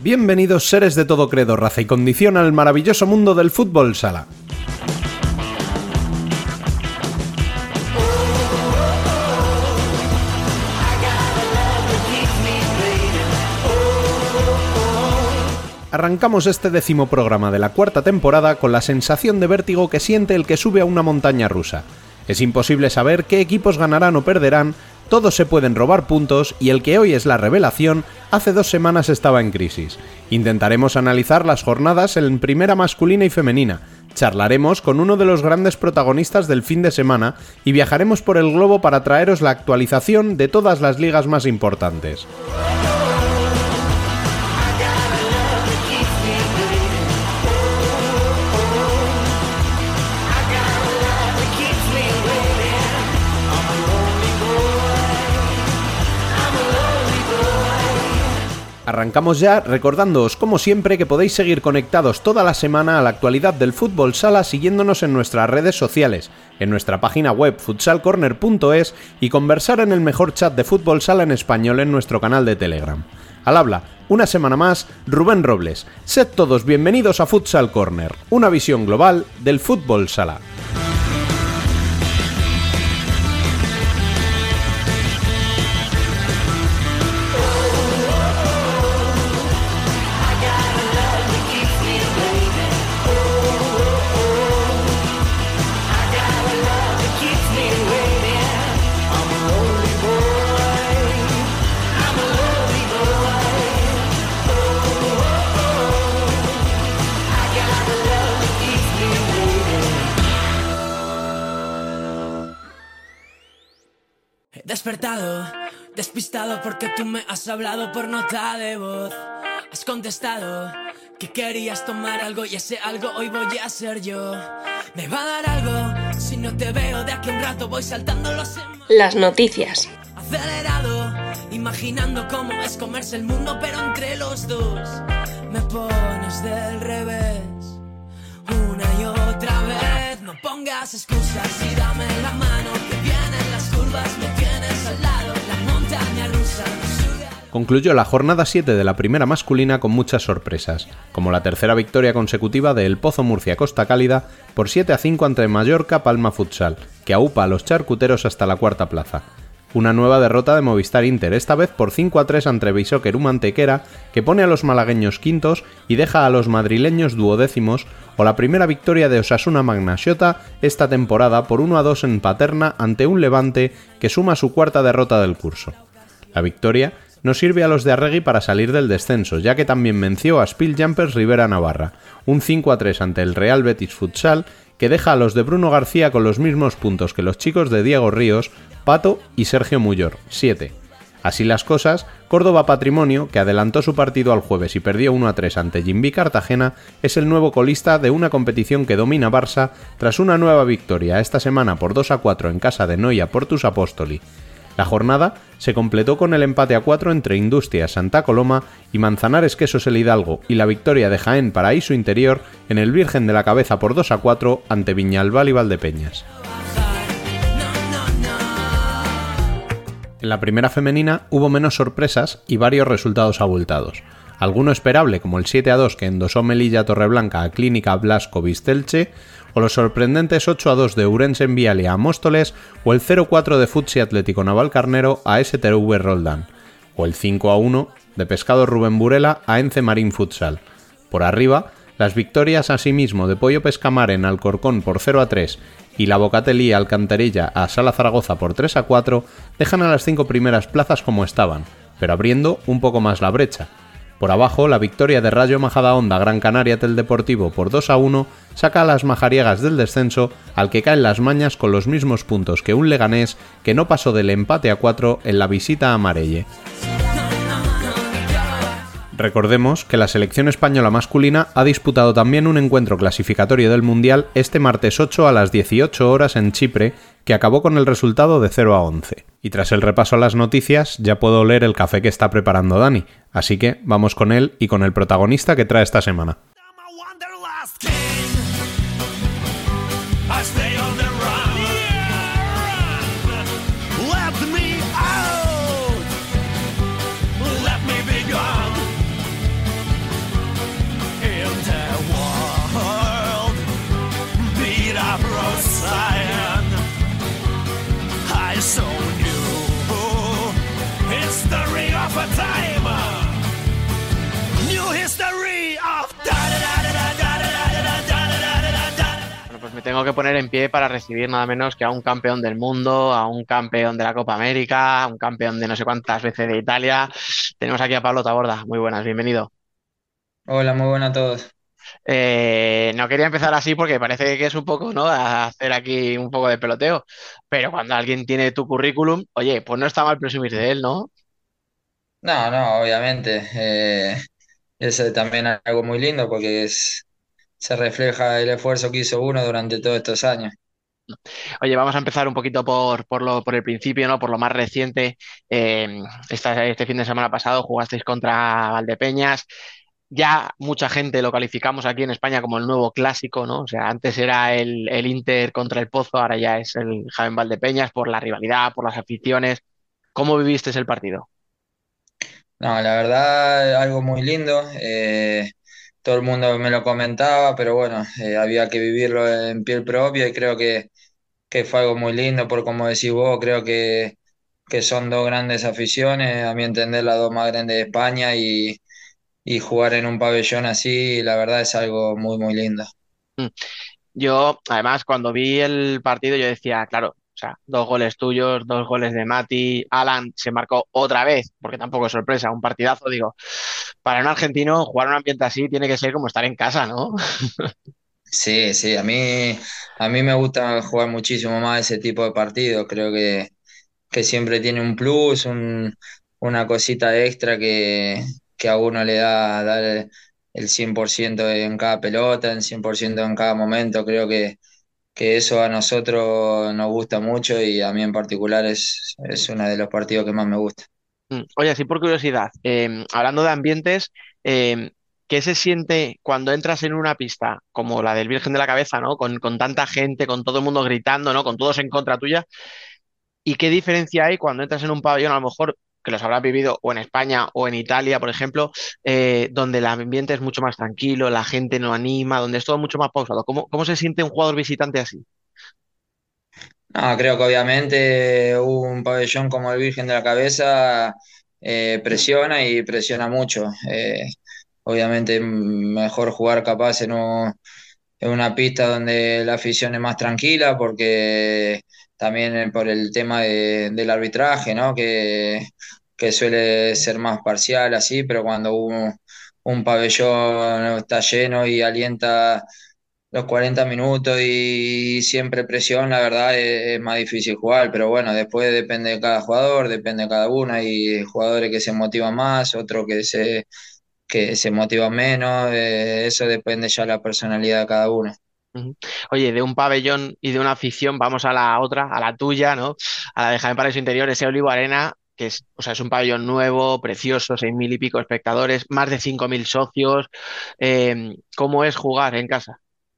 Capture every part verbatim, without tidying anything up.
Bienvenidos seres de todo credo, raza y condición al maravilloso mundo del fútbol sala. Arrancamos este décimo programa de la cuarta temporada con la sensación de vértigo que siente el que sube a una montaña rusa. Es imposible saber qué equipos ganarán o perderán, todos se pueden robar puntos y el que hoy es la revelación, hace dos semanas estaba en crisis. Intentaremos analizar las jornadas en primera masculina y femenina, charlaremos con uno de los grandes protagonistas del fin de semana y viajaremos por el globo para traeros la actualización de todas las ligas más importantes. Arrancamos ya recordándoos como siempre que podéis seguir conectados toda la semana a la actualidad del fútbol sala siguiéndonos en nuestras redes sociales, en nuestra página web futsal corner punto es y conversar en el mejor chat de fútbol sala en español en nuestro canal de Telegram. Al habla, una semana más, Rubén Robles. Sed todos bienvenidos a Futsal Corner, una visión global del fútbol sala. Despertado, despistado porque tú me has hablado por nota de voz. Has contestado que querías tomar algo y ese algo hoy voy a ser yo. Me va a dar algo si no te veo de aquí a un rato, voy saltando los semáforos. Las noticias. Acelerado, imaginando cómo es comerse el mundo, pero entre los dos me pones del revés. Una y otra vez, no pongas excusas y dame la mano, que vienen las curvas, me tienes al lado, la montaña rusa. Concluyó la jornada siete de la primera masculina con muchas sorpresas, como la tercera victoria consecutiva de El Pozo Murcia Costa Cálida por siete a cinco ante Mallorca Palma Futsal, que aupa a los charcuteros hasta la cuarta plaza. Una nueva derrota de Movistar Inter, esta vez por cinco a tres ante Beisóquer Mantequera, que pone a los malagueños quintos y deja a los madrileños duodécimos, o la primera victoria de Osasuna Magna Xota esta temporada por uno a dos en Paterna ante un Levante que suma su cuarta derrota del curso. La victoria no sirve a los de Arregui para salir del descenso, ya que también venció a Spill Jumpers Rivera Navarra, un cinco a tres ante el Real Betis Futsal, que deja a los de Bruno García con los mismos puntos que los chicos de Diego Ríos, Pato y Sergio Muyor, siete. Así las cosas, Córdoba Patrimonio, que adelantó su partido al jueves y perdió uno a tres ante Jimbi Cartagena, es el nuevo colista de una competición que domina Barça tras una nueva victoria esta semana por dos a cuatro en casa de Noia Portus Apostoli. La jornada se completó con el empate a cuatro entre Industria Santa Coloma y Manzanares Quesos El Hidalgo y la victoria de Jaén Paraíso Interior en el Virgen de la Cabeza por dos a cuatro ante Viñalbal y Valdepeñas. En la primera femenina hubo menos sorpresas y varios resultados abultados. Alguno esperable como el siete a dos que endosó Melilla Torreblanca a Clínica Blasco Vistelche, o los sorprendentes ocho a dos de Ourense en Vialia a Móstoles, o el cero cuatro de Futsi Atlético Navalcarnero a S T V Roldán, o el cinco a uno de Pescado Rubén Burela a Ence Marín Futsal. Por arriba, las victorias asimismo de Pollo Pescamar en Alcorcón por cero a tres y la Bocatelí Alcantarilla a Sala Zaragoza por tres a cuatro dejan a las cinco primeras plazas como estaban, pero abriendo un poco más la brecha. Por abajo, la victoria de Rayo Majadahonda Gran Canaria Tel Deportivo por dos a uno saca a las majariegas del descenso, al que caen las mañas con los mismos puntos que un Leganés que no pasó del empate a cuatro en la visita a Marelle. Recordemos que la selección española masculina ha disputado también un encuentro clasificatorio del Mundial este martes ocho a las dieciocho horas en Chipre, que acabó con el resultado de cero a once. Y tras el repaso a las noticias, ya puedo oler el café que está preparando Dani, así que vamos con él y con el protagonista que trae esta semana. time. New history of da da da da da da da da da da da. Bueno, pues me tengo que poner en pie para recibir nada menos que a un campeón del mundo, a un campeón de la Copa América, a un campeón de no sé cuántas veces de Italia. Tenemos aquí a Pablo Taborda. Muy buenas, bienvenido. Hola, muy buenas a todos. Eh, no quería empezar así porque parece que es un poco, ¿no? A hacer aquí un poco de peloteo, pero cuando alguien tiene tu currículum, oye, pues no está mal presumir de él, ¿no? No, no, obviamente. Eh, es también algo muy lindo porque es, se refleja el esfuerzo que hizo uno durante todos estos años. Oye, vamos a empezar un poquito por, por lo, por el principio, ¿no? Por lo más reciente. Eh, esta- este fin de semana pasado jugasteis contra Valdepeñas. Ya mucha gente lo calificamos aquí en España como el nuevo clásico, ¿no? O sea, antes era el, el Inter contra el Pozo, ahora ya es el Jaén Valdepeñas por la rivalidad, por las aficiones. ¿Cómo viviste el partido? No, la verdad, algo muy lindo. Eh, todo el mundo me lo comentaba, pero bueno, eh, había que vivirlo en piel propia y creo que, que fue algo muy lindo, por como decís vos, creo que, que son dos grandes aficiones, a mi entender las dos más grandes de España y, y jugar en un pabellón así, la verdad es algo muy, muy lindo. Mm. Yo, además, cuando vi el partido, yo decía, claro, o sea, dos goles tuyos, dos goles de Mati, Alan se marcó otra vez, porque tampoco es sorpresa, un partidazo, digo, para un argentino jugar un ambiente así tiene que ser como estar en casa, ¿no? Sí, sí, a mí, a mí me gusta jugar muchísimo más ese tipo de partidos. Creo que, que siempre tiene un plus, un- una cosita extra que, que a uno le da dar el, el cien por ciento en cada pelota, el cien por ciento en cada momento. Creo que, que eso a nosotros nos gusta mucho y a mí en particular es, es uno de los partidos que más me gusta. Mm. Oye, así por curiosidad, eh, hablando de ambientes, eh, ¿qué se siente cuando entras en una pista como la del Virgen de la Cabeza, ¿no? Con, con tanta gente, con todo el mundo gritando, ¿no? Con todos en contra tuya. ¿Y qué diferencia hay cuando entras en un pabellón, a lo mejor que los habrás vivido o en España o en Italia, por ejemplo, eh, donde el ambiente es mucho más tranquilo, la gente no anima, donde es todo mucho más pausado? ¿Cómo, cómo se siente un jugador visitante así? No, creo que obviamente un pabellón como el Virgen de la Cabeza eh, presiona y presiona mucho. Eh, obviamente mejor jugar capaz en, un- en una pista donde la afición es más tranquila porque también eh, por el tema de- del arbitraje, ¿no? Que, que suele ser más parcial así, pero cuando un, un pabellón está lleno y alienta los cuarenta minutos y siempre presión, la verdad es, es más difícil jugar, pero bueno, después depende de cada jugador, depende de cada uno, hay jugadores que se motivan más, otros que se, que se motivan menos, eh, eso depende ya de la personalidad de cada uno. Ujú. Oye, de un pabellón y de una afición, vamos a la otra, a la tuya, ¿no? A la de Jaén Paraíso Interior, ese Olivo Arena, que es, o sea, es un pabellón nuevo, precioso, seis mil y pico espectadores, más de cinco mil socios. Eh, ¿cómo es jugar en casa?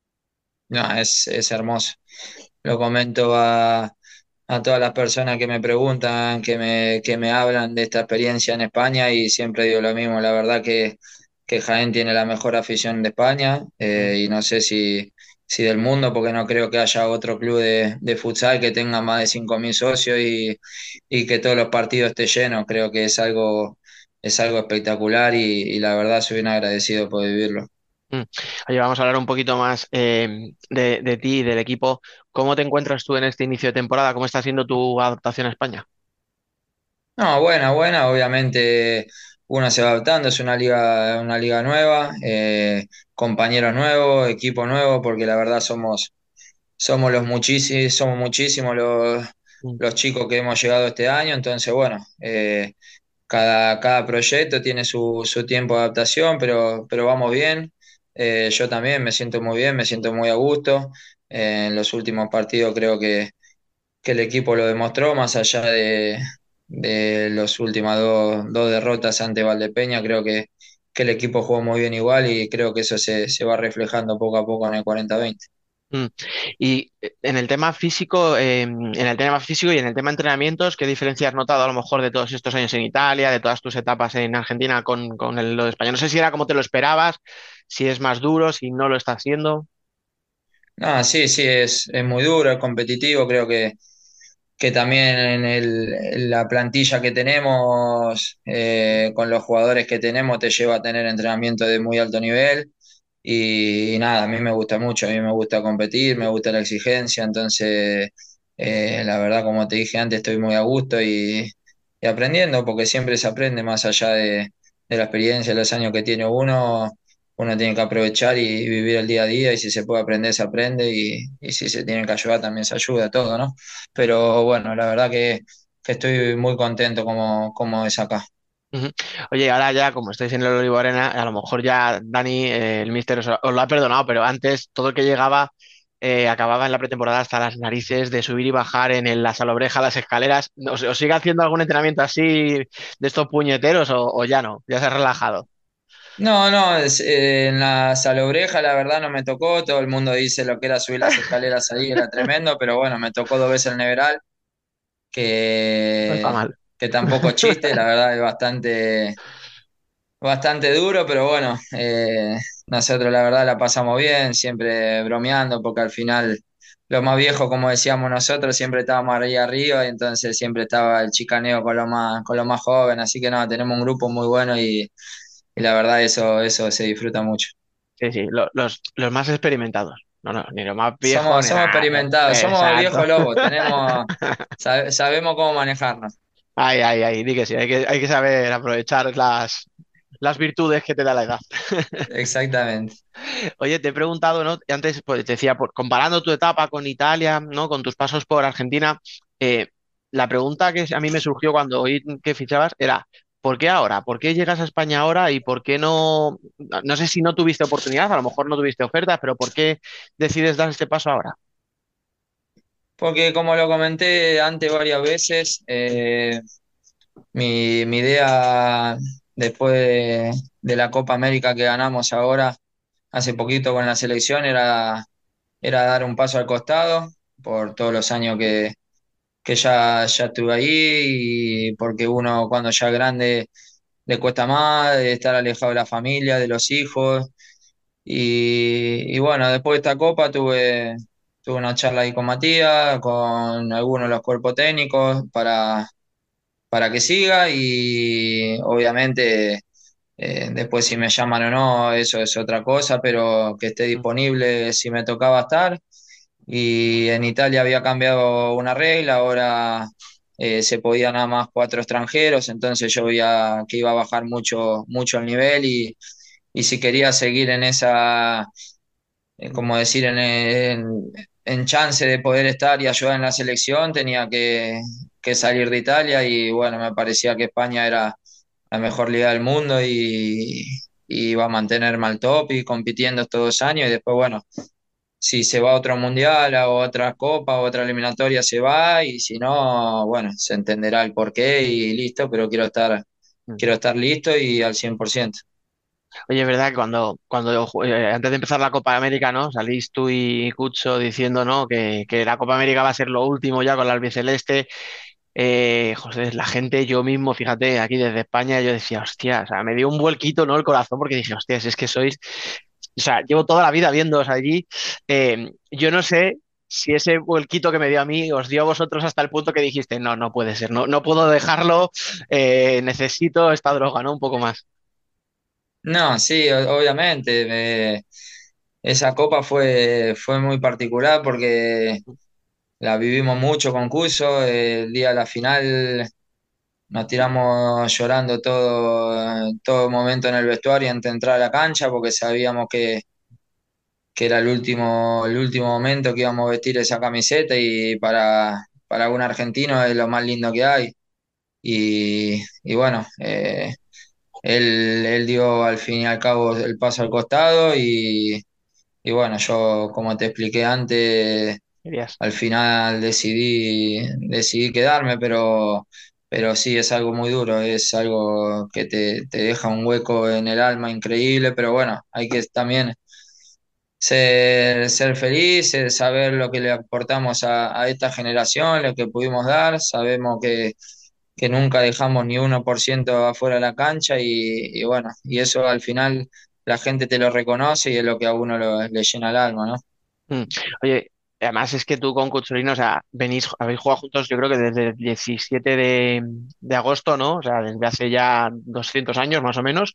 No, es, es hermoso. Lo comento a, a todas las personas que me preguntan, que me, que me hablan de esta experiencia en España y siempre digo lo mismo, la verdad que, que Jaén tiene la mejor afición de España eh, y no sé si, si del mundo, porque no creo que haya otro club de, de futsal que tenga más de cinco mil socios y, y que todos los partidos estén llenos, creo que es algo, es algo espectacular y, y la verdad soy bien agradecido por vivirlo. Mm. Oye, vamos a hablar un poquito más eh, de, de ti y del equipo. ¿Cómo te encuentras tú en este inicio de temporada? ¿Cómo está siendo tu adaptación a España? No, buena, buena. Obviamente uno se va adaptando, es una liga, una liga nueva, eh, compañeros nuevos, equipo nuevo, porque la verdad somos, somos los muchísimos, somos muchísimos los, Mm. los chicos que hemos llegado este año. Entonces, bueno, eh, cada, cada proyecto tiene su, su tiempo de adaptación, pero, pero vamos bien. Eh, yo también me siento muy bien, me siento muy a gusto. Eh, en los últimos partidos creo que que el equipo lo demostró, más allá de, de las últimas dos, dos derrotas ante Valdepeña, creo que, que el equipo jugó muy bien igual y creo que eso se, se va reflejando poco a poco en el cuarenta veinte. Mm. Y eh, en el tema físico, eh, en el tema físico y en el tema entrenamientos, ¿qué diferencia has notado a lo mejor de todos estos años en Italia, de todas tus etapas en Argentina con, con el- lo de España? No sé si era como te lo esperabas, si es más duro, si no lo está haciendo. No, sí, sí, es, es muy duro, es competitivo, creo que que también en, el- en la plantilla que tenemos, eh, con los jugadores que tenemos, te lleva a tener entrenamiento de muy alto nivel. Y, y nada, a mí me gusta mucho, a mí me gusta competir, me gusta la exigencia, entonces eh, la verdad, como te dije antes, estoy muy a gusto y, y aprendiendo, porque siempre se aprende más allá de, de la experiencia, de los años que tiene uno. Uno tiene que aprovechar y vivir el día a día, y si se puede aprender, se aprende, y, y si se tiene que ayudar, también se ayuda, todo, ¿no? Pero bueno, la verdad que, que estoy muy contento como, como es acá. Ujú. Oye, ahora ya, como estáis en el Olivo Arena, a lo mejor ya Dani, eh, el míster, os, os lo ha perdonado, pero antes todo el que llegaba eh, acababa en la pretemporada hasta las narices de subir y bajar en el- la salobreja, las escaleras. ¿Os, os sigue haciendo algún entrenamiento así de estos puñeteros o, o ya no? Ya se ha relajado. No, no, es, eh, en la salobreja la verdad no me tocó, todo el mundo dice lo que era subir las escaleras ahí, era tremendo, pero bueno, me tocó dos veces el Neveral, No está que, mal. que tampoco es chiste, la verdad es bastante, bastante duro, pero bueno, eh, nosotros la verdad la pasamos bien, siempre bromeando, porque al final los más viejos, como decíamos nosotros, siempre estábamos ahí arriba, y entonces siempre estaba el chicaneo con los más, con los más jóvenes, así que no, tenemos un grupo muy bueno, y, y la verdad eso, eso se disfruta mucho. Sí, sí, lo- los, los más experimentados. No, no, ni lo más viejo Somos, ni somos nada. experimentados, Eh, somos exacto. viejos lobos, tenemos, sabe- sabemos cómo manejarnos. Ay, ay, ay, di que sí, hay que, hay que saber aprovechar las, las virtudes que te da la edad. Exactamente. Oye, te he preguntado, ¿no? Antes, pues te decía, por- comparando tu etapa con Italia, ¿no? Con tus pasos por Argentina, eh, la pregunta que a mí me surgió cuando oí que fichabas era, ¿por qué ahora? ¿Por qué llegas a España ahora y por qué no, no no sé si no tuviste oportunidad, a lo mejor no tuviste ofertas, pero ¿por qué decides dar este paso ahora? Porque como lo comenté antes varias veces, eh, mi, mi idea después de, de la Copa América que ganamos ahora, hace poquito con la selección, era, era dar un paso al costado por todos los años que, que ya, ya estuve ahí, y porque uno cuando ya es grande le cuesta más de estar alejado de la familia, de los hijos. Y, y bueno, después de esta copa tuve, tuve una charla ahí con Matías, con algunos de los cuerpos técnicos para, para que siga, y obviamente eh, después si me llaman o no, eso es otra cosa, pero que esté disponible si me tocaba estar. Y en Italia había cambiado una regla, ahora eh, se podía nada más cuatro extranjeros, entonces yo veía que iba a bajar mucho, mucho el nivel, y, y si quería seguir en esa, eh, como decir, en, en, en chance de poder estar y ayudar en la selección, tenía que, que salir de Italia, y bueno, me parecía que España era la mejor liga del mundo, y, y iba a mantenerme al top y compitiendo estos dos años, y después, bueno, si se va a otro mundial, a otra copa, a otra eliminatoria, se va, y si no, bueno, se entenderá el porqué y listo, pero quiero estar, quiero estar listo y al cien por ciento. Oye, es verdad que cuando, cuando eh, antes de empezar la Copa América, ¿no? Salís tú y Cucho diciendo, ¿no? Que, que la Copa América va a ser lo último ya con la albiceleste. Eh, José, la gente, yo mismo, fíjate, aquí desde España, yo decía, hostia, o sea, me dio un vuelquito, ¿no? El corazón, porque dije, hostia, si es que sois, o sea, llevo toda la vida viéndoos allí. Eh, yo no sé si ese vuelquito que me dio a mí os dio a vosotros hasta el punto que dijiste, no, no puede ser, no, no puedo dejarlo, eh, necesito esta droga, ¿no? Un poco más. No, sí, o- obviamente. me- esa copa fue, fue muy particular porque la vivimos mucho con Cuso. El día de la final nos tiramos llorando todo, todo momento en el vestuario antes de entrar a la cancha, porque sabíamos que que era el último, el último momento que íbamos a vestir esa camiseta, y para, para un argentino es lo más lindo que hay. Y, y bueno, eh, él, él dio al fin y al cabo el paso al costado, y, y bueno, yo como te expliqué antes, Dirías. al final decidí, decidí quedarme, pero, pero sí es algo muy duro, es algo que te, te deja un hueco en el alma increíble, pero bueno, hay que también ser, ser feliz, eh, saber lo que le aportamos a, a esta generación, lo que pudimos dar. Sabemos que, que nunca dejamos ni uno por ciento afuera de la cancha, y, y bueno, y eso al final la gente te lo reconoce, y es lo que a uno lo- le llena el alma, ¿no? Mm. Oye, Además es que tú con Cuchurino, o sea, venís, habéis jugado juntos yo creo que desde el diecisiete de, de agosto, ¿no? O sea, desde hace ya doscientos años más o menos.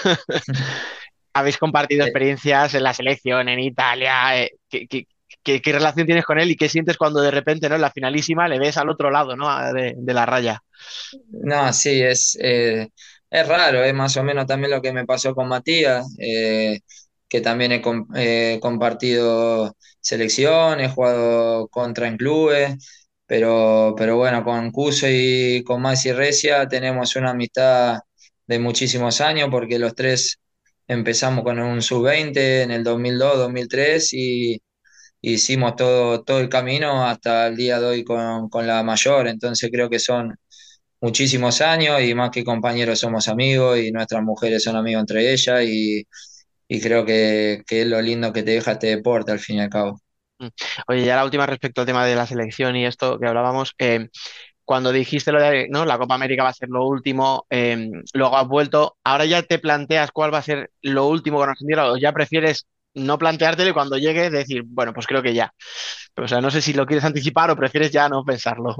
Habéis compartido Eh, experiencias en la selección, en Italia. eh, ¿qué, qué- qué- qué relación tienes con él y qué sientes cuando de repente, ¿no? En la finalísima le ves al otro lado, ¿no? A- De, de la raya. no, sí, es, eh, es raro, es más o menos también lo que me pasó con Matías, eh, que también he com- eh, compartido selección, he jugado contra en clubes, pero, pero bueno, con Cuso y con Maxi Recia tenemos una amistad de muchísimos años, porque los tres empezamos con un sub veinte en el dos mil dos, dos mil tres y hicimos todo, todo el camino hasta el día de hoy con, con la mayor, entonces creo que son muchísimos años y más que compañeros somos amigos y nuestras mujeres son amigos entre ellas y, y creo que, que es lo lindo que te deja este deporte al fin y al cabo. Mm. Oye, ya la última respecto al tema de la selección y esto que hablábamos. Eh, cuando dijiste lo de, ¿no? La Copa América va a ser lo último, eh, luego has vuelto, ahora ya te planteas cuál va a ser lo último con Argentina o ya prefieres no planteártelo y cuando llegue decir, bueno, pues creo que ya. O sea, no sé si lo quieres anticipar o prefieres ya no pensarlo.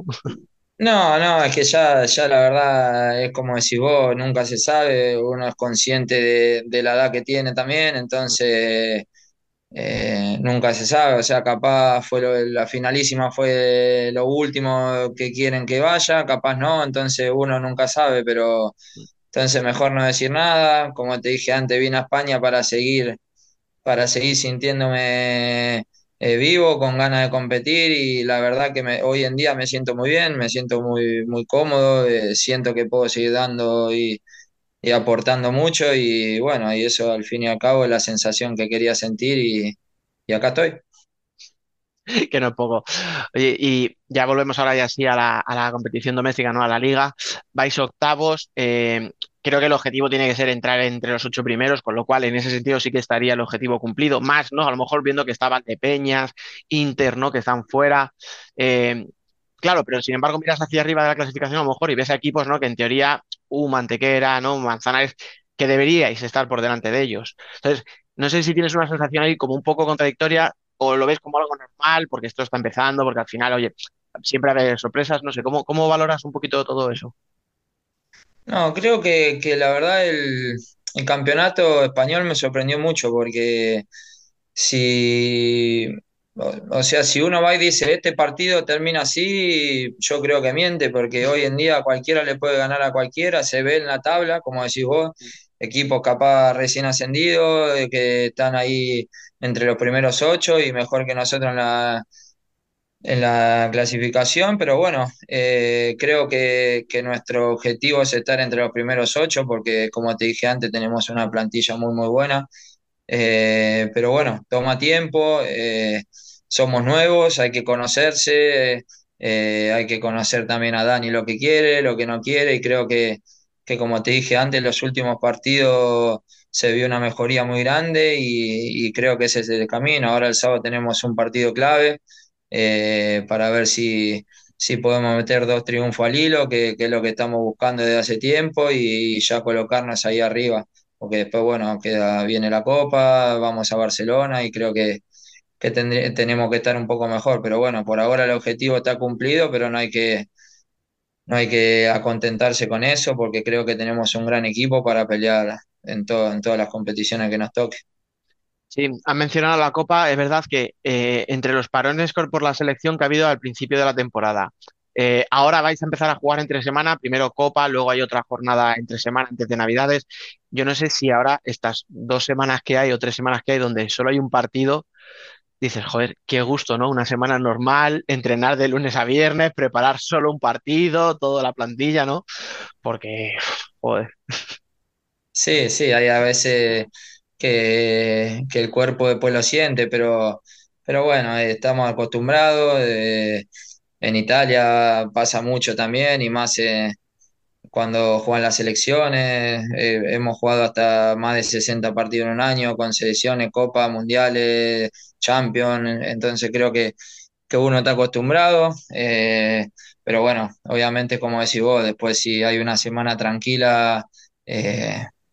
No, no, es que ya, ya la verdad es como decís vos, nunca se sabe, uno es consciente de, de la edad que tiene también, entonces eh, nunca se sabe, o sea, capaz fue lo- la finalísima fue lo último que quieren que vaya, capaz no, entonces uno nunca sabe, pero entonces mejor no decir nada, como te dije antes, vine a España para seguir para seguir sintiéndome eh, vivo, con ganas de competir y la verdad que me- hoy en día me siento muy bien, me siento muy, muy cómodo, eh, siento que puedo seguir dando y, y aportando mucho y bueno, y eso al fin y al cabo es la sensación que quería sentir y, y acá estoy. Que no es poco. Oye, y ya volvemos ahora ya sí a la, a la competición doméstica, ¿no? A la liga. Vais octavos. Eh, creo que el objetivo tiene que ser entrar entre los ocho primeros, con lo cual en ese sentido sí que estaría el objetivo cumplido. Más, ¿no? A lo mejor viendo que estaban de Peñas, Inter, ¿no? Que están fuera. Eh, claro, pero sin embargo miras hacia arriba de la clasificación a lo mejor y ves a equipos, ¿no? Que en teoría, uh, Mantequera, ¿no? Manzanares, que deberíais estar por delante de ellos. Entonces, no sé si tienes una sensación ahí como un poco contradictoria o lo ves como algo normal porque esto está empezando, porque al final, oye, siempre hay sorpresas, no sé, ¿cómo, cómo valoras un poquito todo eso? No, creo que, que la verdad el, el campeonato español me sorprendió mucho porque si, o, o sea, si uno va y dice, este partido termina así, yo creo que miente, porque hoy en día cualquiera le puede ganar a cualquiera, se ve en la tabla, como decís vos, equipos capaz recién ascendidos, eh, que están ahí entre los primeros ocho y mejor que nosotros en la, en la clasificación, pero bueno, eh, creo que, que nuestro objetivo es estar entre los primeros ocho, porque como te dije antes, tenemos una plantilla muy, muy buena. Eh, pero bueno, toma tiempo, eh, somos nuevos, hay que conocerse, eh, hay que conocer también a Dani lo que quiere, lo que no quiere, y creo que, que como te dije antes, los últimos partidos se vio una mejoría muy grande y, y creo que ese es el camino. Ahora el sábado tenemos un partido clave eh, para ver si, si podemos meter dos triunfos al hilo, que, que es lo que estamos buscando desde hace tiempo, y ya colocarnos ahí arriba porque después, bueno, queda, viene la Copa, vamos a Barcelona y creo que, que tendré- tenemos que estar un poco mejor. Pero bueno, por ahora el objetivo está cumplido, pero no hay que, no hay que acontentarse con eso porque creo que tenemos un gran equipo para pelear en, todo, en todas las competiciones que nos toque. Sí, han mencionado la Copa, es verdad que eh, entre los parones por por la selección que ha habido al principio de la temporada, eh, ahora vais a empezar a jugar entre semana, primero Copa, luego hay otra jornada entre semana antes de Navidades. Yo no sé si ahora estas dos semanas que hay o tres semanas que hay donde solo hay un partido, dices, joder, qué gusto, ¿no? Una semana normal, entrenar de lunes a viernes, preparar solo un partido, toda la plantilla, ¿no? Porque, joder. Sí, sí, hay a veces que, que el cuerpo después lo siente, pero, pero bueno, eh, estamos acostumbrados. Eh, en Italia pasa mucho también y más. Eh, cuando juegan las selecciones, eh, hemos jugado hasta más de sesenta partidos en un año, con selecciones, copas, mundiales, Champions, entonces creo que, que uno está acostumbrado, eh, pero bueno, obviamente como decís vos, después si hay una semana tranquila, eh,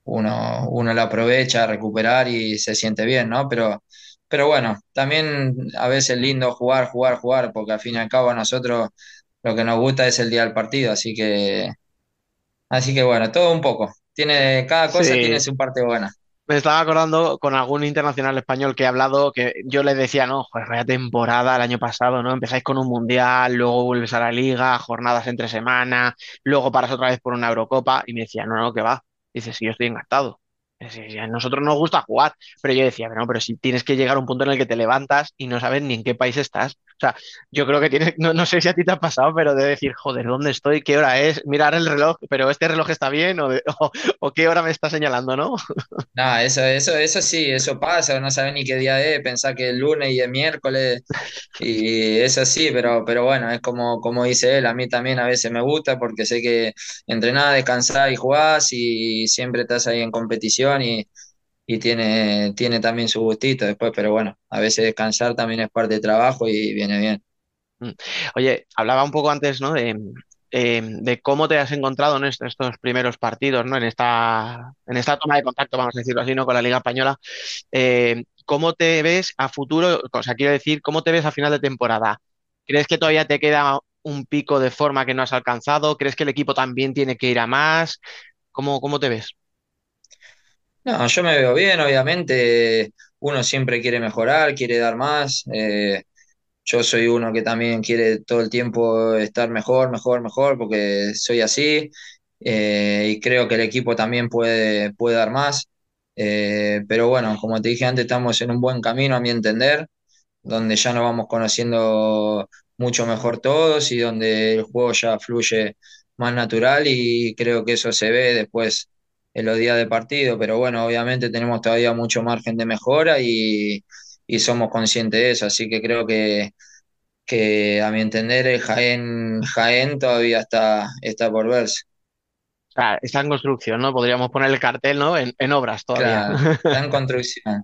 uno, uno lo aprovecha a recuperar y se siente bien, ¿no? Pero, pero bueno, también a veces es lindo jugar, jugar, jugar, porque al fin y al cabo a nosotros lo que nos gusta es el día del partido, así que, así que bueno, todo un poco. Tiene, cada cosa tiene Sí, su parte buena. me estaba acordando con algún internacional español que he hablado que yo le decía, no, pues vaya temporada el año pasado, ¿no? Empezáis con un mundial, luego vuelves a la liga, jornadas entre semana, luego paras otra vez por una Eurocopa y me decía, no, no, que va. Dice, sí, yo estoy encantado. Dice, "Sí, a nosotros nos gusta jugar, pero yo decía, no, pero si tienes que llegar a un punto en el que te levantas y no sabes ni en qué país estás. O sea, yo creo que tienes, no, no sé si a ti te ha pasado, pero de decir, joder, ¿dónde estoy? ¿Qué hora es? Mirar el reloj, pero este reloj está bien o, de- o, o qué hora me está señalando, ¿no? Nada, eso, eso, eso sí, eso pasa, no sabes ni qué día es, pensás que es lunes y es miércoles. Y eso sí, pero, pero bueno, es como, como dice él, a mí también a veces me gusta porque sé que entrenás, descansás y jugás y siempre estás ahí en competición y, y tiene, tiene también su gustito después, pero bueno, a veces descansar también es parte del trabajo y viene bien. Mm. Oye, hablaba un poco antes, ¿no? De, eh, de cómo te has encontrado en est- estos primeros partidos, ¿no? En esta, en esta toma de contacto, vamos a decirlo así, ¿no? Con la Liga Española. Eh, ¿cómo te ves a futuro? O sea, quiero decir, ¿cómo te ves a final de temporada? ¿Crees que todavía te queda un pico de forma que no has alcanzado? ¿Crees que el equipo también tiene que ir a más? ¿Cómo, cómo te ves? No, yo me veo bien, obviamente uno siempre quiere mejorar, quiere dar más. eh, Yo soy uno que también quiere todo el tiempo estar mejor, mejor, mejor, porque soy así, eh, y creo que el equipo también puede, puede dar más. Eh, pero bueno, como te dije antes, estamos en un buen camino, a mi entender, donde ya nos vamos conociendo mucho mejor todos y donde el juego ya fluye más natural y creo que eso se ve después en los días de partido. Pero bueno, obviamente tenemos todavía mucho margen de mejora y, y somos conscientes de eso, así que creo que que a mi entender el Jaén, Jaén todavía está, está por verse. O sea, está en construcción, ¿no? Podríamos poner el cartel, ¿no? En, en obras todavía. Claro, está en construcción.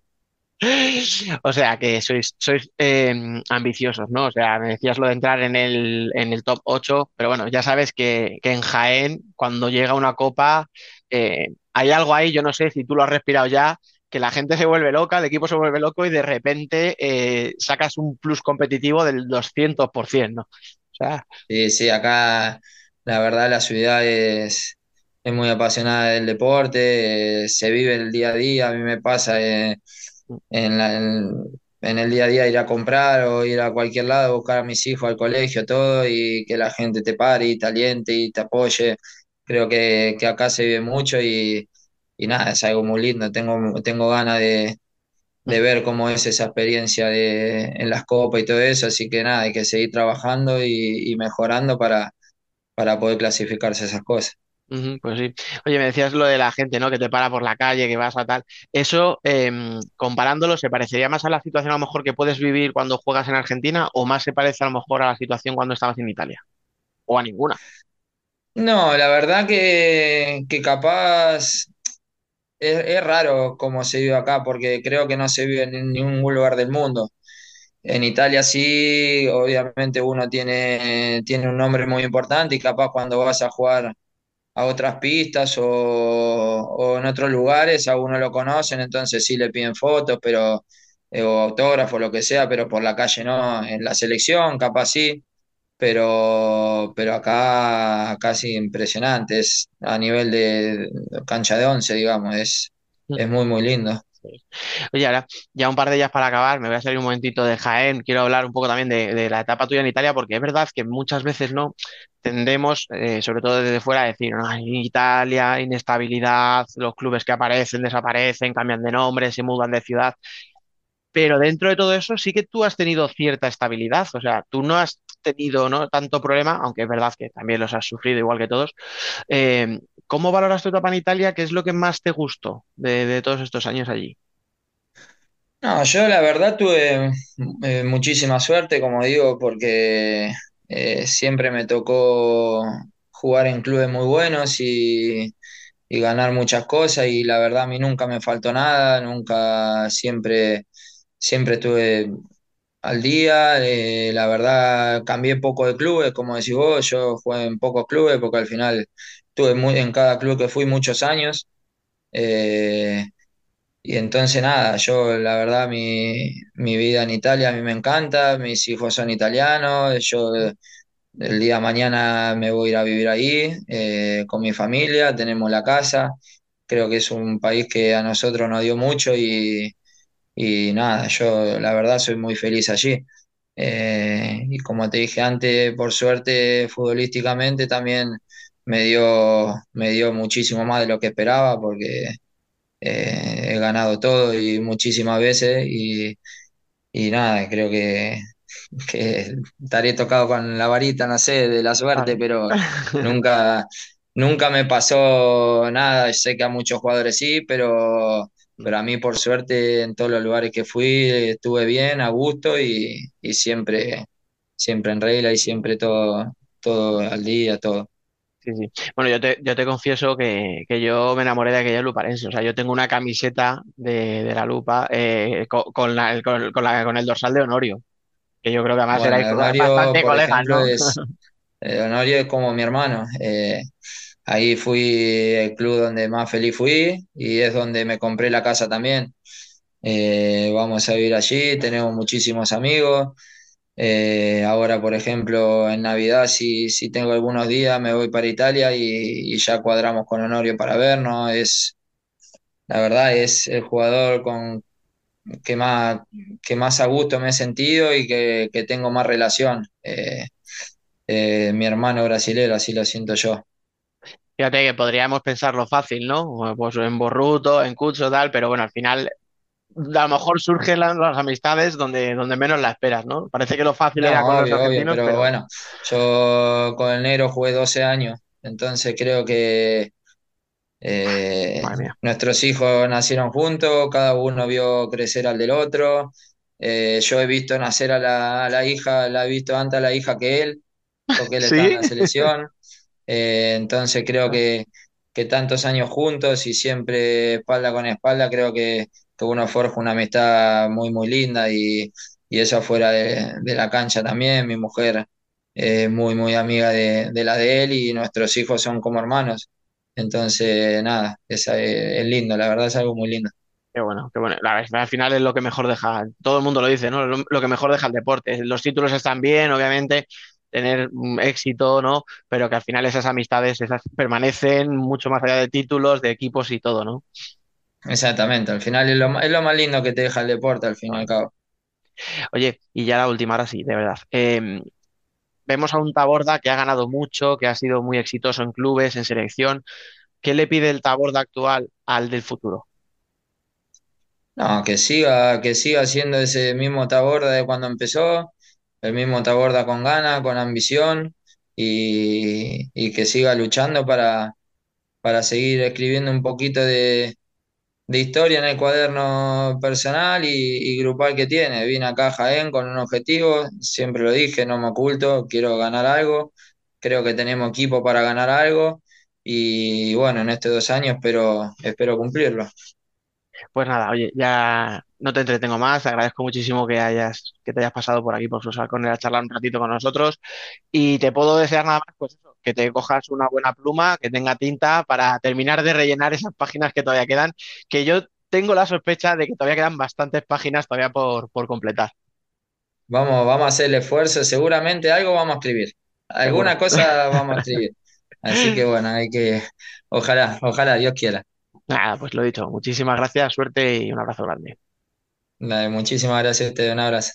O sea, que sois, sois eh, ambiciosos, ¿no? O sea, me decías lo de entrar en el, en el top ocho, pero bueno, ya sabes que, que en Jaén, cuando llega una copa, eh, hay algo ahí, yo no sé si tú lo has respirado ya, que la gente se vuelve loca, el equipo se vuelve loco y de repente eh, sacas un plus competitivo del doscientos por ciento, ¿no? O sea, Sí, sí, acá la verdad la ciudad es, es muy apasionada del deporte, eh, se vive el día a día, a mí me pasa eh, en la- en, en el día a día ir a comprar o ir a cualquier lado, buscar a mis hijos al colegio, todo, y que la gente te pare y te aliente y te apoye. Creo que, que acá se vive mucho y, y nada, es algo muy lindo, tengo, tengo ganas de de ver cómo es esa experiencia de, en las copas y todo eso, así que nada, hay que seguir trabajando y, y mejorando para, para poder clasificarse esas cosas. ujú, pues sí. Oye, me decías lo de la gente, ¿no? Que te para por la calle, que vas a tal. Eso, em, comparándolo, ¿se parecería más a la situación a lo mejor que puedes vivir cuando juegas en Argentina o más se parece a lo mejor a la situación cuando estabas en Italia? O a ninguna. No, la verdad que, que capaz es, es raro cómo se vive acá, porque creo que no se vive en ningún lugar del mundo. En Italia sí, obviamente uno tiene, tiene un nombre muy importante y capaz cuando vas a jugar a otras pistas o, o en otros lugares, a uno lo conocen, entonces sí le piden fotos, pero, eh, o autógrafo, lo que sea, pero por la calle no, en la selección capaz sí, pero, pero acá casi impresionante, es a nivel de cancha de once, digamos, es, es muy, muy lindo. Oye, ahora ya un par de ellas para acabar, me voy a salir un momentito de Jaén, quiero hablar un poco también de, de la etapa tuya en Italia, porque es verdad que muchas veces no tendemos, eh, sobre todo desde fuera, a decir, "Ay, Italia, inestabilidad, los clubes que aparecen, desaparecen, cambian de nombre, se mudan de ciudad. Pero dentro de todo eso sí que tú has tenido cierta estabilidad, o sea, tú no has tenido, ¿no? tanto problema, aunque es verdad que también los has sufrido igual que todos. Eh, ¿cómo valoras tu etapa en Italia? ¿Qué es lo que más te gustó de, de todos estos años allí? No, yo la verdad tuve eh, muchísima suerte, como digo, porque eh, siempre me tocó jugar en clubes muy buenos y, y ganar muchas cosas y la verdad a mí nunca me faltó nada, nunca, siempre, siempre estuve al día. Eh, la verdad cambié poco de clubes, como decís vos, yo jugué en pocos clubes porque al final estuve muy, en cada club que fui muchos años. Eh, y entonces nada, yo la verdad mi, mi vida en Italia a mí me encanta, mis hijos son italianos, yo eh, el día de mañana me voy a ir a vivir ahí eh, con mi familia, tenemos la casa, creo que es un país que a nosotros nos dio mucho y, y nada, yo la verdad soy muy feliz allí. Eh, y como te dije antes, por suerte futbolísticamente también me dio, me dio muchísimo más de lo que esperaba porque eh, he ganado todo y muchísimas veces y, y nada, creo que, que estaré tocado con la varita, no sé, de la suerte, Vale. pero nunca, nunca me pasó nada. Sé que a muchos jugadores sí, pero, pero a mí por suerte en todos los lugares que fui estuve bien, a gusto y, y siempre, siempre en regla y siempre todo, todo al día, todo. Sí, sí. Bueno, yo te, yo te confieso que, que yo me enamoré de aquella luparense. O sea, yo tengo una camiseta de, de la Lupa eh, co- con, la, con, con la- con el dorsal de Honorio, que yo creo que además Bueno, erais de Honorio, bastante por colegas, ejemplo, ¿no? es, eh, Honorio es como mi hermano. Eh, ahí fui el club donde más feliz fui y es donde me compré la casa también. Eh, vamos a vivir allí, tenemos muchísimos amigos. Eh, ahora, por ejemplo, en Navidad, si, si tengo algunos días, me voy para Italia y, y ya cuadramos con Honorio para vernos. Es, la verdad, es el jugador con que más, que más a gusto me he sentido y que, que tengo más relación. Eh, eh, mi hermano brasilero, así lo siento yo. Fíjate que podríamos pensarlo fácil, ¿no? Bueno, pues en Borruto, en Cucho, tal, pero bueno, al final a lo mejor surgen las, las amistades donde, donde menos la esperas, ¿no? Parece que lo fácil era con No, los obvio, obvio, argentinos, pero pero bueno, yo con el negro jugué doce años, entonces creo que eh, madre mía. nuestros hijos nacieron juntos, cada uno vio crecer al del otro. Eh, yo he visto nacer a la, a la hija, la he visto antes a la hija que él, porque él está en ¿Sí? la selección. Eh, entonces creo que, que tantos años juntos y siempre espalda con espalda, creo que, que uno forja una amistad muy, muy linda y, y eso afuera de, de la cancha también. Mi mujer es muy, muy amiga de, de la de él y nuestros hijos son como hermanos. Entonces, nada, es, eh, es lindo, la verdad es algo muy lindo. Qué bueno, qué bueno. La verdad, al final es lo que mejor deja, todo el mundo lo dice, ¿no? Lo, lo que mejor deja el deporte. Los títulos están bien, obviamente, tener mm, éxito, ¿no? Pero que al final esas amistades, esas permanecen mucho más allá de títulos, de equipos y todo, ¿no? Exactamente, al final es lo, ma- es lo más lindo que te deja el deporte, al fin y al cabo. Oye, y ya la última, ahora sí, de verdad. Eh, vemos a un Taborda que ha ganado mucho, que ha sido muy exitoso en clubes, en selección. ¿Qué le pide el Taborda actual al del futuro? No, que siga, que siga siendo ese mismo Taborda de cuando empezó, el mismo Taborda con ganas, con ambición y, y que siga luchando para, para seguir escribiendo un poquito de, de historia en el cuaderno personal y, y grupal que tiene. Vine acá a Jaén con un objetivo, siempre lo dije, no me oculto, quiero ganar algo, creo que tenemos equipo para ganar algo y bueno, en estos dos años espero, espero cumplirlo. Pues nada, oye, ya no te entretengo más, te agradezco muchísimo que hayas, que te hayas pasado por aquí por sus balcones a charlar un ratito con nosotros y te puedo desear nada más, pues eso, que te cojas una buena pluma, que tenga tinta para terminar de rellenar esas páginas que todavía quedan, que yo tengo la sospecha de que todavía quedan bastantes páginas todavía por, por completar, Vamos, vamos a hacer el esfuerzo, seguramente algo vamos a escribir, seguro. alguna cosa vamos a escribir. Así que bueno, hay que, ojalá, ojalá, Dios quiera. Nada, pues lo dicho, muchísimas gracias, suerte y un abrazo grande. Dale, muchísimas gracias, te doy un abrazo.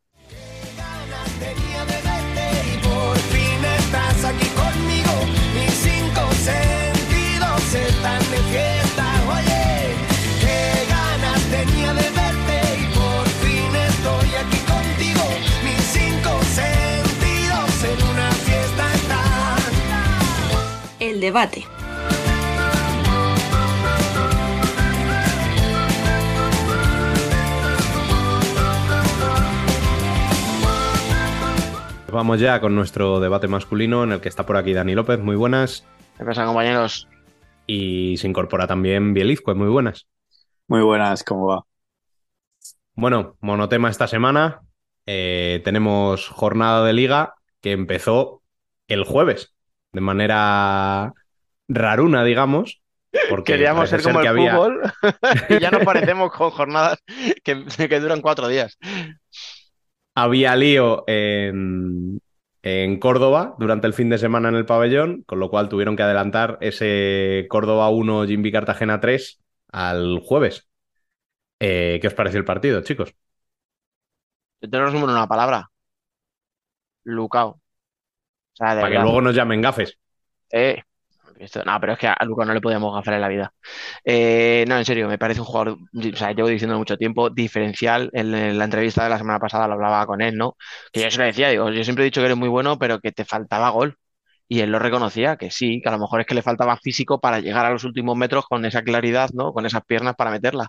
Tenía de verte y por fin estás aquí conmigo. Mis cinco sentidos están de fiesta. Oye, qué ganas tenía de verte y por fin estoy aquí contigo. Mis cinco sentidos en una fiesta están. El debate. Vamos ya con nuestro debate masculino en el que está por aquí Dani López, muy buenas, ¿Qué pasa, compañeros? y se incorpora también Bielizco, muy buenas. Muy buenas, ¿cómo va? Bueno, monotema esta semana, eh, tenemos jornada de liga que empezó el jueves, de manera raruna, digamos, porque Queríamos parece ser como ser que el había, fútbol y ya nos parecemos con jornadas que, que duran cuatro días. había lío en, en Córdoba durante el fin de semana en el pabellón, con lo cual tuvieron que adelantar ese Córdoba uno, Jimby Cartagena tres al jueves. Eh, ¿qué os pareció el partido, chicos? Yo te lo resumo en una palabra, Lucao. O sea, de Para que verdad. luego nos llamen gafes. Eh, esto- no, pero es que a Lucao no le podíamos gafar en la vida. Eh, no, en serio, me parece un jugador, o sea, llevo diciendo mucho tiempo, diferencial. En, en la entrevista de la semana pasada lo hablaba con él, ¿no? Que yo se lo decía, digo, yo siempre he dicho que eres muy bueno, pero que te faltaba gol. Y él lo reconocía, que sí, que a lo mejor es que le faltaba físico para llegar a los últimos metros con esa claridad, ¿no? Con esas piernas para meterla.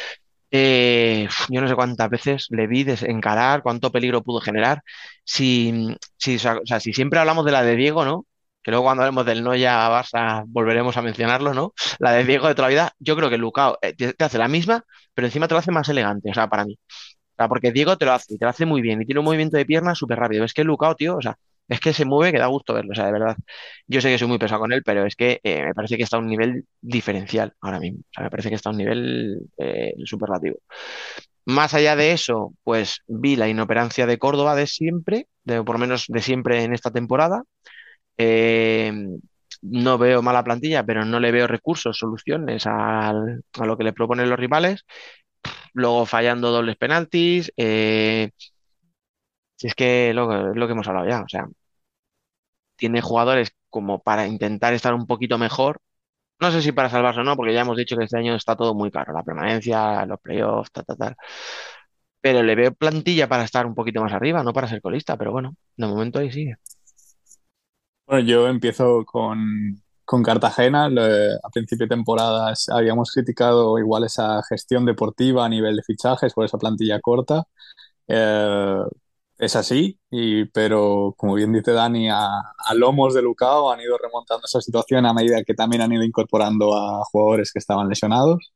Eh, yo no sé cuántas veces le vi desencarar, cuánto peligro pudo generar. Si, si, o sea, o sea, si siempre hablamos de la de Diego, ¿no? Que luego cuando hablemos del Noya Barça volveremos a mencionarlo, ¿no? La de Diego de toda la vida, yo creo que Lucao eh, te, te hace la misma, pero encima te lo hace más elegante, o sea, para mí. O sea, porque Diego te lo hace, y te lo hace muy bien y tiene un movimiento de pierna súper rápido. Es que Lucao, tío, o sea, es que se mueve que da gusto verlo, o sea, de verdad. Yo sé que soy muy pesado con él, pero es que eh, me parece que está a un nivel diferencial ahora mismo. O sea, me parece que está a un nivel eh, superlativo. Más allá de eso, pues vi la inoperancia de Córdoba de siempre, de, por lo menos de siempre en esta temporada. Eh, no veo mala plantilla, pero no le veo recursos, soluciones al- a lo que le proponen los rivales. Luego fallando dobles penaltis. Eh, si es que lo, lo que hemos hablado ya, o sea, tiene jugadores como para intentar estar un poquito mejor. No sé si para salvarse o no, porque ya hemos dicho que este año está todo muy caro, la permanencia, los playoffs, tal, tal, tal. Pero le veo plantilla para estar un poquito más arriba, no para ser colista, pero bueno, de momento ahí sigue. Bueno, yo empiezo con, con Cartagena. Le- a principio de temporadas habíamos criticado igual esa gestión deportiva a nivel de fichajes por esa plantilla corta. Eh, es así, y, pero como bien dice Dani, a, a lomos de Lucao han ido remontando esa situación a medida que también han ido incorporando a jugadores que estaban lesionados.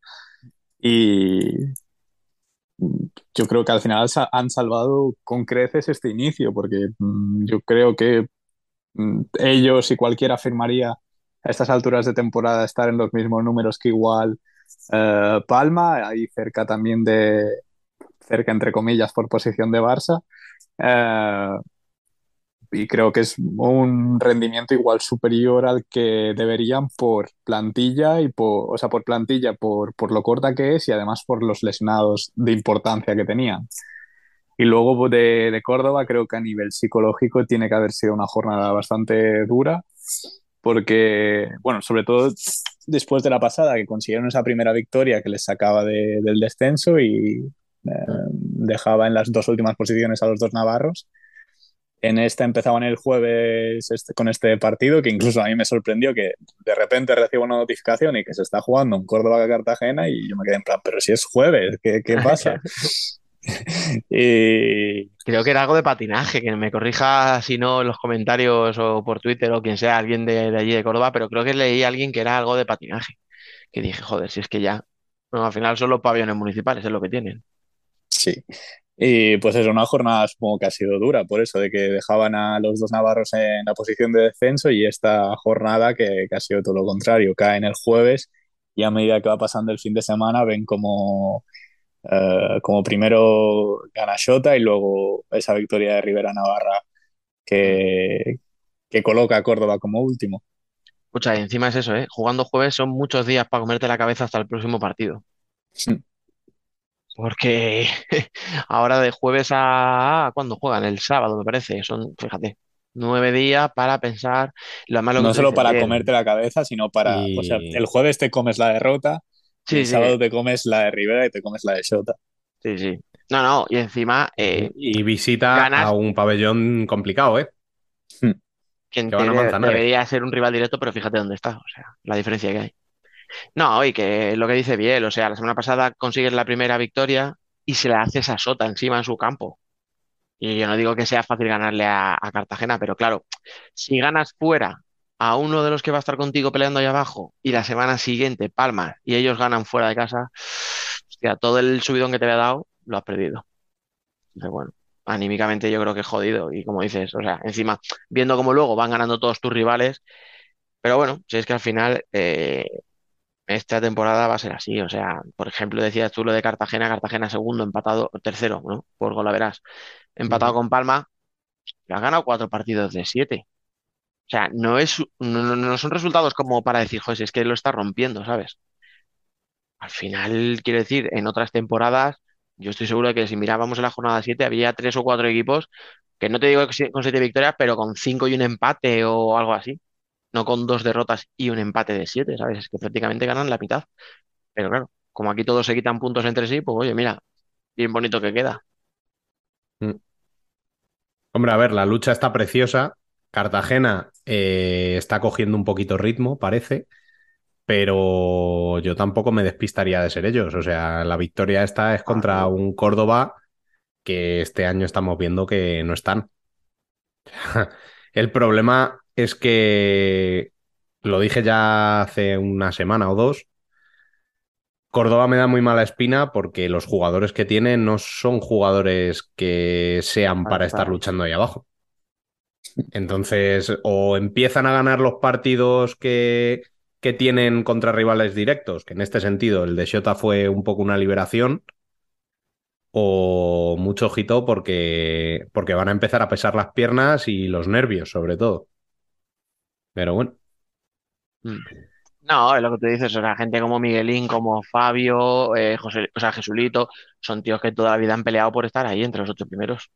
Y yo creo que al final sa- han salvado con creces este inicio, porque mm, yo creo que mm, ellos y cualquiera afirmaría a estas alturas de temporada estar en los mismos números que igual eh, Palma, ahí cerca también de, cerca entre comillas por posición de Barça. Eh, y creo que es un rendimiento igual superior al que deberían por plantilla y por, o sea, por plantilla, por, por lo corta que es y además por los lesionados de importancia que tenían. Y luego de, de Córdoba creo que a nivel psicológico tiene que haber sido una jornada bastante dura porque, bueno, sobre todo después de la pasada que consiguieron esa primera victoria que les sacaba de, del descenso y eh, dejaba en las dos últimas posiciones a los dos navarros. En esta empezaban el jueves este, con este partido, que incluso a mí me sorprendió que de repente recibo una notificación y que se está jugando en Córdoba-Cartagena y yo me quedé en plan, pero si es jueves, ¿qué, qué pasa? y Creo que era algo de patinaje, que me corrija si no en los comentarios o por Twitter o quien sea, alguien de, de allí de Córdoba, pero creo que leí a alguien que era algo de patinaje. Que dije, joder, si es que ya. No, al final son los pabellones municipales, es lo que tienen. sí, y pues eso, una jornada supongo que ha sido dura, por eso, de que dejaban a los dos navarros en la posición de descenso y esta jornada que, que ha sido todo lo contrario, caen el jueves y a medida que va pasando el fin de semana ven como, eh, como primero gana Xota y luego esa victoria de Rivera Navarra Mm. que, que coloca a Córdoba como último. Escucha, y encima es eso, ¿eh? Jugando jueves son muchos días para comerte la cabeza hasta el próximo partido. Porque ahora de jueves a... ¿Cuándo juegan? El sábado, me parece. Son, fíjate, nueve días para pensar. Lo más lo que No tú solo dices, para bien. comerte la cabeza, sino para, o sea, Y, el jueves te comes la derrota y el Sí, sí, sábado te comes la de Rivera y te comes la de Xota. sí, sí. No, no, y encima eh, y visita a ganas un pabellón complicado, ¿eh? que en Que van a teoría Manzanares. debería ser un rival directo, pero fíjate dónde está, o sea, la diferencia que hay. No, y que lo que dice Biel, o sea, la semana pasada consigues la primera victoria y se la haces a Sota encima en su campo. Y yo no digo que sea fácil ganarle a, a Cartagena, pero claro, si ganas fuera a uno de los que va a estar contigo peleando ahí abajo y la semana siguiente palmas y ellos ganan fuera de casa, hostia, todo el subidón que te había dado lo has perdido. Entonces, bueno, anímicamente yo creo que es jodido. Y como dices, o sea, encima, viendo cómo luego van ganando todos tus rivales, pero bueno, si es que al final eh, esta temporada va a ser así. O sea, por ejemplo, decías tú lo de Cartagena, Cartagena segundo, empatado, tercero, ¿no? Por golaveras, empatado Ujú. con Palma, que ha ganado cuatro partidos de siete. O sea, no es, no, no- no son resultados como para decir, joder, si es que lo está rompiendo, ¿sabes? Al final, quiero decir, en otras temporadas, yo estoy seguro de que si mirábamos en la jornada siete había tres o cuatro equipos que no te digo que si- con siete victorias, pero con cinco y un empate o algo así. No con dos derrotas y un empate de siete, ¿sabes? Es que prácticamente ganan la mitad. Pero claro, como aquí todos se quitan puntos entre sí, pues oye, mira, bien bonito que queda. Mm. Hombre, a ver, la lucha está preciosa. Cartagena eh, está cogiendo un poquito ritmo, parece, pero yo tampoco me despistaría de ser ellos. O sea, la victoria esta es Ah, contra no. un Córdoba que este año estamos viendo que no están. El problema es que, lo dije ya hace una semana o dos, Córdoba me da muy mala espina porque los jugadores que tiene no son jugadores que sean Para para estar estar ahí. luchando ahí abajo. Entonces, o empiezan a ganar los partidos que, que tienen contra rivales directos, que en este sentido el de Xota fue un poco una liberación, o mucho ojito porque, porque van a empezar a pesar las piernas y los nervios, sobre todo. Pero bueno. Mm. No, es lo que tú dices, o sea, gente como Miguelín, como Fabio, eh, José, o sea, Jesulito, son tíos que toda la vida han peleado por estar ahí entre los ocho primeros.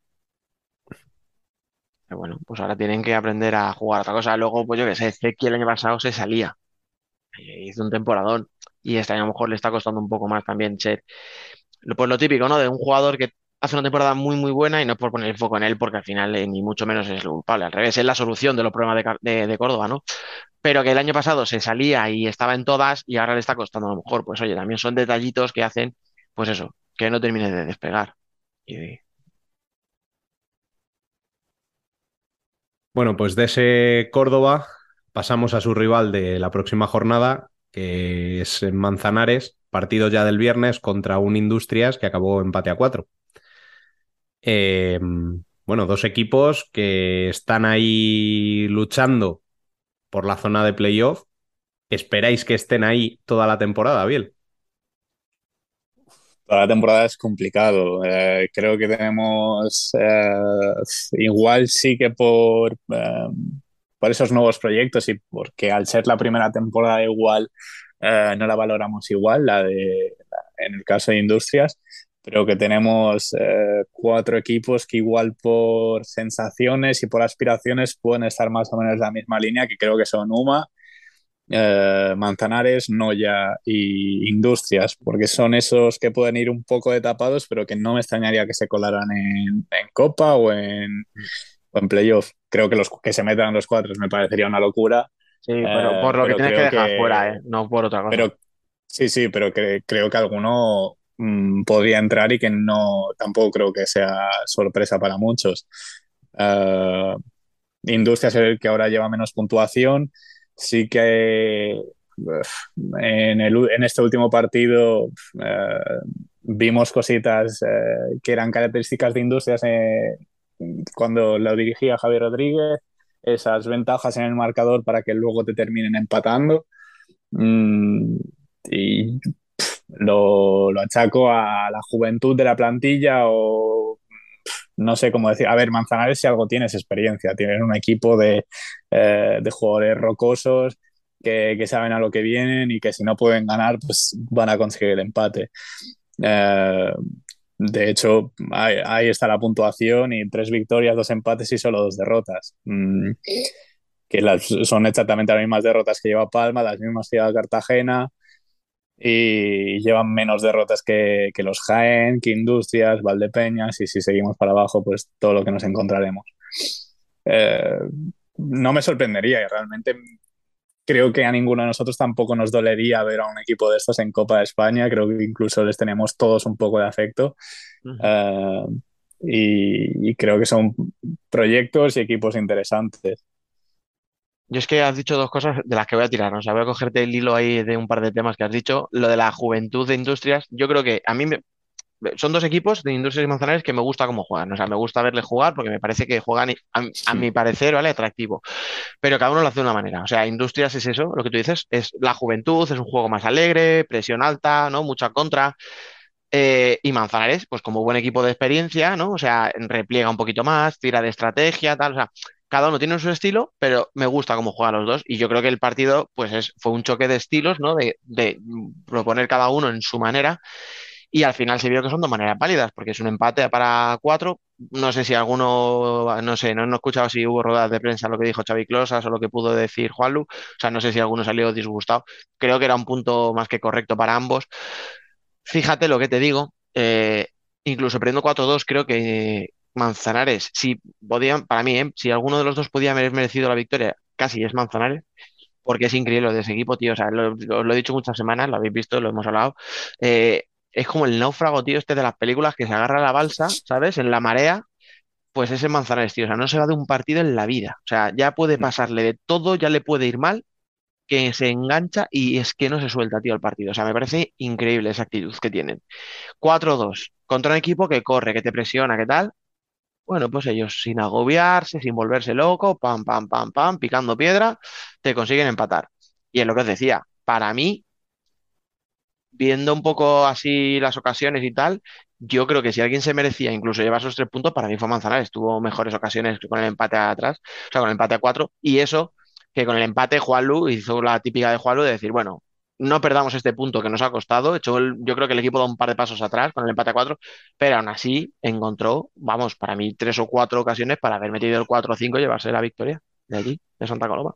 Pero bueno, pues ahora tienen que aprender a jugar otra cosa. Luego, pues yo qué sé, Zeki el año pasado se salía, eh, hizo un temporadón, y este año a lo mejor le está costando un poco más también, che. Lo- Pues lo típico, ¿no? De un jugador que hace una temporada muy, muy buena y no es por poner el foco en él, porque al final eh, ni mucho menos es el culpable. Al revés, es la solución de los problemas de, Car- de, de Córdoba, ¿no? Pero que el año pasado se salía y estaba en todas y ahora le está costando a lo mejor. Pues oye, también son detallitos que hacen, pues eso, que no termine de despegar. Y Bueno, pues de ese Córdoba pasamos a su rival de la próxima jornada, que es en Manzanares, partido ya del viernes contra un Industrias que acabó empate a cuatro. Eh, bueno, dos equipos que están ahí luchando por la zona de playoff. ¿Esperáis que estén ahí toda la temporada, Biel? Toda la temporada es complicado. Eh, creo que tenemos, eh, igual sí que por, eh, por esos nuevos proyectos y porque al ser la primera temporada igual eh, no la valoramos igual, la de, en el caso de Industrias, pero que tenemos eh, cuatro equipos que igual por sensaciones y por aspiraciones pueden estar más o menos en la misma línea, que creo que son UMA, eh, Manzanares, Noya y Industrias, porque son esos que pueden ir un poco de tapados, pero que no me extrañaría que se colaran en, en Copa o en, o en Playoff. Creo que los que se metan los cuatro me parecería una locura, sí, pero eh, por lo que pero tienes que creo dejar fuera, que, ¿eh? No por otra cosa. pero sí, sí, pero que, creo que alguno mm, podría entrar y que no, tampoco creo que sea sorpresa para muchos. Uh, Industrias es el que ahora lleva menos puntuación. Sí que uf, en, el, en este último partido eh, vimos cositas eh, que eran características de Industrias eh, cuando lo dirigía Javier Rodríguez, esas ventajas en el marcador para que luego te terminen empatando. Mm, y lo, lo achaco a la juventud de la plantilla o no sé cómo decir. A ver, Manzanares si algo tiene es experiencia. Tienen un equipo de, eh, de jugadores rocosos que, que, saben a lo que vienen y que si no pueden ganar, pues van a conseguir el empate. Eh, de hecho, ahí, ahí, está la puntuación y tres victorias, dos empates y solo dos derrotas. Mm, que las, son exactamente las mismas derrotas que lleva Palma, las mismas que lleva Cartagena y llevan menos derrotas que, que los Jaén, que Industrias, Valdepeñas y si seguimos para abajo, pues todo lo que nos encontraremos. Eh, no me sorprendería y realmente creo que a ninguno de nosotros tampoco nos dolería ver a un equipo de estos en Copa de España. Creo que incluso les tenemos todos un poco de afecto. Ujú. Eh, y, y creo que son proyectos y equipos interesantes. Yo es que has dicho dos cosas de las que voy a tirar, ¿no? O sea, voy a cogerte el hilo ahí de un par de temas que has dicho. Lo de la juventud de Industrias, yo creo que a mí me, son dos equipos de Industrias y Manzanares que me gusta cómo juegan. O sea, me gusta verles jugar porque me parece que juegan, a, a mi parecer, ¿vale? Atractivo. Pero cada uno lo hace de una manera. O sea, Industrias es eso, lo que tú dices, es la juventud, es un juego más alegre, presión alta, ¿no? Mucha contra. Eh, y Manzanares, pues como buen equipo de experiencia, ¿no? O sea, repliega un poquito más, tira de estrategia, tal. O sea, cada uno tiene su estilo, pero me gusta cómo juegan los dos. Y yo creo que el partido, pues es, fue un choque de estilos, ¿no? De, de proponer cada uno en su manera. Y al final se vio que son dos maneras válidas, porque es un empate para cuatro. No sé si alguno, no sé, no, no he escuchado si hubo ruedas de prensa lo que dijo Xavi Closas o lo que pudo decir Juanlu. O sea, no sé si alguno salió disgustado. Creo que era un punto más que correcto para ambos. Fíjate lo que te digo, eh, incluso perdiendo cuatro dos, creo que Manzanares, si podían, para mí, eh, si alguno de los dos podía haber merecido la victoria, casi es Manzanares, porque es increíble lo de ese equipo, tío. O sea, lo, lo- lo he dicho muchas semanas, lo habéis visto, lo hemos hablado. Eh, es como el náufrago, tío, este de las películas que se agarra a la balsa, ¿sabes? En la marea, pues ese Manzanares, tío. O sea, no se va de un partido en la vida. O sea, ya puede pasarle de todo, ya le puede ir mal, que se engancha y es que no se suelta, tío, el partido. O sea, me parece increíble esa actitud que tienen. Cuatro dos contra un equipo que corre, que te presiona, ¿qué tal? Bueno, pues ellos sin agobiarse, sin volverse loco, pam, pam, pam, pam, picando piedra, te consiguen empatar. Y es lo que os decía, para mí, viendo un poco así las ocasiones y tal, yo creo que si alguien se merecía incluso llevar esos tres puntos, para mí fue Manzanares. Tuvo mejores ocasiones que con el empate atrás, o sea, con el empate a cuatro, y eso que con el empate Juanlu hizo la típica de Juanlu de decir, bueno, no perdamos este punto que nos ha costado. Echó el- yo creo que el equipo da un par de pasos atrás con el empate a cuatro, pero aún así encontró, vamos, para mí tres o cuatro ocasiones para haber metido el cuatro o cinco y llevarse la victoria de allí, de Santa Coloma.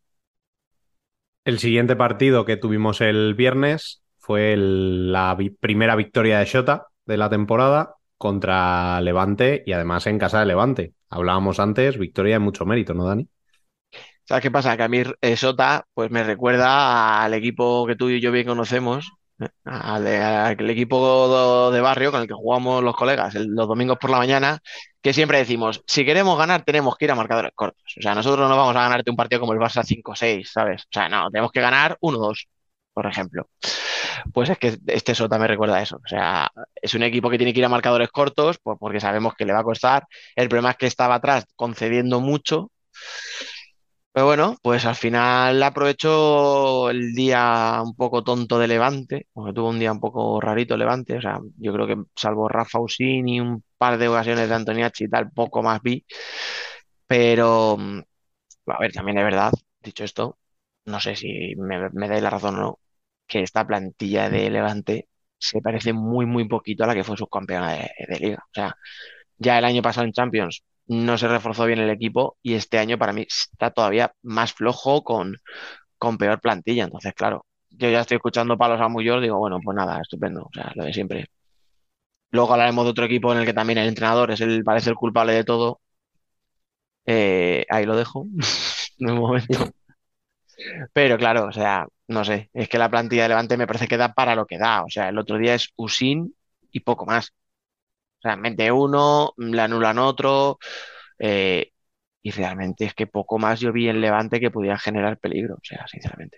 El siguiente partido que tuvimos el viernes fue el- la vi- primera victoria de Shota de la temporada contra Levante y además en casa de Levante. Hablábamos antes, victoria de mucho mérito, ¿no, Dani? ¿Sabes qué pasa? Que a mí eh, Sota pues me recuerda al equipo que tú y yo bien conocemos, eh, al, de- al equipo de barrio con el que jugamos los colegas el- los domingos por la mañana, que siempre decimos, si queremos ganar tenemos que ir a marcadores cortos. O sea, nosotros no vamos a ganarte un partido como el Barça cinco seis, ¿sabes? O sea, no, tenemos que ganar uno dos, por ejemplo. Pues es que este Sota me recuerda a eso. O sea, es un equipo que tiene que ir a marcadores cortos pues porque sabemos que le va a costar. El problema es que estaba atrás concediendo mucho, pero bueno, pues al final aprovechó el día un poco tonto de Levante, porque tuvo un día un poco rarito Levante. O sea, yo creo que salvo Rafa Usín y un par de ocasiones de Antoniacci y tal, poco más vi. Pero, mm, a ver, también es verdad, dicho esto, no sé si me, me dais la razón o no, que esta plantilla de Levante se parece muy, muy poquito a la que fue subcampeona de, de Liga. O sea, ya el año pasado en Champions no se reforzó bien el equipo y este año para mí está todavía más flojo con, con peor plantilla. Entonces, claro, yo ya estoy escuchando palos a Muyol, digo, bueno, pues nada, estupendo, o sea, lo de siempre. Luego hablaremos de otro equipo en el que también el entrenador es el, parece el culpable de todo. Eh, ahí lo dejo, en un momento. Pero claro, o sea, no sé, es que la plantilla de Levante me parece que da para lo que da. O sea, el otro día es Usín y poco más. O sea, mete uno, le anulan otro. eh, y realmente es que poco más yo vi en Levante que pudiera generar peligro, o sea, sinceramente.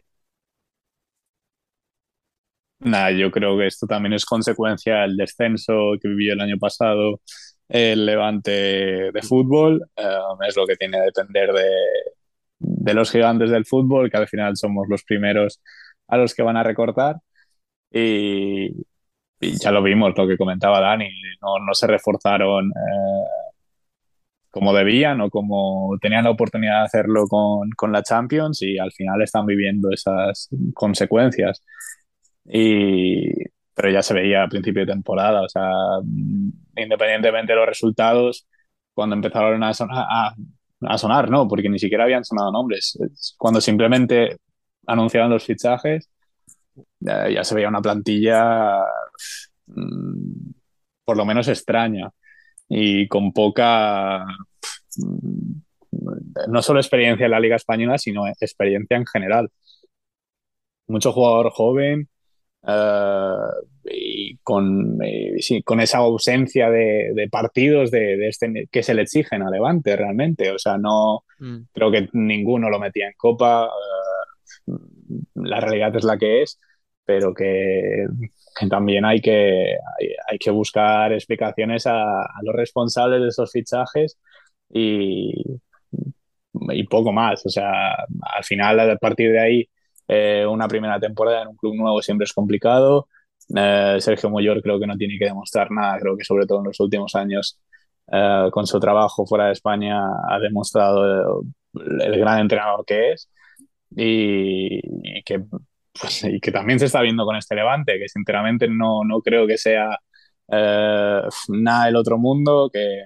Nada, yo creo que esto también es consecuencia del descenso que vivió el año pasado el Levante de fútbol. Eh, es lo que tiene que depender de, de los gigantes del fútbol, que al final somos los primeros a los que van a recortar. Y, y ya lo vimos, lo que comentaba Dani, no, no se reforzaron eh, como debían o como tenían la oportunidad de hacerlo con, con la Champions y al final están viviendo esas consecuencias. Y, pero ya se veía a principio de temporada, o sea, independientemente de los resultados, cuando empezaron a sonar, a, a sonar, no, porque ni siquiera habían sonado nombres, cuando simplemente anunciaron los fichajes, ya, ya se veía una plantilla mmm, por lo menos extraña y con poca, no solo experiencia en la Liga Española, sino experiencia en general. Mucho jugador joven, Uh, y con, eh, sí, con esa ausencia de, de partidos de, de este, que se le exigen a Levante realmente. O sea, no Mm. creo que ninguno lo metía en Copa. Uh, la realidad es la que es, pero que que también hay que, hay, hay que buscar explicaciones a, a los responsables de esos fichajes y, y poco más. O sea, al final, a partir de ahí, eh, una primera temporada en un club nuevo siempre es complicado. Eh, Sergio Mollor creo que no tiene que demostrar nada, creo que sobre todo en los últimos años, eh, con su trabajo fuera de España, ha demostrado el, el gran entrenador que es y, y que, pues, y que también se está viendo con este Levante, que sinceramente no, no creo que sea eh, nada del otro mundo, que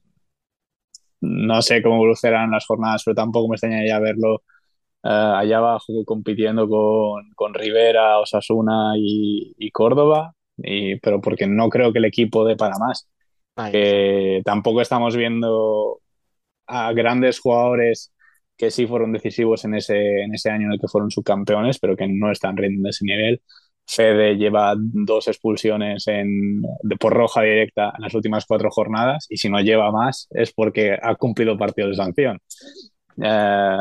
no sé cómo evolucionarán las jornadas, pero tampoco me extrañaría verlo eh, allá abajo compitiendo con, con Rivera, Osasuna y, y Córdoba, y, pero porque no creo que el equipo dé para más. Ahí está. Que tampoco estamos viendo a grandes jugadores que sí fueron decisivos en ese, en ese año en el que fueron subcampeones, pero que no están rindiendo ese nivel. Fede lleva dos expulsiones en, de, por roja directa en las últimas cuatro jornadas y si no lleva más es porque ha cumplido partidos de sanción. Eh,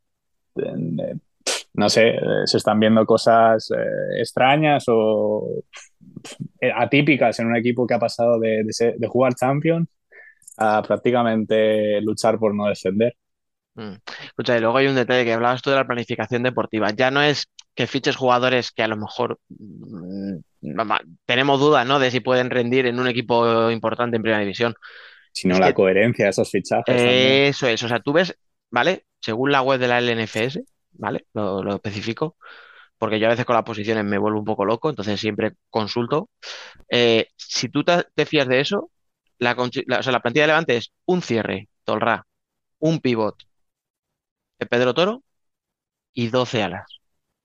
no sé, se están viendo cosas eh, extrañas o eh, atípicas en un equipo que ha pasado de, de, ser, de jugar Champions a prácticamente luchar por no descender. Mm. Escucha, y luego hay un detalle que hablabas tú de la planificación deportiva. Ya no es que fiches jugadores que a lo mejor mm, vamos, tenemos dudas, ¿no? De si pueden rendir en un equipo importante en primera división. Sino Es la que coherencia de esos fichajes también. eh, eso es, o sea, tú ves, ¿vale? Según la web de la L N F S, ¿vale? Lo, lo especifico, porque yo a veces con las posiciones me vuelvo un poco loco, entonces siempre consulto. Eh, si tú te, te fías de eso, la, conchi- la- o sea, la plantilla de Levante es un cierre, Tolrá, un pivot, eh, Pedro Toro y doce alas.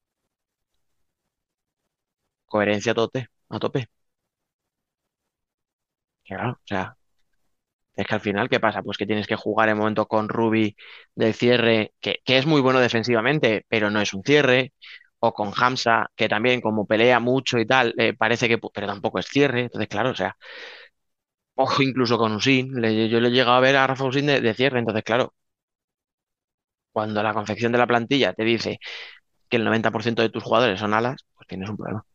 Coherencia a tope, a tope. Claro, o sea, es que al final, ¿qué pasa? Pues que tienes que jugar en momento con Ruby del cierre, que, que es muy bueno defensivamente, pero no es un cierre, o con Hamza, que también como pelea mucho y tal, eh, parece que, pu- pero tampoco es cierre. Entonces, claro, o sea, ojo incluso con Usín, le- yo le he llegado a ver a Rafa Usín de, de cierre, entonces, claro, cuando la confección de la plantilla te dice que el noventa por ciento de tus jugadores son alas, pues tienes un problema.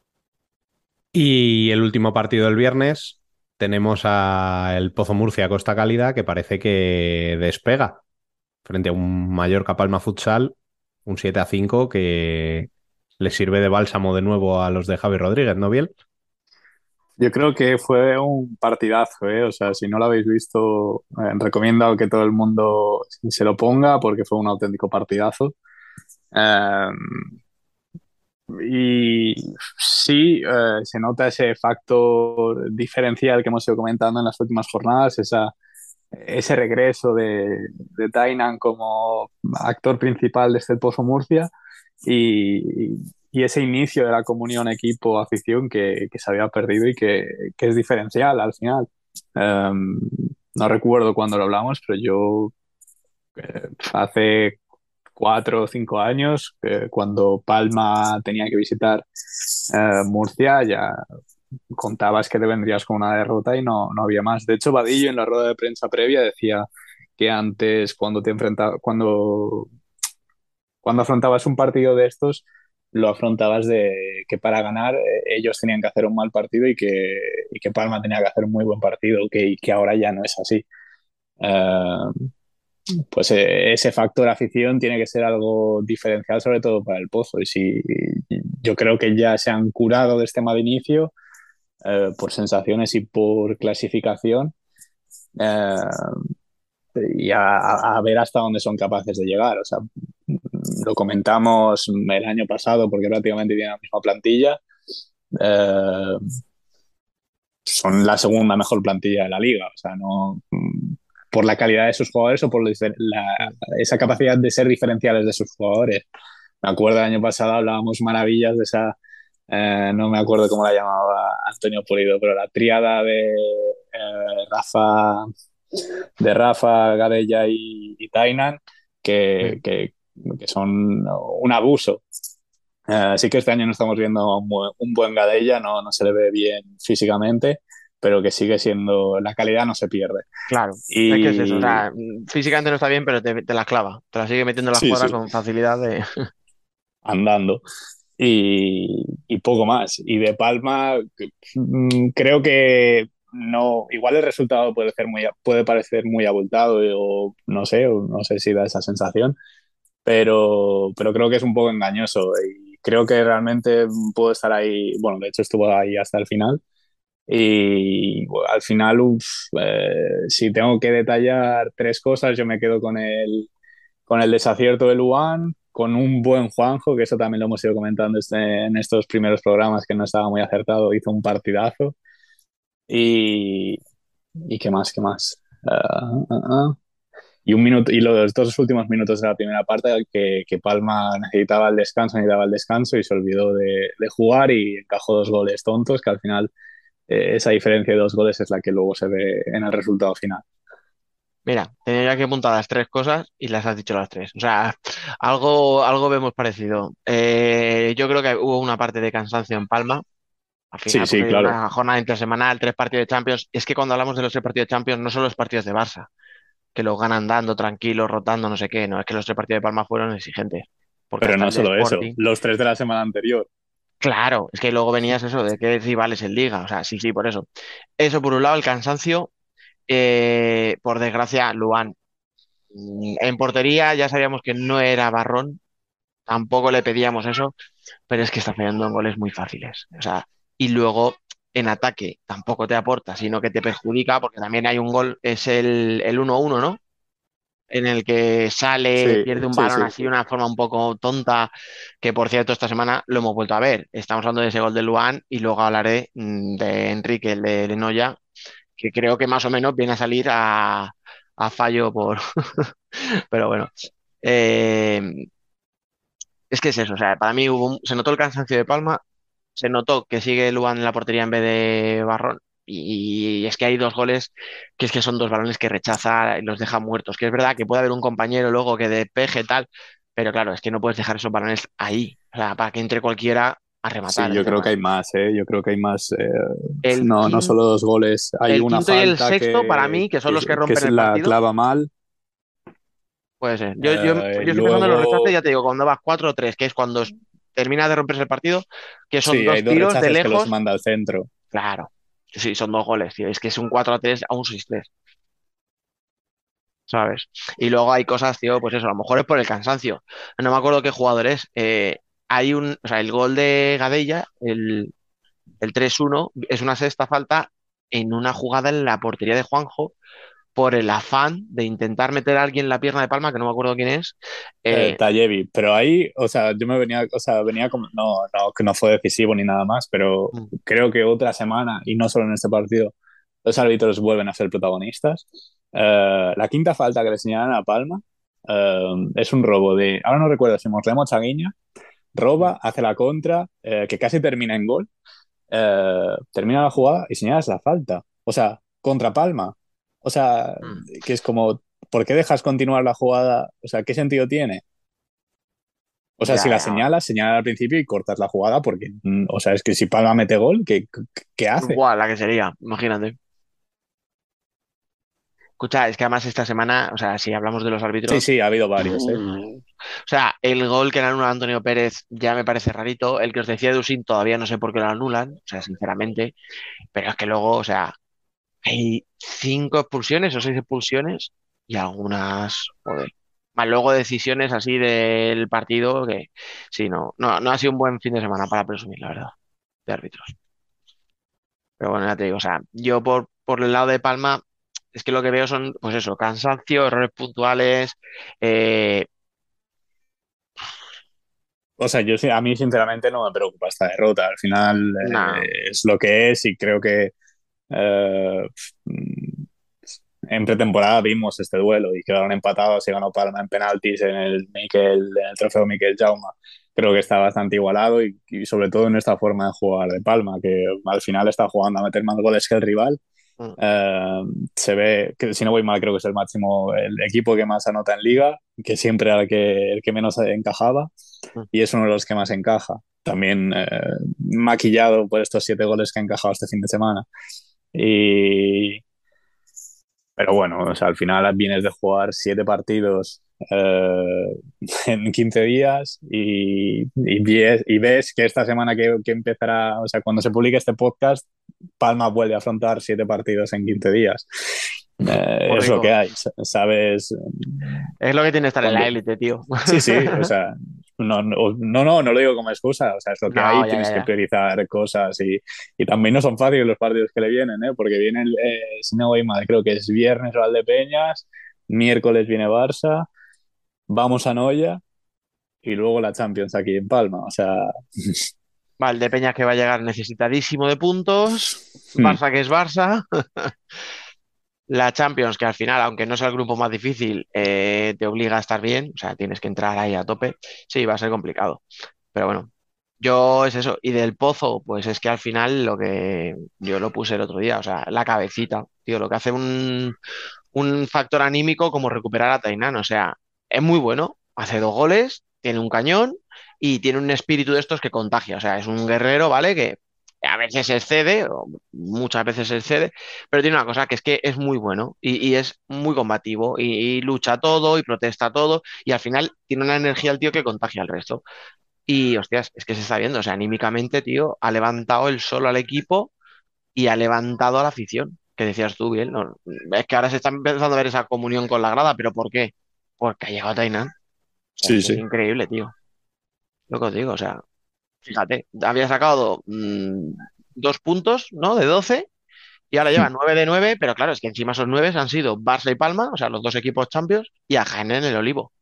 Y el último partido del viernes tenemos a el Pozo Murcia Costa Cálida que parece que despega frente a un Mallorca Palma Futsal, un siete a cinco que le sirve de bálsamo de nuevo a los de Javi Rodríguez, ¿no, Biel? Yo creo que fue un partidazo, ¿eh? O sea, si no lo habéis visto, eh, recomiendo que todo el mundo se lo ponga porque fue un auténtico partidazo. Eh, y sí, eh, se nota ese factor diferencial que hemos ido comentando en las últimas jornadas, esa, ese regreso de, de Tainan como actor principal de este Pozo Murcia y, y ese inicio de la comunión equipo-afición que, que se había perdido y que, que es diferencial al final. Um, no recuerdo cuándo lo hablamos, pero yo eh, hace cuatro o cinco años, eh, cuando Palma tenía que visitar eh, Murcia, ya contabas que te vendrías con una derrota y no, no había más. De hecho, Vadillo en la rueda de prensa previa decía que antes, cuando te enfrentabas, cuando, cuando afrontabas un partido de estos, lo afrontabas de que para ganar eh, ellos tenían que hacer un mal partido y que, y que Palma tenía que hacer un muy buen partido, que, y que ahora ya no es así. Uh, pues eh, ese factor afición tiene que ser algo diferencial, sobre todo para el Pozo. Y si yo creo que ya se han curado de este mal inicio, eh, por sensaciones y por clasificación, eh, y a, a, ver hasta dónde son capaces de llegar. O sea, lo comentamos el año pasado porque prácticamente tienen la misma plantilla. Eh, son la segunda mejor plantilla de la liga. O sea, no por la calidad de sus jugadores o por la, esa capacidad de ser diferenciales de sus jugadores. Me acuerdo el año pasado hablábamos maravillas de esa, eh, no me acuerdo cómo la llamaba Antonio Pulido, pero la tríada de eh, Rafa, de Rafa, Gadella y, y Tainan, que, Sí. que, que son un abuso. Uh, sí que este año no estamos viendo un buen, un buen Gadella, no, no se le ve bien físicamente, pero que sigue siendo, la calidad no se pierde. Claro, es que es eso, o Y sea, físicamente no está bien, pero te, te la clava, te la sigue metiendo en la sí, escuadra sí, con facilidad de... andando. y, y poco más. Y de Palma, mm, creo que no, igual el resultado puede ser muy, puede parecer muy abultado o no sé, o no sé si da esa sensación, pero, pero creo que es un poco engañoso y creo que realmente puedo estar ahí, bueno, de hecho estuvo ahí hasta el final y bueno, al final, uf, eh, si tengo que detallar tres cosas, yo me quedo con el, con el desacierto de Luan, con un buen Juanjo, que eso también lo hemos ido comentando este, en estos primeros programas, que no estaba muy acertado, hizo un partidazo. Y, y qué más, qué más. Uh, uh, uh. Y un minuto, y los dos últimos minutos de la primera parte, que, que Palma necesitaba el descanso, necesitaba el descanso y se olvidó de, de jugar y encajó dos goles tontos, que al final eh, esa diferencia de dos goles es la que luego se ve en el resultado final. Mira, tenía yo aquí apuntadas tres cosas y las has dicho las tres. O sea, algo, algo vemos parecido. Eh, yo creo que hubo una parte de cansancio en Palma. Al Sí, final, pues sí, hay claro. una jornada intersemanal, tres partidos de Champions. Es que cuando hablamos de los tres partidos de Champions, no son los partidos de Barça, que los ganan dando, tranquilos, rotando, no sé qué. No, es que los tres partidos de Palma fueron exigentes. Porque Pero hasta no el de solo eso, Sporting. los tres de la semana anterior. Claro, es que luego venías eso de qué rivales en Liga. O sea, sí, sí, por eso. Eso por un lado, el cansancio. Eh, por desgracia, Luan. mm, En portería ya sabíamos que no era Barrón, tampoco le pedíamos eso, pero es que está fallando en goles muy fáciles. O sea, y luego en ataque tampoco te aporta, sino que te perjudica, porque también hay un gol, es el, el uno uno, ¿no? En el que sale, Sí, pierde un sí, balón sí. así de una forma un poco tonta, que por cierto esta semana lo hemos vuelto a ver. Estamos hablando de ese gol de Luan y luego hablaré mm, de Enrique, el de Lenoya, que creo que más o menos viene a salir a, a fallo por... Pero bueno, eh, es que es eso, o sea, para mí hubo un- se notó el cansancio de Palma, se notó que sigue Luan en la portería en vez de Barrón. Y, y es que hay dos goles que es que son dos balones que rechaza y los deja muertos. Que es verdad que puede haber un compañero luego que despeje tal, pero claro, es que no puedes dejar esos balones ahí. O sea, para que entre cualquiera a Sí, rematar el yo creo que tema. hay más, ¿eh? Yo creo que hay más. Eh, El no, no quin- solo dos goles. Hay el una quinto y el falta sexto, para que, mí, que son que, los que que rompen se el la partido, clava mal. puede ser. Yo, yo, yo Eh, estoy pensando en los rechaces, luego, ya te digo, cuando vas cuatro o tres, que es cuando s- termina de romperse el partido, que son sí, hay dos dos tiros de rechaces que los lejos. manda al centro. Claro, sí, son dos goles, tío. Es que es un cuatro a tres a un seis tres, ¿sabes? Y luego hay cosas, tío, pues eso, a lo mejor es por el cansancio. No me acuerdo qué jugador es. Eh, hay un, o sea, el gol de Gadella, el, el tres uno, es una sexta falta en una jugada en la portería de Juanjo por el afán de intentar meter a alguien en la pierna de Palma, que no me acuerdo quién es. Eh, Eh, Tallevi, pero ahí, o sea, yo me venía, o sea, venía como, no, no, que no fue decisivo ni nada más, pero mm, creo que otra semana, y no solo en este partido, los árbitros vuelven a ser protagonistas. Eh, la quinta falta que le señalan a Palma eh, es un robo de, ahora no recuerdo si Moslemo Chaguiña, mm, roba, hace la contra, eh, que casi termina en gol, eh, termina la jugada y señalas la falta. O sea, contra Palma. O sea, mm. que es como, ¿por qué dejas continuar la jugada? O sea, ¿qué sentido tiene? O sea, Ya, si la ya. señalas, señala al principio y cortas la jugada porque, mm, o sea, es que si Palma mete gol, ¿qué, qué hace? Buah, la que sería, imagínate. Escucha, es que además esta semana, o sea, si hablamos de los Sí, árbitros, sí, ha habido varios, ¿eh? mm, o sea, el gol que le anula a Antonio Pérez ya me parece rarito. El que os decía de Usín todavía no sé por qué lo anulan, o sea, sinceramente. Pero es que luego, o sea, hay cinco expulsiones o seis expulsiones y algunas, joder. Más luego decisiones así del partido que sí, no, no, no ha sido un buen fin de semana para presumir, la verdad, de árbitros. Pero bueno, ya te digo, o sea, yo por, por el lado de Palma, es que lo que veo son, pues eso, cansancio, errores puntuales. eh, O sea, yo sí- a mí sinceramente no me preocupa esta derrota. Al final Nada, eh, es lo que es y creo que eh, mm, en pretemporada vimos este duelo y quedaron empatados y ganó Palma en penaltis en el, Miquel, en el trofeo Miquel Jaume. Creo que está bastante igualado y, y sobre todo en esta forma de jugar de Palma, que al final está jugando a meter más goles que el rival. mm, Eh, se ve que, si no voy mal, creo que es el máximo, el equipo que más anota en liga, que siempre era el que, el que menos encajaba, mm. y es uno de los que más encaja. También eh, maquillado por estos siete goles que ha encajado este fin de semana. Y, pero bueno, o sea, al final vienes de jugar siete partidos eh, en quince días y, y, ves, y ves que esta semana que, que empezará, o sea, cuando se publique este podcast, Palma vuelve a afrontar siete partidos en quince días. Eh, Muy es lo que rico. hay, ¿sabes? Es lo que tiene estar en la Cuando... élite, tío. Sí, sí, o sea, no, no, no, no, no lo digo como excusa, o sea, es lo que hay, No, ya, tienes ya, que ya. priorizar cosas y, y también no son fáciles los partidos que le vienen, ¿eh? Porque vienen, eh, si no voy mal, creo que es viernes Valdepeñas, miércoles viene Barça, vamos a Noya y luego la Champions aquí en Palma, o sea, Valdepeñas que va a llegar necesitadísimo de puntos. hmm, Barça que es Barça. La Champions, que al final, aunque no sea el grupo más difícil, eh, te obliga a estar bien, o sea, tienes que entrar ahí a tope. Sí, va a ser complicado. Pero bueno, yo es eso. Y del Pozo, pues es que al final lo que yo lo puse el otro día, o sea, la cabecita, tío, lo que hace un, un factor anímico como recuperar a Tainan. O sea, es muy bueno, hace dos goles, tiene un cañón y tiene un espíritu de estos que contagia. O sea, es un guerrero, ¿vale? Que a veces excede, o muchas veces excede, pero tiene una cosa que es que es muy bueno y, y es muy combativo y, y lucha todo y protesta todo y al final tiene una energía el tío que contagia al resto. Y hostias, es que se está viendo, o sea, anímicamente, tío, ha levantado el solo al equipo y ha levantado a la afición, que decías tú bien, ¿no? Es que ahora se está empezando a ver esa comunión con la grada, pero ¿por qué? Porque ha llegado Tainan. O sea, es sí, que es sí. increíble, tío. Lo que os digo, o sea, fíjate, había sacado mmm, dos puntos, ¿no? De doce y ahora lleva nueve de nueve, pero claro, es que encima esos nueve han sido Barça y Palma, o sea, los dos equipos champions, y a Jaén en el Olivo.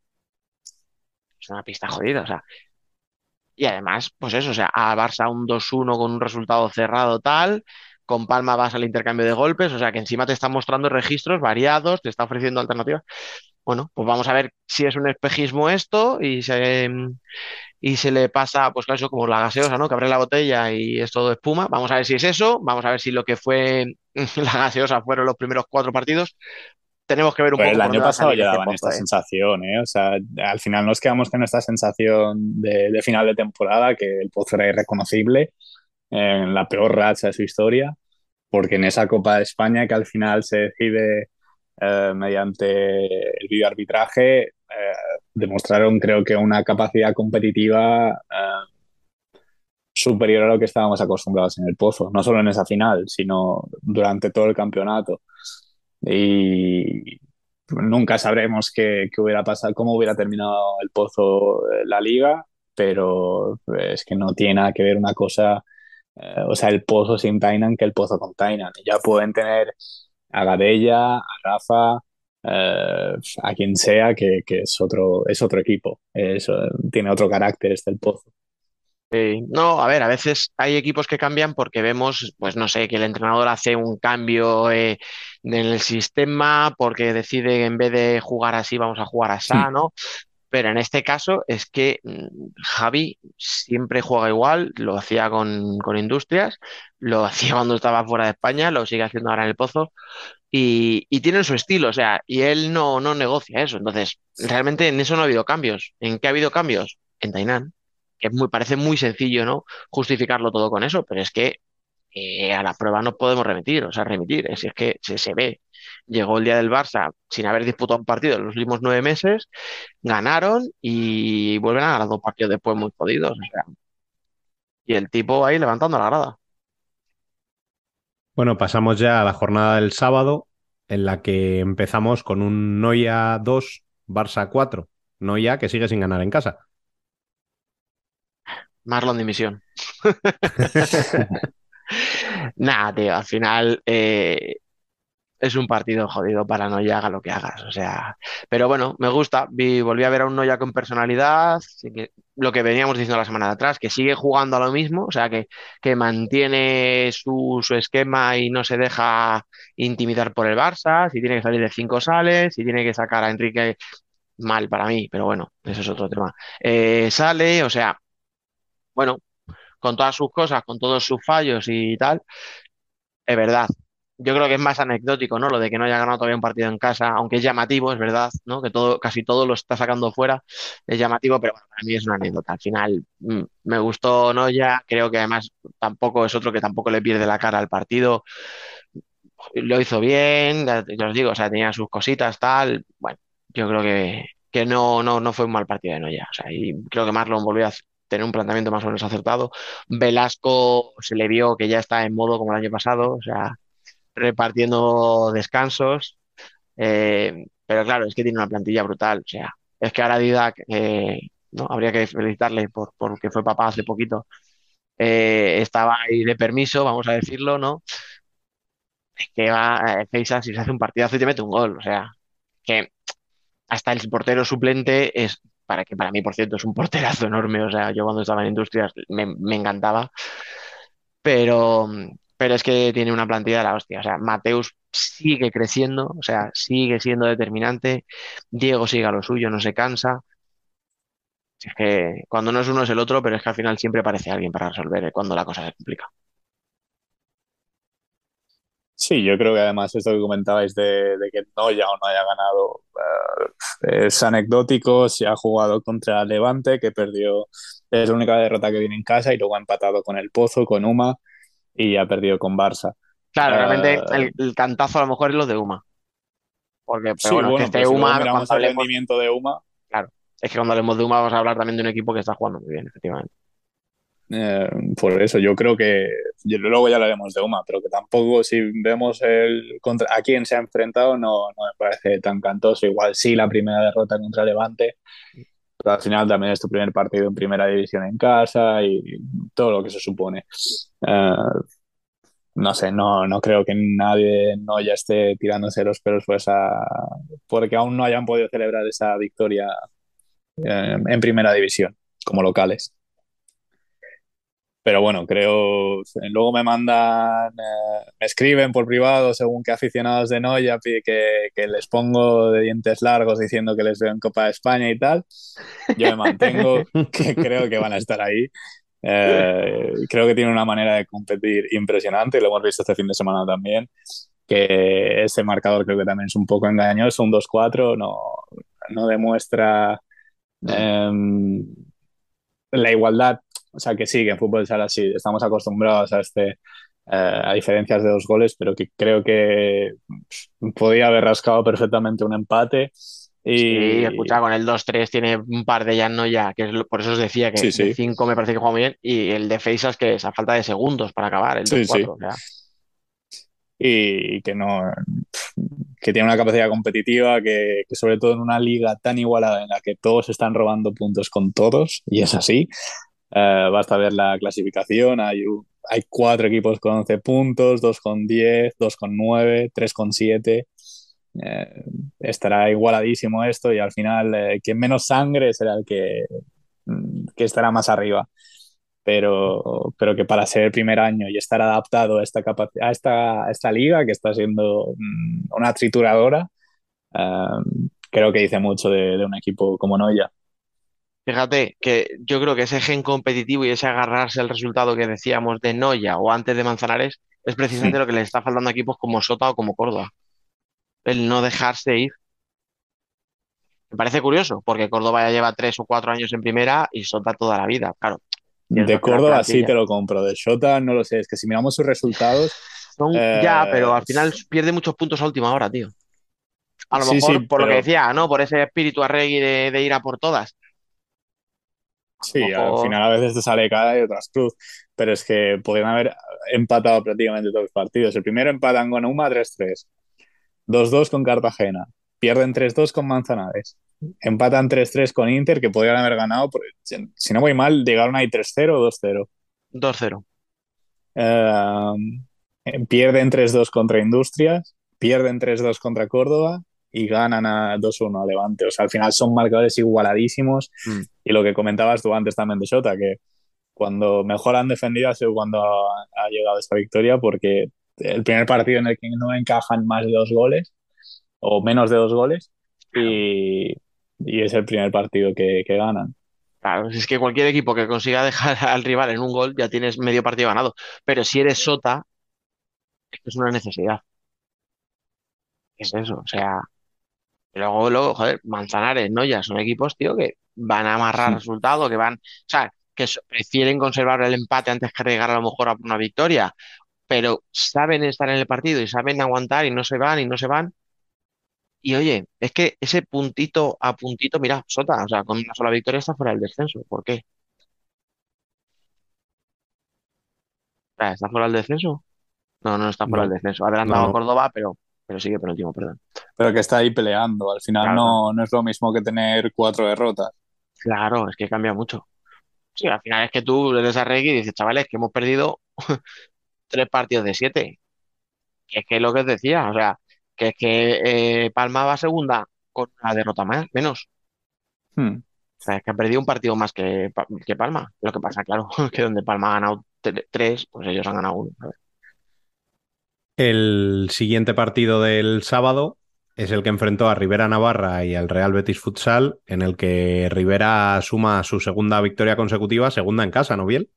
Es una pista jodida, o sea. Y además, pues eso, o sea, a Barça un dos uno con un resultado cerrado tal, con Palma vas al intercambio de golpes, o sea, que encima te está mostrando registros variados, te está ofreciendo alternativas. Bueno, pues vamos a ver si es un espejismo esto y se, y se le pasa, pues claro, eso como la gaseosa, ¿no? Que abre la botella y es todo espuma. Vamos a ver si es eso, vamos a ver si lo que fue la gaseosa fueron los primeros cuatro partidos. Tenemos que ver un Pues poco el por dónde año va a pasado salir ya este daban pozo, esta ¿eh? sensación, ¿eh? O sea, al final nos quedamos con esta sensación de, de final de temporada, que el Pozo era irreconocible, en la peor racha de su historia, porque en esa Copa de España que al final se decide eh, mediante el videoarbitraje, eh, demostraron creo que una capacidad competitiva eh, superior a lo que estábamos acostumbrados en el Pozo, no solo en esa final, sino durante todo el campeonato. Y nunca sabremos qué, qué hubiera pasado, cómo hubiera terminado el Pozo eh, la liga, pero es que no tiene nada que ver una cosa, eh, o sea, el Pozo sin Tainan que el Pozo con Tainan. Ya pueden tener a Gadella, a Rafa, eh, a quien sea, que, que, es, otro, es otro equipo, es, eh, tiene otro carácter este el Pozo. Sí. No, a ver, a veces hay equipos que cambian porque vemos, pues no sé, que el entrenador hace un cambio eh, en el sistema porque decide en vez de jugar así, vamos a jugar así, Hmm. ¿no? Pero en este caso es que mm, Javi siempre juega igual, lo hacía con, con Industrias, lo hacía cuando estaba fuera de España, lo sigue haciendo ahora en el Pozo y, y tienen su estilo, o sea, y él no, no negocia eso. Entonces, realmente en eso no ha habido cambios. ¿En qué ha habido cambios? En Tainan, que es muy, parece muy sencillo, ¿no? Justificarlo todo con eso, pero es que eh, a la prueba no podemos remitir, o sea, remitir, es, es que se, se ve. Llegó el día del Barça sin haber disputado un partido en los últimos nueve meses, ganaron y vuelven a ganar dos partidos después muy jodidos, o sea, y el tipo ahí levantando la grada. Bueno, pasamos ya a la jornada del sábado, en la que empezamos con un Noia dos, Barça cuatro. Noia que sigue sin ganar en casa. Marlon dimisión. Nada, tío, al final eh, es un partido jodido para Noya, haga lo que hagas. O sea, pero bueno, me gusta. Vi, volví a ver a un Noya con personalidad, sí que, lo que veníamos diciendo la semana de atrás, que sigue jugando a lo mismo, o sea, que, que mantiene su, su esquema y no se deja intimidar por el Barça. Si tiene que salir de cinco sale, si tiene que sacar a Enrique, mal para mí, pero bueno, eso es otro tema. Eh, sale, o sea, bueno, con todas sus cosas, con todos sus fallos y tal. Es verdad. Yo creo que es más anecdótico, ¿no? Lo de que no haya ganado todavía un partido en casa, aunque es llamativo, es verdad, ¿no? Que todo, casi todo lo está sacando fuera, es llamativo, pero bueno, para mí es una anécdota. Al final, mm, me gustó Noya, creo que además tampoco es otro que tampoco le pierde la cara al partido. Lo hizo bien, ya, ya os digo, o sea, tenía sus cositas, tal. Bueno, yo creo que, que no, no, no fue un mal partido de Noya. O sea, y creo que Marlon volvió a tener un planteamiento más o menos acertado. Velasco se le vio que ya está en modo como el año pasado, o sea, repartiendo descansos. Eh, pero claro, es que tiene una plantilla brutal. O sea, es que ahora Didac, eh, ¿no? Habría que felicitarle por, porque fue papá hace poquito. Eh, estaba ahí de permiso, vamos a decirlo, ¿no? Es que va, eh, Feisas y se hace un partidazo y te mete un gol. O sea, que hasta el portero suplente es, para que para mí, por cierto, es un porterazo enorme. O sea, yo cuando estaba en Industrias me, me encantaba, pero, pero es que tiene una plantilla de la hostia. O sea, Mateus sigue creciendo, o sea, sigue siendo determinante. Diego sigue a lo suyo, no se cansa. Es que cuando no es uno es el otro, pero es que al final siempre aparece alguien para resolver eh, cuando la cosa se complica. Sí, yo creo que además esto que comentabais de, de que Noya o no haya ganado eh, es anecdótico. Se ha jugado contra Levante, que perdió, es la única derrota que viene en casa, y luego ha empatado con el Pozo, con Uma, y ha perdido con Barça. Claro, realmente Eh, el, el cantazo a lo mejor es los de Uma. Porque, pero sí, bueno, es que bueno, pero este si luego Uma, cuando miramos el hablemos, rendimiento de Uma, claro, es que cuando hablemos de Uma vamos a hablar también de un equipo que está jugando muy bien, efectivamente. Eh, por eso yo creo que luego ya hablaremos de Uma, pero que tampoco, si vemos el contra, a quién se ha enfrentado, no, no me parece tan cantoso. Igual sí la primera derrota contra Levante, pero al final también es tu primer partido en primera división en casa y todo lo que se supone. Eh, no sé, no, no creo que nadie no ya esté tirándose los pelos por esa, porque aún no hayan podido celebrar esa victoria eh, en primera división como locales. Pero bueno, creo, luego me mandan, eh, me escriben por privado según qué aficionados de Noya que, que les pongo de dientes largos diciendo que les veo en Copa de España y tal. Yo me mantengo, que creo que van a estar ahí. Eh, creo que tiene una manera de competir impresionante, lo hemos visto este fin de semana también, que ese marcador creo que también es un poco engañoso, un dos cuatro no, no demuestra Mm. eh, la igualdad. O sea, que sí, que en fútbol sala sí, estamos acostumbrados a este, eh, a diferencias de dos goles, pero que creo que pff, podía haber rascado perfectamente un empate. Sí, escucha, Y con el dos tres tiene un par de llanos ya, que es lo- por eso os decía que sí, de sí, cinco me parece que juega muy bien, y el de Feisas que es a falta de segundos para acabar, el dos sí, sí. cuatro o sea. Y que no, que tiene una capacidad competitiva que, que sobre todo en una liga tan igualada en la que todos están robando puntos con todos, y es así. Eh, basta ver la clasificación, hay, hay cuatro equipos con once puntos, dos con diez, dos con nueve, tres con siete. Eh, estará igualadísimo esto y al final eh, quien menos sangre será el que, mm, que estará más arriba. Pero, pero que para ser el primer año y estar adaptado a esta, a esta, a esta liga que está siendo mm, una trituradora, eh, creo que dice mucho de, de un equipo como Noya. Fíjate que yo creo que ese gen competitivo y ese agarrarse al resultado que decíamos de Noya o antes de Manzanares es precisamente lo que le está faltando a equipos como Sota o como Córdoba, el no dejarse ir. Me parece curioso, porque Córdoba ya lleva tres o cuatro años en primera y Sota toda la vida. Claro, De cierto que la Córdoba sí plantilla te lo compro, de Shota no lo sé, es que si miramos sus resultados, son ya, pero eh, al final pierde muchos puntos a última hora, tío. A lo sí, sí, mejor por lo que pero decía, ¿no? Por ese espíritu arregui de, de ir a por todas. A lo sí, al mejor, final a veces te sale cara y otras cruz, pero es que podrían haber empatado prácticamente todos los partidos. El primero empatan con Uma tres tres, dos dos con Cartagena, pierden tres dos con Manzanares, empatan tres tres con Inter, que podrían haber ganado, porque, si no voy mal, llegaron ahí tres cero o dos cero. dos cero. Eh, pierden tres dos contra Industrias, pierden tres dos contra Córdoba y ganan a dos uno a Levante. O sea, al final son marcadores igualadísimos. Mm. Y lo que comentabas tú antes también de Shota, que cuando mejor han defendido ha sido cuando ha, ha llegado esta victoria, porque el primer partido en el que no encajan más de dos goles o menos de dos goles Claro, y, y es el primer partido que, que ganan. claro, si es que cualquier equipo que consiga dejar al rival en un gol ya tienes medio partido ganado. Pero si eres Sota, es que es una necesidad. Es eso, o sea, y luego, luego, joder, Manzanares, ¿no? Ya son equipos, tío, que van a amarrar resultados, que van, o sea, que so- prefieren conservar el empate antes que llegar a lo mejor a por una victoria, pero saben estar en el partido y saben aguantar y no se van y no se van. Y oye, es que ese puntito a puntito, mira, Sota, o sea, con una sola victoria está fuera del descenso. ¿Por qué? O sea, ¿está fuera del descenso? No, no está fuera del No, descenso. no, Adelantado a no. Córdoba, pero, pero sigue penúltimo, perdón. Pero que está ahí peleando. Al final Claro, claro. no, no es lo mismo que tener cuatro derrotas. Claro, es que cambia mucho. Sí, al final es que tú le des a Regui y dices, chavales, que hemos perdido tres partidos de siete. Que es que es lo que os decía, o sea, que es que eh, Palma va segunda con una derrota más, menos. Hmm. O sea, es que ha perdido un partido más que, Pa- que Palma. Lo que pasa, claro, que donde Palma ha ganado tre- tres, pues ellos han ganado uno. ¿Sabes? El siguiente partido del sábado es el que enfrentó a Rivera Navarra y al Real Betis Futsal, en el que Rivera suma su segunda victoria consecutiva, segunda en casa, ¿no, Biel?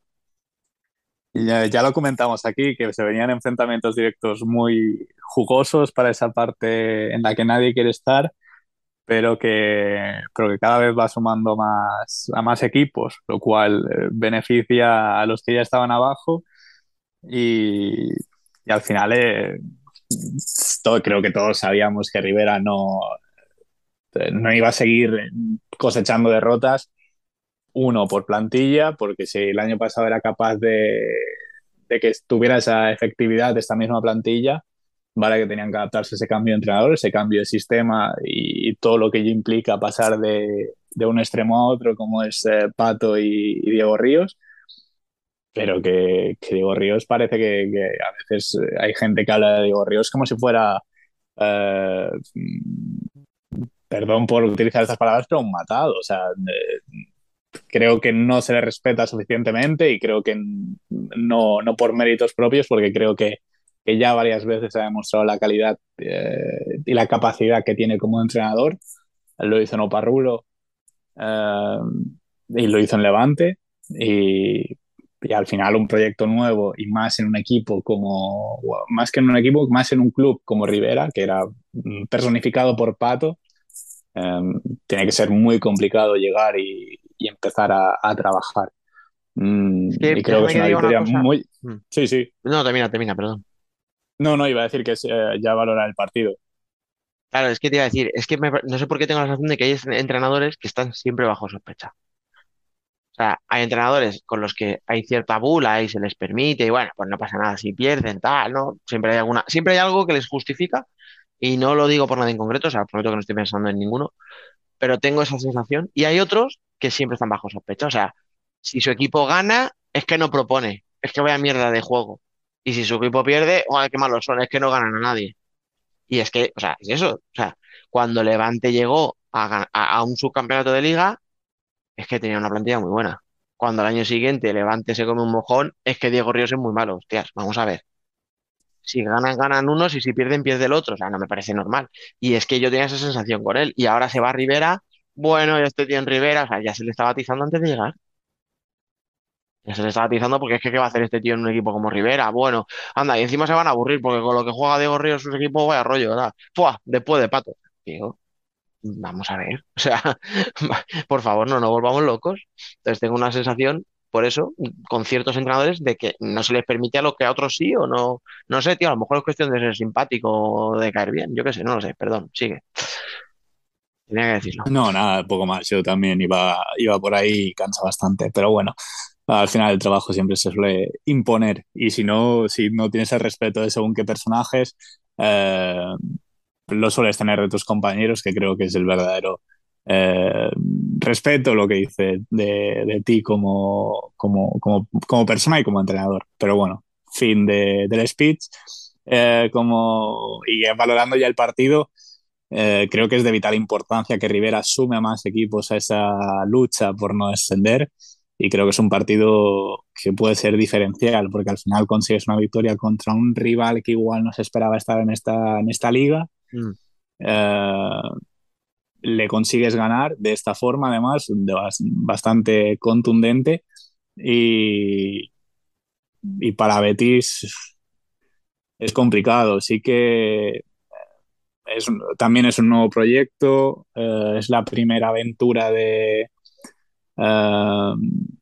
Y ya, ya lo comentamos aquí, que se venían enfrentamientos directos muy jugosos para esa parte en la que nadie quiere estar, pero que, pero que cada vez va sumando más, a más equipos, lo cual eh, beneficia a los que ya estaban abajo y, y al final eh, todo, creo que todos sabíamos que Rivera no, no iba a seguir cosechando derrotas. Uno, por plantilla, porque si el año pasado era capaz de, de que tuviera esa efectividad de esta misma plantilla, vale que tenían que adaptarse a ese cambio de entrenador, ese cambio de sistema y, y todo lo que ello implica pasar de, de un extremo a otro, como es eh, Pato y, y Diego Ríos, pero que, que Diego Ríos parece que, que, a veces hay gente que habla de Diego Ríos como si fuera, eh, perdón por utilizar estas palabras, pero un matado. O sea, eh, creo que no se le respeta suficientemente y creo que no, no por méritos propios, porque creo que, que ya varias veces ha demostrado la calidad eh, y la capacidad que tiene como entrenador. Lo hizo en Oparrulo eh, y lo hizo en Levante y, y al final un proyecto nuevo y más en un equipo como, más que en un equipo, más en un club como Rivera, que era personificado por Pato, eh, tiene que ser muy complicado llegar y, y empezar a, a trabajar. Es Mm, que y creo que déjame es que una diga una victoria cosa. muy... Mm. Sí, sí. No, termina, termina, perdón. No, no, iba a decir que es, eh, ya valora el partido. Claro, es que te iba a decir, es que me- no sé por qué tengo la sensación de que hay entrenadores que están siempre bajo sospecha. O sea, hay entrenadores con los que hay cierta bula y se les permite, y bueno, pues no pasa nada si pierden, tal, ¿no? Siempre hay alguna, siempre hay algo que les justifica, y no lo digo por nada en concreto, o sea, prometo que no estoy pensando en ninguno, pero tengo esa sensación. Y hay otros que siempre están bajo sospecha. O sea, si su equipo gana, es que no propone, es que vaya mierda de juego. Y si su equipo pierde, ¡joder, qué malos son! Es que no ganan a nadie. Y es que, o sea, es eso. O sea, cuando Levante llegó a, gan- a a un subcampeonato de liga, es que tenía una plantilla muy buena. Cuando al año siguiente Levante se come un mojón, es que Diego Ríos es muy malo. Hostias, vamos a ver. Si ganan, ganan unos y si pierden, pierde el otro. O sea, no me parece normal. Y es que yo tenía esa sensación con él. Y ahora se va a Rivera. Bueno, ya estoy en Rivera. O sea, ya se le estaba atizando antes de llegar. Ya se le estaba atizando porque es que ¿qué va a hacer este tío en un equipo como Rivera? Bueno, anda, y encima se van a aburrir porque con lo que juega Diego Ríos sus equipos, vaya rollo, ¿verdad? ¡Fua! Después de Pato. Tío, vamos a ver. O sea, por favor, no nos volvamos locos. Entonces tengo una sensación, por eso, con ciertos entrenadores, de que no se les permite a lo que a otros sí, o no. No sé, tío, a lo mejor es cuestión de ser simpático o de caer bien. Yo qué sé, no lo sé, perdón, sigue. Tenía que decirlo. No, nada, poco más. Yo también iba, iba por ahí y cansa bastante. Pero bueno, al final el trabajo siempre se suele imponer. Y si no, si no tienes el respeto de según qué personajes, eh, lo sueles tener de tus compañeros, que creo que es el verdadero eh, respeto, lo que dice de, de ti como, como, como, como persona y como entrenador. Pero bueno, fin de, del speech. Eh, como, y valorando ya el partido, eh, creo que es de vital importancia que Rivera sume a más equipos a esa lucha por no descender y creo que es un partido que puede ser diferencial porque al final consigues una victoria contra un rival que igual no se esperaba estar en esta, en esta liga. Mm. Eh, le consigues ganar de esta forma, además, de bastante contundente y, y para Betis es complicado. Sí que es, también es un nuevo proyecto, eh, es la primera aventura de... Uh,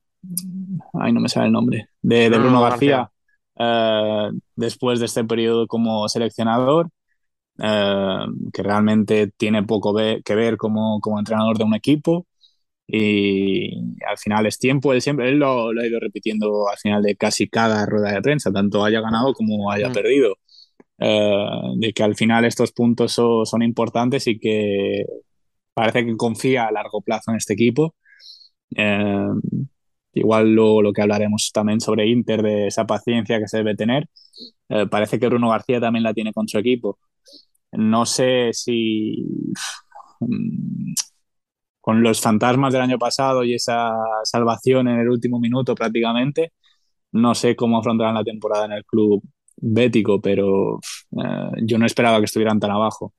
ay, no me sale el nombre. De, de Bruno Bruno García. García, uh, después de este periodo como seleccionador. eh, que realmente tiene poco ve- que ver como, como entrenador de un equipo y al final es tiempo, él siempre él lo, lo ha ido repitiendo al final de casi cada rueda de prensa, tanto haya ganado como haya Mm. perdido, eh, de que al final estos puntos so- son importantes y que parece que confía a largo plazo en este equipo. Eh, igual lo, lo que hablaremos también sobre Inter, de esa paciencia que se debe tener. Eh, parece que Bruno García también la tiene con su equipo. No sé si mm, con los fantasmas del año pasado y esa salvación en el último minuto prácticamente, no sé cómo afrontarán la temporada en el club bético, pero eh, yo no esperaba que estuvieran tan abajo.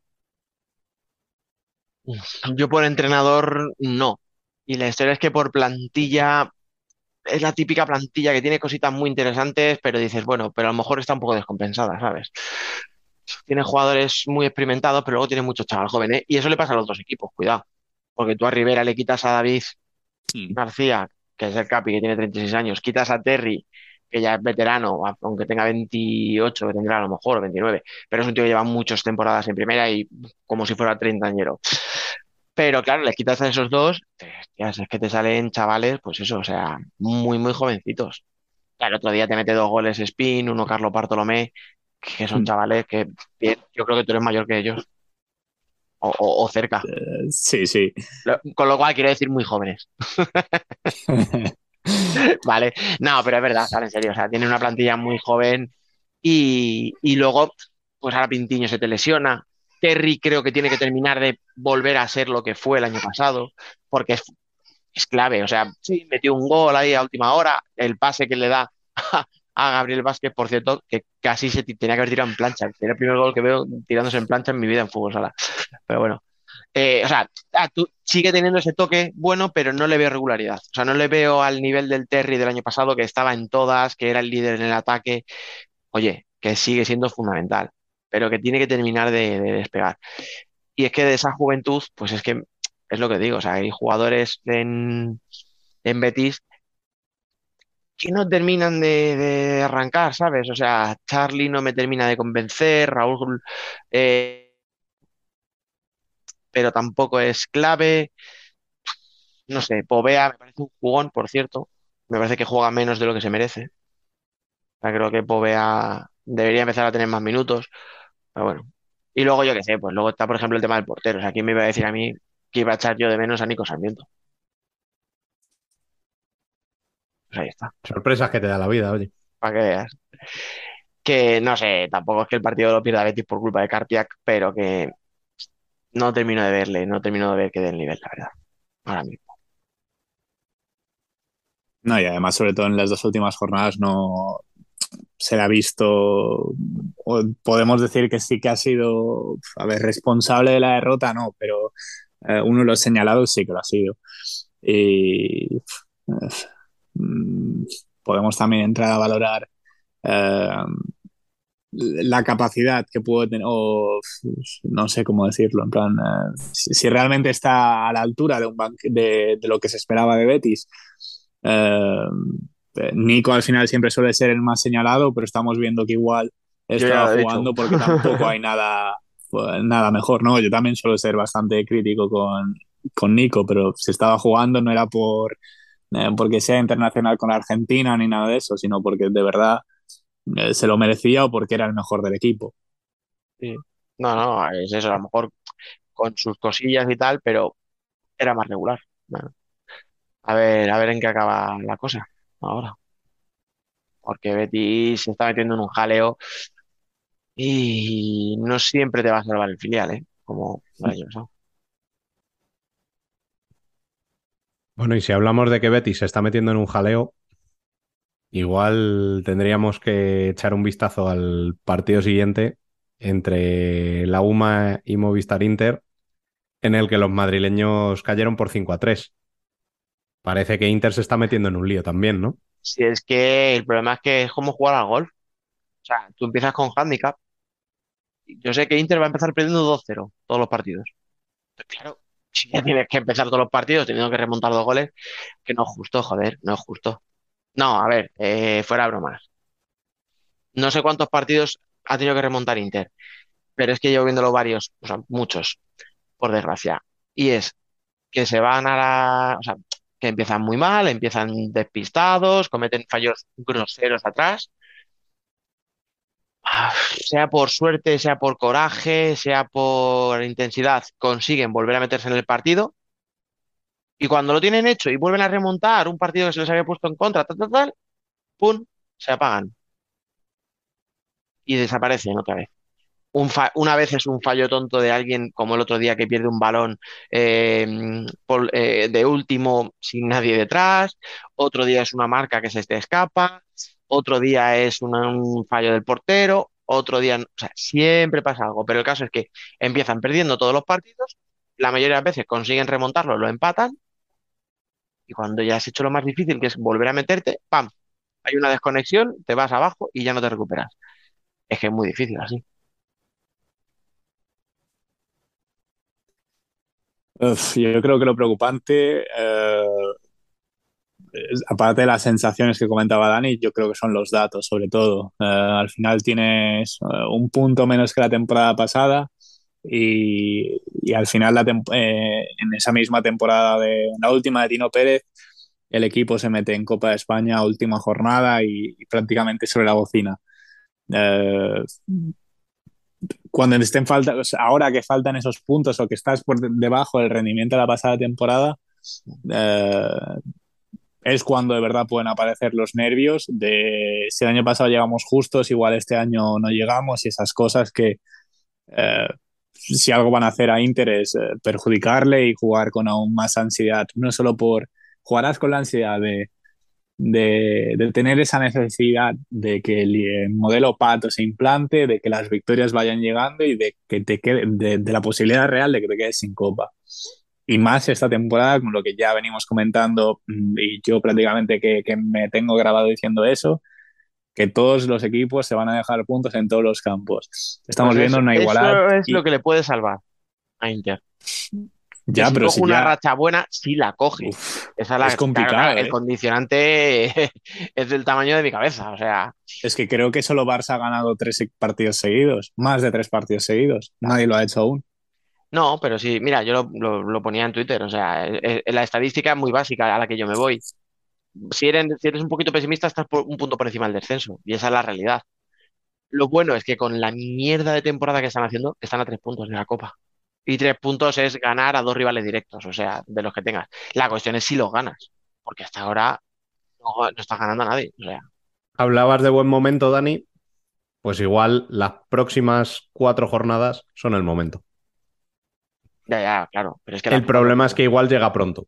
Yo por entrenador no. Y la historia es que por plantilla es la típica plantilla que tiene cositas muy interesantes, pero dices, bueno, pero a lo mejor está un poco descompensada, ¿sabes? Tiene jugadores muy experimentados, pero luego tiene muchos chaval jóvenes. Y eso le pasa a los dos equipos, cuidado. Porque tú a Rivera le quitas a David Mm. García, que es el capi, que tiene treinta y seis años, quitas a Terry, que ya es veterano, aunque tenga veintiocho, que tendrá a lo mejor, o veintinueve, pero es un tío que lleva muchas temporadas en primera y como si fuera treintañero. Pero claro, les quitas a esos dos, hostias, es que te salen chavales, pues eso, o sea, muy, muy jovencitos. El otro día te mete dos goles Spin, uno Carlos Bartolomé, que son chavales que bien, yo creo que tú eres mayor que ellos, o, o- o cerca. Sí, sí. Lo- Con lo cual quiero decir muy jóvenes, ¿vale? No, pero es verdad, ahora en serio, o sea, tiene una plantilla muy joven y, y luego, pues ahora Pintiño se te lesiona. Terry creo que tiene que terminar de volver a ser lo que fue el año pasado, porque es, es clave, o sea, sí, metió un gol ahí a última hora, el pase que le da a, a Gabriel Vázquez, por cierto, que casi se t- tenía que haber tirado en plancha. Es el primer gol que veo tirándose en plancha en mi vida en fútbol sala. Pero bueno, eh, o sea, ah, tú, sigue teniendo ese toque bueno, pero no le veo regularidad. O sea, no le veo al nivel del Terry del año pasado, que estaba en todas, que era el líder en el ataque. Oye, que sigue siendo fundamental, pero que tiene que terminar de, de despegar. Y es que de esa juventud, pues es que es lo que digo, o sea, hay jugadores en, en Betis que no terminan de, de arrancar, ¿sabes? O sea, Charlie no me termina de convencer, Raúl, eh, pero tampoco es clave. No sé, Povea me parece un jugón, por cierto. Me parece que juega menos de lo que se merece. O sea, creo que Povea debería empezar a tener más minutos, pero bueno. Y luego yo qué sé, pues luego está, por ejemplo, el tema del portero. O sea, ¿quién me iba a decir a mí que iba a echar yo de menos a Nico Sarmiento? Pues ahí está, Sorpresas que te da la vida, oye. para que veas. Que no sé, tampoco es que el partido lo pierda Betis por culpa de Carpiac, pero que no termino de verle, no termino de ver que dé el nivel, la verdad, ahora mismo. No, y además, sobre todo en las dos últimas jornadas, no se le ha visto, o podemos decir que sí que ha sido, a ver, responsable de la derrota, no, pero eh, uno de los señalados sí que lo ha sido. Y eh, mm, podemos también entrar a valorar eh, la capacidad que puede tener, o no sé cómo decirlo, en plan, eh, si, si realmente está a la altura de, un de, de lo que se esperaba de Betis. Eh, Nico al final siempre suele ser el más señalado, pero estamos viendo que igual Yo ya estaba lo he dicho. jugando porque tampoco hay nada, pues, nada mejor, ¿no? Yo también suelo ser bastante crítico con, con Nico, pero si estaba jugando no era por eh, porque sea internacional con Argentina ni nada de eso, sino porque de verdad eh, se lo merecía o porque era el mejor del equipo. Sí. No, no, es eso, a lo mejor con sus cosillas y tal, pero era más regular. Bueno, a ver, a ver en qué acaba la cosa ahora. Porque Betis se está metiendo en un jaleo y no siempre te va a salvar el filial, ¿eh? Como el año pasado. Bueno, y si hablamos de que Betis se está metiendo en un jaleo, igual tendríamos que echar un vistazo al partido siguiente entre la U M A y Movistar Inter, en el que los madrileños cayeron por cinco a tres. Parece que Inter se está metiendo en un lío también, ¿no? Si es que el problema es que es como jugar al golf. O sea, tú empiezas con handicap. Yo sé que Inter va a empezar perdiendo dos cero todos los partidos. Pero claro, si ya tienes que empezar todos los partidos teniendo que remontar dos goles, que no es justo, joder, no es justo. No, a ver, eh, fuera bromas. No sé cuántos partidos ha tenido que remontar Inter, pero es que llevo viéndolo varios, o sea, muchos, por desgracia. Y es que se van a la, o sea, que empiezan muy mal, empiezan despistados, cometen fallos groseros atrás, ah, sea por suerte, sea por coraje, sea por intensidad, consiguen volver a meterse en el partido y cuando lo tienen hecho y vuelven a remontar un partido que se les había puesto en contra, tal, tal, tal, ¡pum! Se apagan y desaparecen otra vez. Un fa- una vez es un fallo tonto de alguien, como el otro día que pierde un balón eh, por- eh, de último sin nadie detrás, otro día es una marca que se te escapa, otro día es una- un fallo del portero, otro día, o sea, siempre pasa algo, pero el caso es que empiezan perdiendo todos los partidos, la mayoría de las veces consiguen remontarlo, lo empatan, y cuando ya has hecho lo más difícil, que es volver a meterte, ¡pam! Hay una desconexión, te vas abajo y ya no te recuperas. Es que es muy difícil así. Uf, yo creo que lo preocupante, eh, es- aparte de las sensaciones que comentaba Dani, yo creo que son los datos, sobre todo. Eh, al final tienes eh, un punto menos que la temporada pasada y, y al final la tem- eh, en esa misma temporada de la última de Tino Pérez, el equipo se mete en Copa de España a última jornada y, y prácticamente sobre la bocina. Eh, Cuando estén falta, o sea, ahora que faltan esos puntos o que estás por debajo del rendimiento de la pasada temporada, eh, es cuando de verdad pueden aparecer los nervios de si el año pasado llegamos justos, igual este año no llegamos y esas cosas que eh, si algo van a hacer a Inter es eh, perjudicarle y jugar con aún más ansiedad, no solo por jugarás con la ansiedad de, de, de tener esa necesidad de que el, el modelo Pato se implante, de que las victorias vayan llegando y de que te quede, de, de la posibilidad real de que te quedes sin copa. Y más esta temporada, con lo que ya venimos comentando, mm, y yo prácticamente que, que me tengo grabado diciendo eso, que todos los equipos se van a dejar puntos en todos los campos. Pues Estamos viendo eso, una igualdad eso es lo y que le puede salvar a Inter. Que ya, si pero coge si una ya, racha buena, sí la coge. uf, Esa es es la, claro, claro, complicado, el ¿eh? condicionante es del tamaño de mi cabeza. O sea, Es que creo que solo Barça ha ganado tres partidos seguidos, más de tres partidos seguidos. Nadie lo ha hecho aún. no, pero sí, mira, yo lo, lo- lo ponía en Twitter. O sea, eh, eh, la estadística es muy básica a la que yo me voy. Si eres, si eres un poquito pesimista, estás por un punto por encima del descenso. Y esa es la realidad. Lo bueno es que con la mierda de temporada que están haciendo, están a tres puntos de la Copa. Y tres puntos es ganar a dos rivales directos, o sea, de los que tengas. La cuestión es si los ganas, porque hasta ahora no, no estás ganando a nadie. O sea, Hablabas de buen momento, Dani, pues igual las próximas cuatro jornadas son el momento. ya, ya, claro, pero es que las El cuatro, problema es que igual llega pronto. O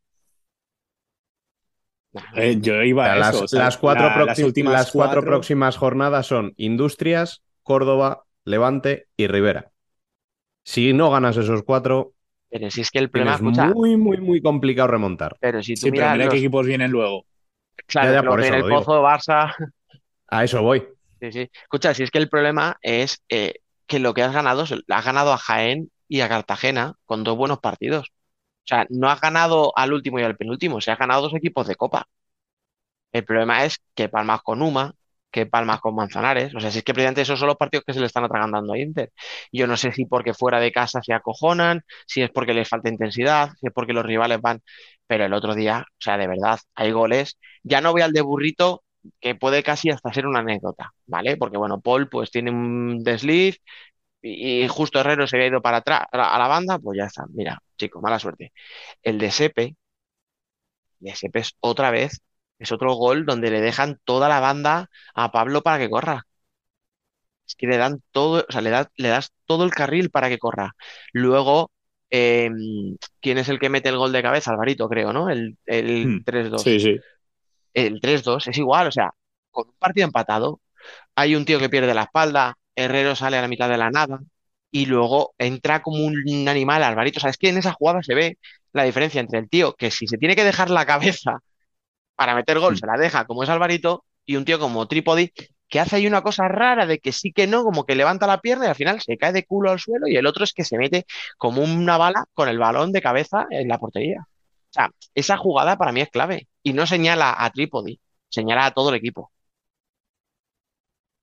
nah, no Eh, sé. yo iba sea, a eso, las, o sea, las cuatro la- las proxi- últimas las cuatro cuatro, próximas jornadas son Industrias, Córdoba, Levante y Rivera. Si no ganas esos cuatro, Pero si es que el problema, tienes escucha, muy, muy, muy complicado remontar. pero si tú sí, pero miras mira qué los, equipos vienen luego. Ya, claro, es que ya, luego por te eso viene lo el digo. Pozo, Barça, A eso voy. sí, sí. Escucha, si es que el problema es eh, que lo que has ganado, se- has ganado a Jaén y a Cartagena con dos buenos partidos. O sea, no has ganado al último y al penúltimo, se has ganado dos equipos de Copa. El problema es que palmas con Uma, que palmas con Manzanares. O sea, si es que precisamente esos son los partidos que se le están atragantando a Inter. Yo no sé si porque fuera de casa se acojonan, si es porque les falta intensidad, si es porque los rivales van. Pero el otro día, o sea, de verdad, hay goles. Ya no voy al de Burrito, que puede casi hasta ser una anécdota, ¿vale? Porque bueno, Paul pues tiene un desliz y, y justo Herrero se había ido para atrás a la, a la banda, pues ya está. Mira, chicos, mala suerte. El de Sepe y ese pes otra vez es otro gol donde le dejan toda la banda a Pablo para que corra. Es que le dan todo, o sea, le, da- le das todo el carril para que corra. Luego, eh, ¿quién es el que mete el gol de cabeza? Alvarito, creo, ¿no? El, el Hmm. tres Sí, dos. sí. El tres dos es igual, o sea, con un partido empatado, hay un tío que pierde la espalda, Herrero sale a la mitad de la nada y luego entra como un animal Alvarito. O sea, es que en esa jugada se ve la diferencia entre el tío que si se tiene que dejar la cabeza para meter gol Hmm. se la deja, como es Alvarito, y un tío como Trípodi, que hace ahí una cosa rara de que sí que no, como que levanta la pierna y al final se cae de culo al suelo, y el otro es que se mete como una bala con el balón de cabeza en la portería. O sea, esa jugada para mí es clave. Y no señala a Trípodi, señala a todo el equipo.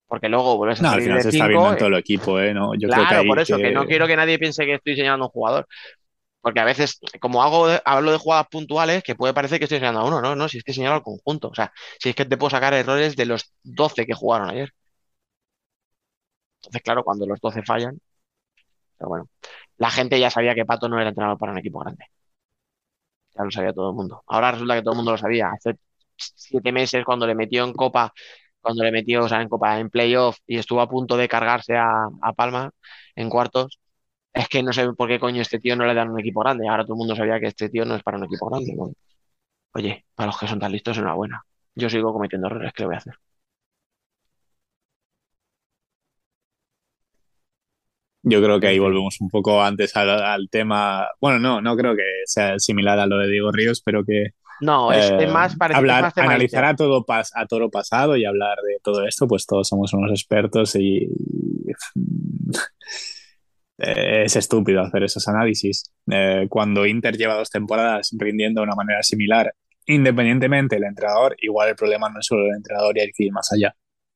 porque luego vuelves a No, al salir final de se está viendo cinco. en todo el equipo, ¿eh? No, yo creo que Claro, por hay eso, que no que... quiero que nadie piense que estoy señalando a un jugador. Porque a veces, como hago de- hablo de jugadas puntuales, que puede parecer que estoy señalando a uno, no, no, si es que señalo al conjunto. O sea, si es que te puedo sacar errores de los doce que jugaron ayer. Entonces, claro, cuando los doce fallan, pero bueno, la gente ya sabía que Pato no era entrenador para un equipo grande. Ya lo sabía todo el mundo. Ahora resulta que todo el mundo lo sabía. Hace siete meses, cuando le metió en Copa, cuando le metió, o sea, en Copa, en playoff, y estuvo a punto de cargarse a, a Palma en cuartos, es que no sé por qué coño este tío no le dan un equipo grande. Ahora todo el mundo sabía que este tío no es para un equipo grande. Bueno, oye, para los que son tan listos, enhorabuena. Yo sigo cometiendo errores, ¿qué le voy a hacer? Yo creo que En ahí fin. volvemos un poco antes al, al tema. Bueno, no, no creo que sea similar a lo de Diego Ríos, pero que No, es, es eh, más parece, es hablar, más tema analizar Inter. a todo pas, a toro pasado y hablar de todo esto, pues todos somos unos expertos y, y eh, es estúpido hacer esos análisis. Eh, cuando Inter lleva dos temporadas rindiendo de una manera similar, independientemente del entrenador, igual el problema no es solo el entrenador y hay que ir más allá.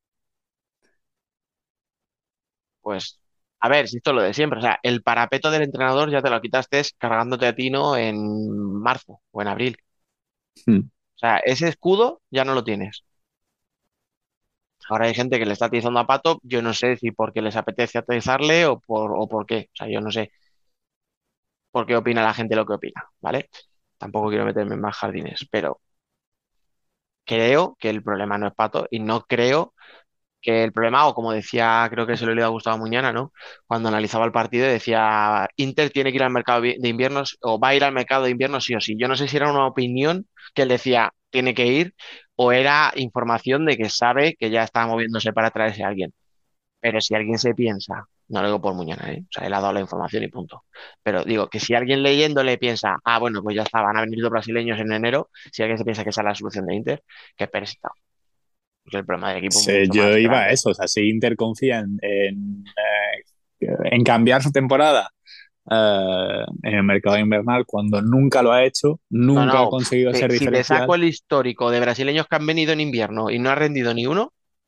Pues, a ver, si esto es lo de siempre. O sea, el parapeto del entrenador ya te lo quitaste cargándote a Tino en marzo o en abril. Hmm. O sea, ese escudo ya no lo tienes. Ahora hay gente que le está atizando a Pato, yo no sé si porque les apetece atizarle o por, o por qué. O sea, yo no sé por qué opina la gente lo que opina, ¿vale? Tampoco quiero meterme en más jardines, pero creo que el problema no es Pato y no creo que el problema, o como decía, creo que se lo he leído a Gustavo Muñana, ¿no? Cuando analizaba el partido decía, Inter tiene que ir al mercado de invierno o va a ir al mercado de invierno sí o sí. Yo no sé si era una opinión que él decía, tiene que ir, o era información de que sabe que ya está moviéndose para traerse a alguien. Pero si alguien se piensa, no lo digo por Muñana, ¿eh? O sea, él ha dado la información y punto. Pero digo que si alguien leyéndole piensa, ah, bueno, pues ya está, van a venir los brasileños en enero, si alguien se piensa que esa es la solución de Inter, que pereza. Porque el problema del equipo es Sí, mucho yo más iba a grande. eso, o sea, si Inter confía en, en, eh, en cambiar su temporada eh, en el mercado invernal cuando nunca lo ha hecho, No, nunca ha no, pf, conseguido te- ser si te saco diferencial. el histórico de brasileños que han venido en invierno y no ha rendido ni uno,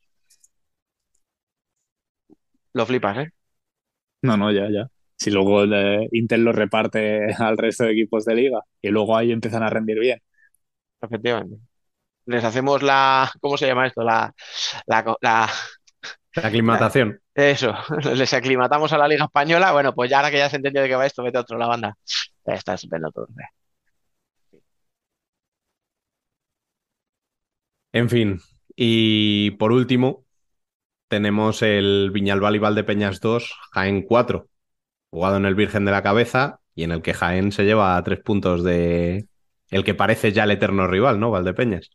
lo flipas, ¿eh? No, no, ya, ya. Si luego el Inter lo reparte al resto de equipos de liga y luego ahí empiezan a rendir bien. Efectivamente. Les hacemos la, ¿cómo se llama esto? La, la, co- la- La la- aclimatación. eso, les aclimatamos a la Liga Española. Bueno, pues ya ahora que ya se entendido de qué va esto, vete a otro, la banda. Ya está estupendo todo. Hombre. En fin. Y por último, tenemos el Viñalbal y Valdepeñas dos, Jaén cuatro, jugado en el Virgen de la Cabeza y en el que Jaén se lleva tres puntos de el que parece ya el eterno rival, ¿no? Valdepeñas.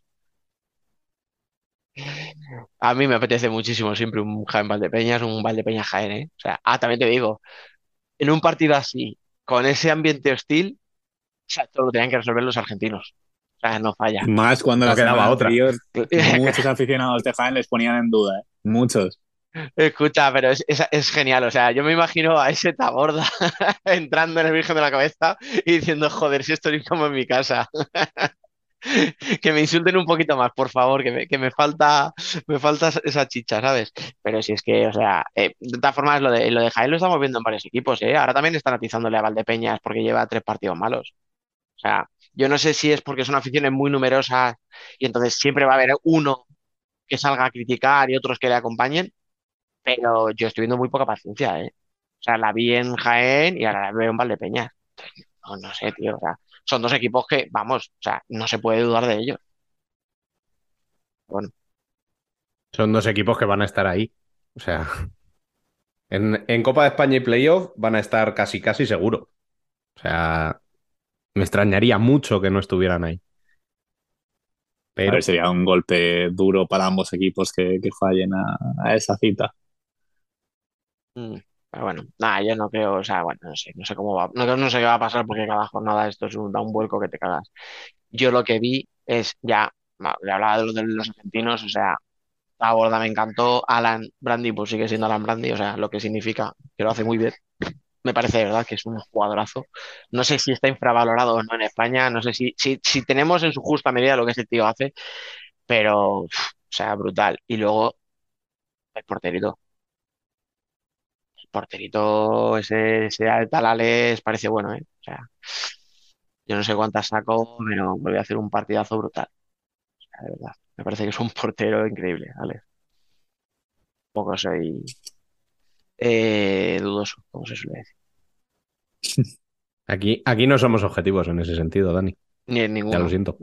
A mí me apetece muchísimo siempre un Jaén Valdepeñas, un Valdepeñas Jaén, ¿eh? O sea, ah, también te digo, en un partido así, con ese ambiente hostil, o sea, esto lo tenían que resolver los argentinos. O sea, no falla. Más cuando No la quedaba semana otra. anterior muchos aficionados de Jaén les ponían en duda, ¿eh? Muchos. Escucha, pero es, es- es genial. O sea, yo me imagino a ese Taborda entrando en el Virgen de la Cabeza y diciendo, joder, si estoy como en mi casa. Que me insulten un poquito más, por favor, que me, que me falta, me falta esa chicha, ¿sabes? Pero si es que, o sea, eh, de todas formas, lo de, lo de Jaén lo estamos viendo en varios equipos, ¿eh? Ahora también están atizándole a Valdepeñas porque lleva tres partidos malos. O sea, yo no sé si es porque son aficiones muy numerosas y entonces siempre va a haber uno que salga a criticar y otros que le acompañen, pero yo estoy viendo muy poca paciencia, ¿eh? O sea, la vi en Jaén y ahora la veo en Valdepeñas. No, no sé, tío. O sea, son dos equipos que, vamos, o sea, no se puede dudar de ellos. Bueno, Son dos equipos que van a estar ahí. O sea, en, en Copa de España y Playoff van a estar casi, casi seguro. O sea, me extrañaría mucho que no estuvieran ahí. A ver, Pero sería un golpe duro para ambos equipos que, que fallen a, a esa cita. mm, pero bueno, nada, yo no creo, o sea, bueno, no sé, no sé cómo va, no, no sé qué va a pasar porque cada jornada esto es un, da un vuelco que te cagas. Yo lo que vi es ya, va, le hablaba de los de los argentinos, o sea, la borda me encantó, Alan Brandi, pues sigue siendo Alan Brandi, o sea, lo que significa que lo hace muy bien. Me parece de verdad que es un jugadorazo. No sé si está infravalorado o no en España, no sé si, si, si tenemos en su justa medida lo que ese tío hace, pero, uf, o sea, brutal. Y luego El porterito. El porterito, ese, ese de Talales parece bueno, ¿eh? O sea, yo no sé cuántas sacó, pero voy a hacer un partidazo brutal. O sea, de verdad. Me parece que es un portero increíble, ¿vale? Poco soy eh, dudoso, como se suele decir. Aquí, aquí no somos objetivos en ese sentido, Dani. Ni en Ya ninguno. lo siento.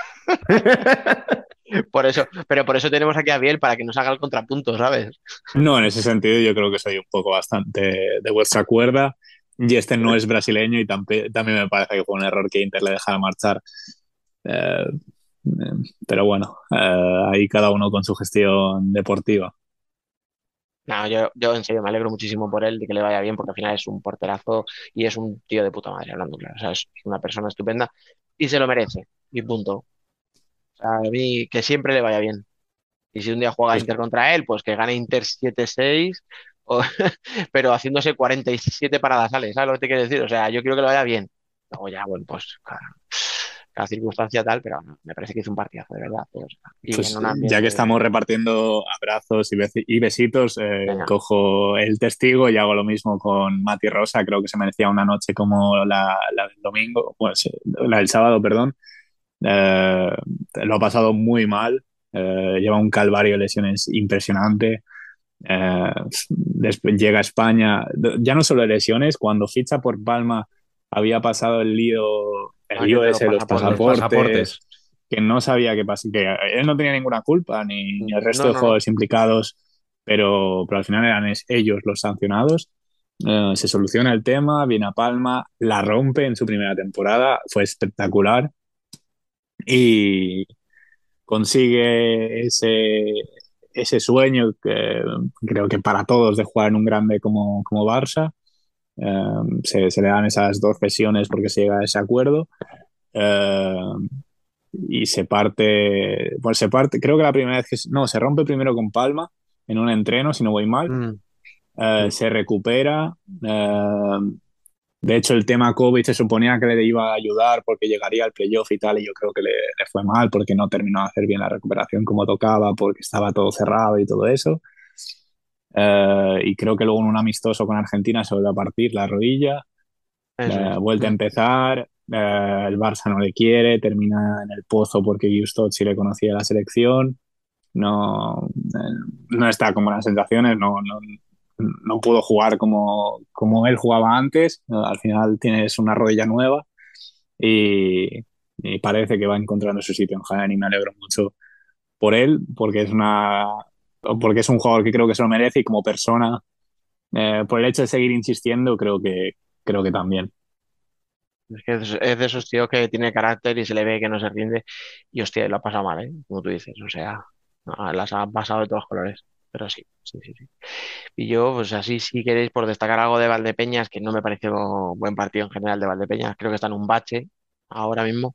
Por eso, pero por eso tenemos aquí a Biel para que nos haga el contrapunto, ¿sabes? No, en ese sentido yo creo que soy un poco bastante de vuestra cuerda. Y este no es brasileño y tamp- también me parece que fue un error que Inter le dejara marchar. Eh, eh, pero bueno, eh, ahí cada uno con su gestión deportiva. No, yo, yo en serio me alegro muchísimo por él, de que le vaya bien, porque al final es un porterazo y es un tío de puta madre, hablando claro. O sea, es una persona estupenda y se lo merece. Y punto. O sea, a mí que siempre le vaya bien. Y si un día juega Pues Inter contra él, pues que gane Inter siete seis, o- pero haciéndose cuarenta y siete paradas, ¿sale? ¿Sabes lo que te quiero decir? O sea, yo quiero que lo vaya bien. Luego ya, bueno, pues cada, cada circunstancia tal, pero no, me parece que hizo un partidazo, de verdad. O sea, y en Pues un ya que ambiente... estamos repartiendo abrazos y, besi- y besitos, eh, Venga, cojo el testigo y hago lo mismo con Mati Rosa. Creo que se merecía una noche como la, la del domingo, pues, eh, la del sábado, perdón. Eh, lo ha pasado muy mal. Eh, lleva un calvario de lesiones impresionante. Eh, después llega a España, ya no solo de lesiones, cuando ficha por Palma había pasado el lío, el aquel lío de los ese de los pasaportes. Los pasaportes, pasaportes. que no sabía qué pasó, que él no tenía ninguna culpa, ni, ni el resto No, de no, no. jugadores implicados, pero, pero al final eran es- ellos los sancionados. Eh, se soluciona el tema, viene a Palma, la rompe en su primera temporada, fue espectacular y consigue ese, ese sueño que creo que para todos de jugar en un grande como, como Barça. Eh, se, se le dan esas dos sesiones porque se llega a ese acuerdo. Eh, y se parte, pues se parte, creo que la primera vez que, no, se rompe primero con Palma en un entreno, si no voy mal. Mm, Eh, mm. se recupera. Eh, de hecho, el tema COVID se suponía que le iba a ayudar porque llegaría al playoff y tal, y yo creo que le, le fue mal porque no terminó de hacer bien la recuperación como tocaba, porque estaba todo cerrado y todo eso. Eh, y creo que luego en un amistoso con Argentina se vuelve a partir la rodilla, Eso eh, es. vuelve a Mm. empezar, eh, el Barça no le quiere, termina en el pozo porque Gustav sí le conocía la selección, no, eh, no está con buenas sensaciones, no, no, no pudo jugar como, como él jugaba antes. Al final tienes una rodilla nueva y, y parece que va encontrando su sitio en Jaén y me alegro mucho por él porque es una porque es un jugador que creo que se lo merece y como persona, eh, por el hecho de seguir insistiendo, creo que creo que también. Es que es, es de esos tíos que tiene carácter y se le ve que no se rinde. Y hostia, lo ha pasado mal, ¿eh? Como tú dices. O sea, no, las ha pasado de todos colores. Pero sí, sí, sí, sí. Y yo, pues así, si queréis, por destacar algo de Valdepeñas, que no me pareció buen partido en general de Valdepeñas, creo que está en un bache ahora mismo.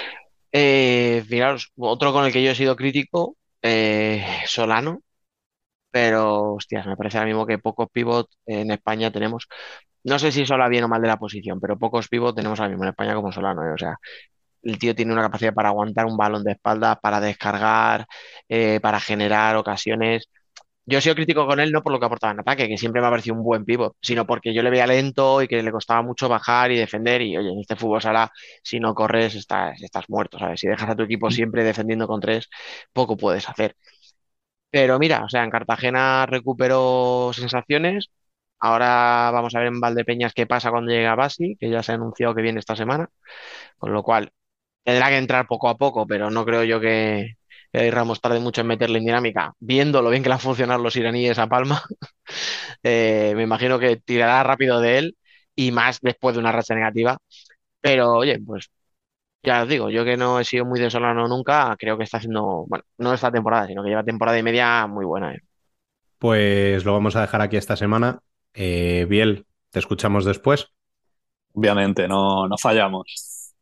Eh, fijaros, otro con el que yo he sido crítico, eh, Solano, pero hostias, me parece ahora mismo que pocos pivots en España tenemos. No sé si eso habla bien o mal de la posición, pero pocos pivots tenemos ahora mismo en España como Solano, ¿eh? O sea, el tío tiene una capacidad para aguantar un balón de espaldas, para descargar, eh, para generar ocasiones. Yo he sido crítico con él no por lo que aportaba en ataque, que siempre me ha parecido un buen pivot, sino porque yo le veía lento y que le costaba mucho bajar y defender. Y oye, en este fútbol sala, si no corres, estás, estás muerto, ¿sabes? Si dejas a tu equipo siempre defendiendo con tres, poco puedes hacer. Pero mira, o sea, en Cartagena recuperó sensaciones. Ahora vamos a ver en Valdepeñas qué pasa cuando llegue a Basi, que ya se ha anunciado que viene esta semana. Con lo cual, tendrá que entrar poco a poco, pero no creo yo que, que Ramos tarde mucho en meterle en dinámica. Viendo lo bien que le han funcionado los iraníes a Palma, eh, me imagino que tirará rápido de él y más después de una racha negativa. Pero oye, pues ya os digo, yo que no he sido muy de Solano nunca, creo que está haciendo, bueno, no esta temporada, sino que lleva temporada y media muy buena, ¿eh? Pues lo vamos a dejar aquí esta semana. Eh, Biel, te escuchamos después. Obviamente, no, no fallamos.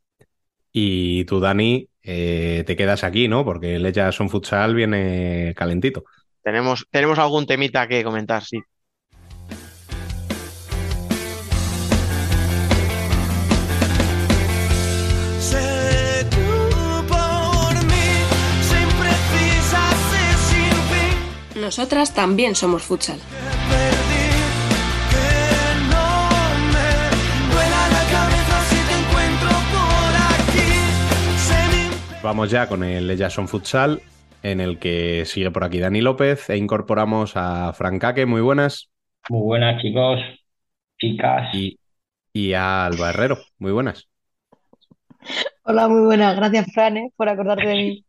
Y tú, Dani, eh, te quedas aquí, ¿no? Porque el Ellas Son Futsal viene calentito. Tenemos, tenemos algún temita que comentar, sí. Sé tú por mí, sin precisarse sin fin. Nos Nosotras también somos futsal. Vamos ya con el Ellas Son Futsal, en el que sigue por aquí Dani López e incorporamos a Fran Caque, muy buenas. Muy buenas, chicos, chicas. Y, y a Alba Herrero, muy buenas. Hola, muy buenas. Gracias, Fran, ¿eh? por acordarte de mí.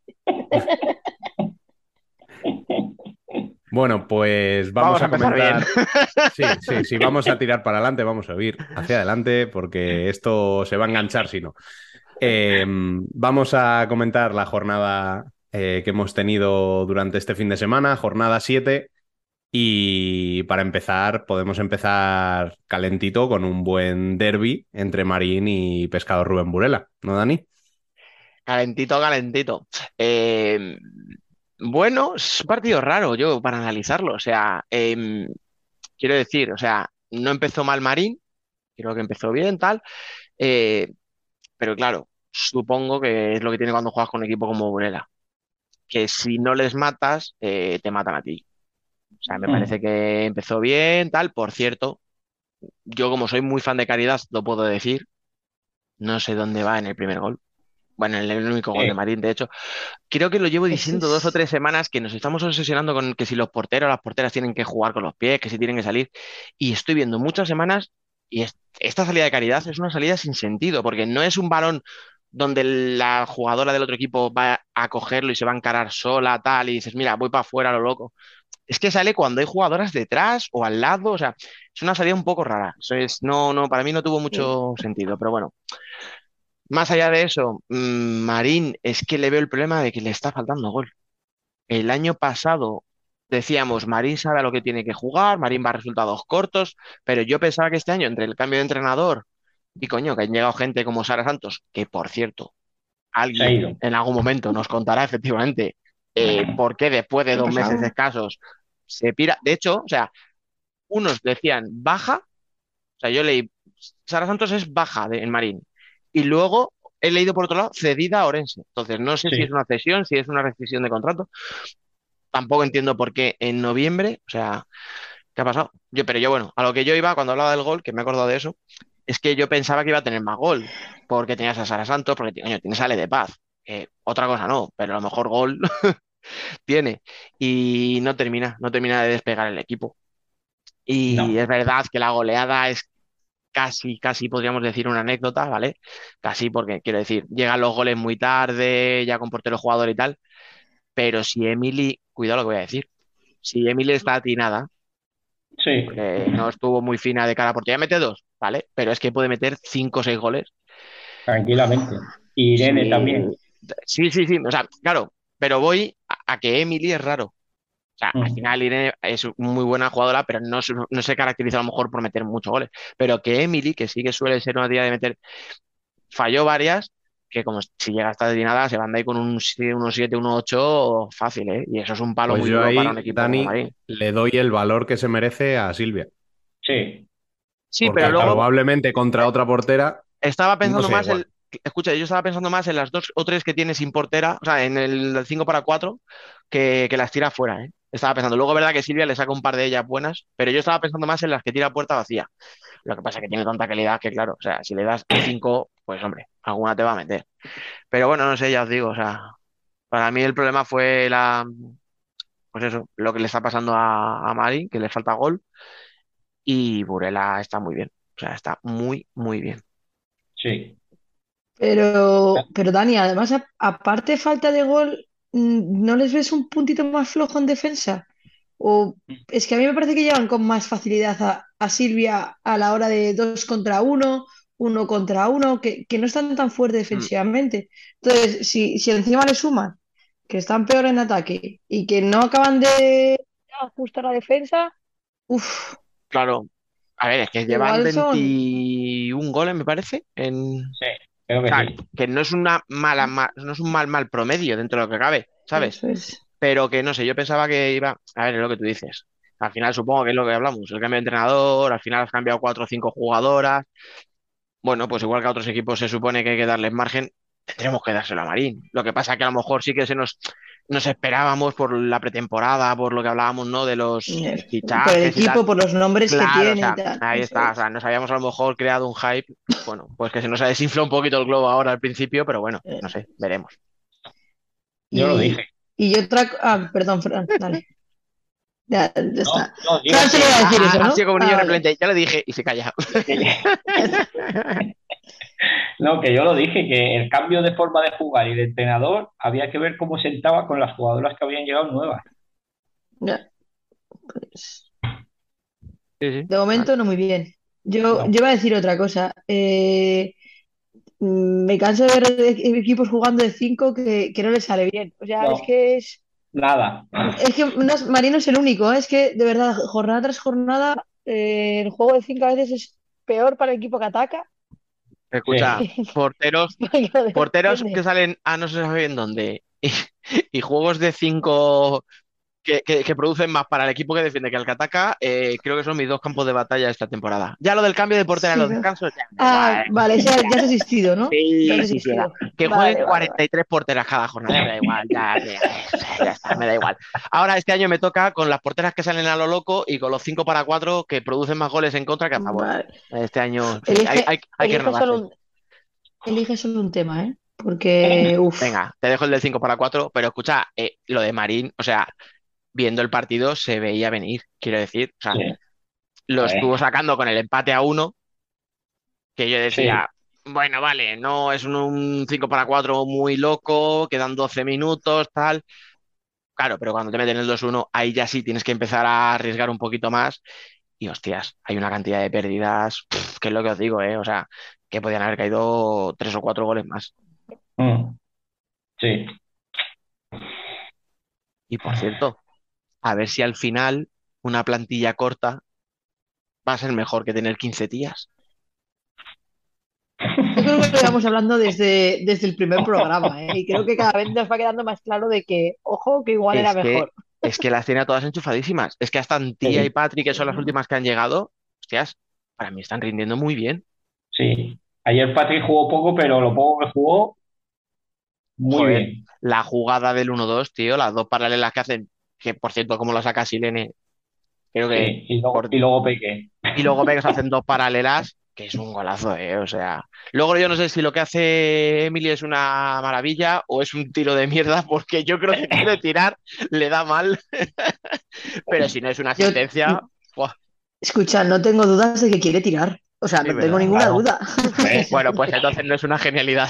Bueno, pues vamos, Vamos a a empezar comentar. bien. Sí, sí, sí, vamos a tirar para adelante, vamos a ir hacia adelante, porque esto se va a enganchar si no. Eh, vamos a comentar la jornada eh, que hemos tenido durante este fin de semana, jornada siete. Y para empezar, podemos empezar calentito con un buen derbi entre Marín y Pescador Rubén Burela, ¿no, Dani? Calentito, calentito. Eh, bueno, es un partido raro yo para analizarlo. O sea, em, quiero decir, o sea, no empezó mal Marín, creo que empezó bien, tal. eh, pero claro, supongo que es lo que tiene cuando juegas con un equipo como Burela, que si no les matas, eh, te matan a ti. O sea, me Mm. parece que empezó bien, tal. Por cierto, yo como soy muy fan de Caridad, lo puedo decir. No sé dónde va en el primer gol. Bueno, en el único gol de Sí, Marín, de hecho. Creo que lo llevo Ese diciendo dos o es... tres semanas que nos estamos obsesionando con que si los porteros o las porteras tienen que jugar con los pies, que si tienen que salir. Y estoy viendo muchas semanas y es- esta salida de Caridad es una salida sin sentido, porque no es un balón donde la jugadora del otro equipo va a cogerlo y se va a encarar sola, tal, y dices, mira, voy para afuera, lo loco. Es que sale cuando hay jugadoras detrás o al lado, o sea, es una salida un poco rara. Eso es, no, no, para mí no tuvo sí. mucho sentido, pero bueno. Más allá de eso, mm, Marín es que le veo el problema de que le está faltando gol. El año pasado decíamos, Marín sabe a lo que tiene que jugar, Marín va a resultados cortos, pero yo pensaba que este año, entre el cambio de entrenador y coño, que han llegado gente como Sara Santos, que por cierto, se ha alguien ido. en algún momento nos contará efectivamente eh, por qué después de ¿Qué ha dos meses pasado? escasos se pira. De hecho, o sea, unos decían baja, o sea, yo leí, Sara Santos es baja de- en Marín, y luego he leído por otro lado cedida a Orense. Entonces, no sé si es Sí, una cesión, si es una rescisión de contrato. Tampoco entiendo por qué en noviembre, o sea, ¿qué ha pasado? Yo, pero yo, bueno, a lo que yo iba cuando hablaba del gol, que me he acordado de eso, es que yo pensaba que iba a tener más gol, porque tenías a Sara Santos, porque coño, tienes a Ale de Paz. Eh, otra cosa no, pero a lo mejor gol tiene. Y no termina, no termina de despegar el equipo. Y no. es verdad que la goleada es casi, casi podríamos decir una anécdota, ¿vale? Casi porque, quiero decir, llegan los goles muy tarde, ya con portero jugador y tal, pero si Emily, cuidado lo que voy a decir, si Emily está atinada, Sí, porque no estuvo muy fina de cara a portería, mete dos, ¿vale? Pero es que puede meter cinco o seis goles. tranquilamente. Y Irene Sí, también. sí, sí, sí, o sea, claro, pero voy a, a que Emily es raro. O sea, al Mm. final Irene es muy buena jugadora, pero no, se- no se caracteriza a lo mejor por meter muchos goles. Pero que Emily, que sí que suele ser una tía de meter, falló varias, que como si llega hasta de nada, se van de ahí con un uno siete uno ocho fácil, ¿eh? Y eso es un palo Pues muy yo duro para un ahí, equipo como Dani, Marín. le doy el valor que se merece a Silvia, Sí, Sí, pero porque luego probablemente contra otra portera estaba no pensando sea más igual. en, escucha, yo estaba pensando más en las dos o tres que tiene sin portera, o sea, en el cinco para cuatro que, que las tira fuera, ¿eh? Estaba pensando. Luego, es verdad que Silvia le saca un par de ellas buenas, pero yo estaba pensando más en las que tira a puerta vacía. Lo que pasa es que tiene tanta calidad que, claro, o sea, si le das a cinco, pues hombre, alguna te va a meter. Pero bueno, no sé, ya os digo, o sea, para mí el problema fue la, pues eso, lo que le está pasando a, a Mari, que le falta gol, y Burela está muy bien. O sea, está muy, muy bien. sí. Pero, pero Dani, además, a- aparte falta de gol, mm, ¿no les ves un puntito más flojo en defensa? O es que a mí me parece que llevan con más facilidad a, a Silvia a la hora de dos contra uno, uno contra uno, que, que no están tan fuertes Mm, defensivamente. Entonces, si, si encima le suman que están peor en ataque y que no acaban de ajustar la defensa, uff, claro. A ver, es que llevan igual son... veintiún goles, me parece, en... Sí, creo O que sea, sí. que no es una mala, ma- no es un mal, mal promedio dentro de lo que cabe, ¿sabes? Eso es. Pero que no sé, yo pensaba que iba... A ver, es lo que tú dices. Al final supongo que es lo que hablamos, el cambio de entrenador, al final has cambiado cuatro o cinco jugadoras. Bueno, pues igual que a otros equipos se supone que hay que darles margen, tendremos que dárselo a Marín. Lo que pasa es que a lo mejor sí que se nos, nos esperábamos por la pretemporada, por lo que hablábamos, ¿no? De los Eh, Por el fichajes y tal. equipo, por los nombres que Claro, o tiene y sea, tal. ahí Eso está, o es. sea, nos habíamos a lo mejor creado un hype, bueno, pues que se nos ha desinflado un poquito el globo ahora al principio, pero bueno, no Eso sé, es. veremos. Yo lo Y, dije. y otra... co- Ah, perdón, Fran, dale. Ya, ya No, está. no, digo Fran se que, le va a decir Ha, eso, ha- ha ¿no? sido como un niño Ah, vale. repelente, ya lo dije y se calla. que- no, que yo lo dije, que el cambio de forma de jugar y de entrenador había que ver cómo sentaba con las jugadoras que habían llegado nuevas. Ya, pues, Sí, sí, de vale. momento no muy bien. Yo, No, yo iba a decir otra cosa. Eh, mm, me canso de ver e- equipos jugando de cinco que, que no les sale bien. O sea, es no, que es, nada. es que no es- Marino es el único, ¿eh? Es que de verdad, jornada tras jornada, eh, el juego de cinco a veces es peor para el equipo que ataca Escucha, que porteros, para el que lo porteros que defiende. salen a no se sabe bien dónde y, y juegos de cinco que, que- que producen más para el equipo que defiende que el que ataca, eh, creo que son mis dos campos de batalla esta temporada. Ya lo del cambio de portera en Sí, los ¿no? descansos, ya me da igual. Ah, vale, ya, ya has asistido, ¿no? Ya has Sí, sí, sí, da. asistido. Que jueguen Vale, vale, cuarenta vale. y tres porteras cada jornada, me da igual, ya, ya, ya está, me da igual. Ahora este año me toca con las porteras que salen a lo loco y con los cinco para cuatro que producen más goles en contra que a favor. Vale. Este año, sí, hay, Elige, hay, hay que elige solo renovarse. un, elige solo un tema, ¿eh? Porque, uff, Venga, te dejo el del cinco para cuatro, pero escucha, eh, lo de Marín, o sea, viendo el partido se veía venir, quiero decir, o sea, Sí, lo a ver, estuvo sacando con el empate a uno, que yo sí, decía, bueno, vale, no es un, un cinco para cuatro muy loco, quedan doce minutos, tal. Claro, pero cuando te meten el dos uno, ahí ya sí tienes que empezar a arriesgar un poquito más. Y hostias, hay una cantidad de pérdidas, pf, que es lo que os digo, ¿eh? O sea, que podían haber caído tres o cuatro goles más. mm, sí. Y por cierto, a ver si al final una plantilla corta va a ser mejor que tener quince tías. yo creo que lo íbamos hablando desde, desde el primer programa, ¿eh? Y creo que cada vez nos va quedando más claro de que, ojo, que igual era Es que, mejor. es que las tiene a todas enchufadísimas. Es que hasta Antía y Sí, Patrick, que son las Sí. últimas que han llegado, hostias, para mí están rindiendo muy bien. sí. Ayer Patrick jugó poco, pero lo poco que jugó, muy Joder, bien. la jugada del uno dos, tío, las dos paralelas que hacen, que por cierto, como la saca Silene, creo que Sí, y luego, por... y luego Peque. Y luego Vegas hacen dos paralelas, que es un golazo, ¿eh? O sea, luego yo no sé si lo que hace Emily es una maravilla o es un tiro de mierda, porque yo creo que quiere tirar, le da mal, pero si no es una Yo, asistencia, ¡buah! escucha, no tengo dudas de que quiere tirar. O sea, Sí, no tengo ¿verdad? ninguna Claro. duda. Hombre, Bueno, pues entonces no es una genialidad.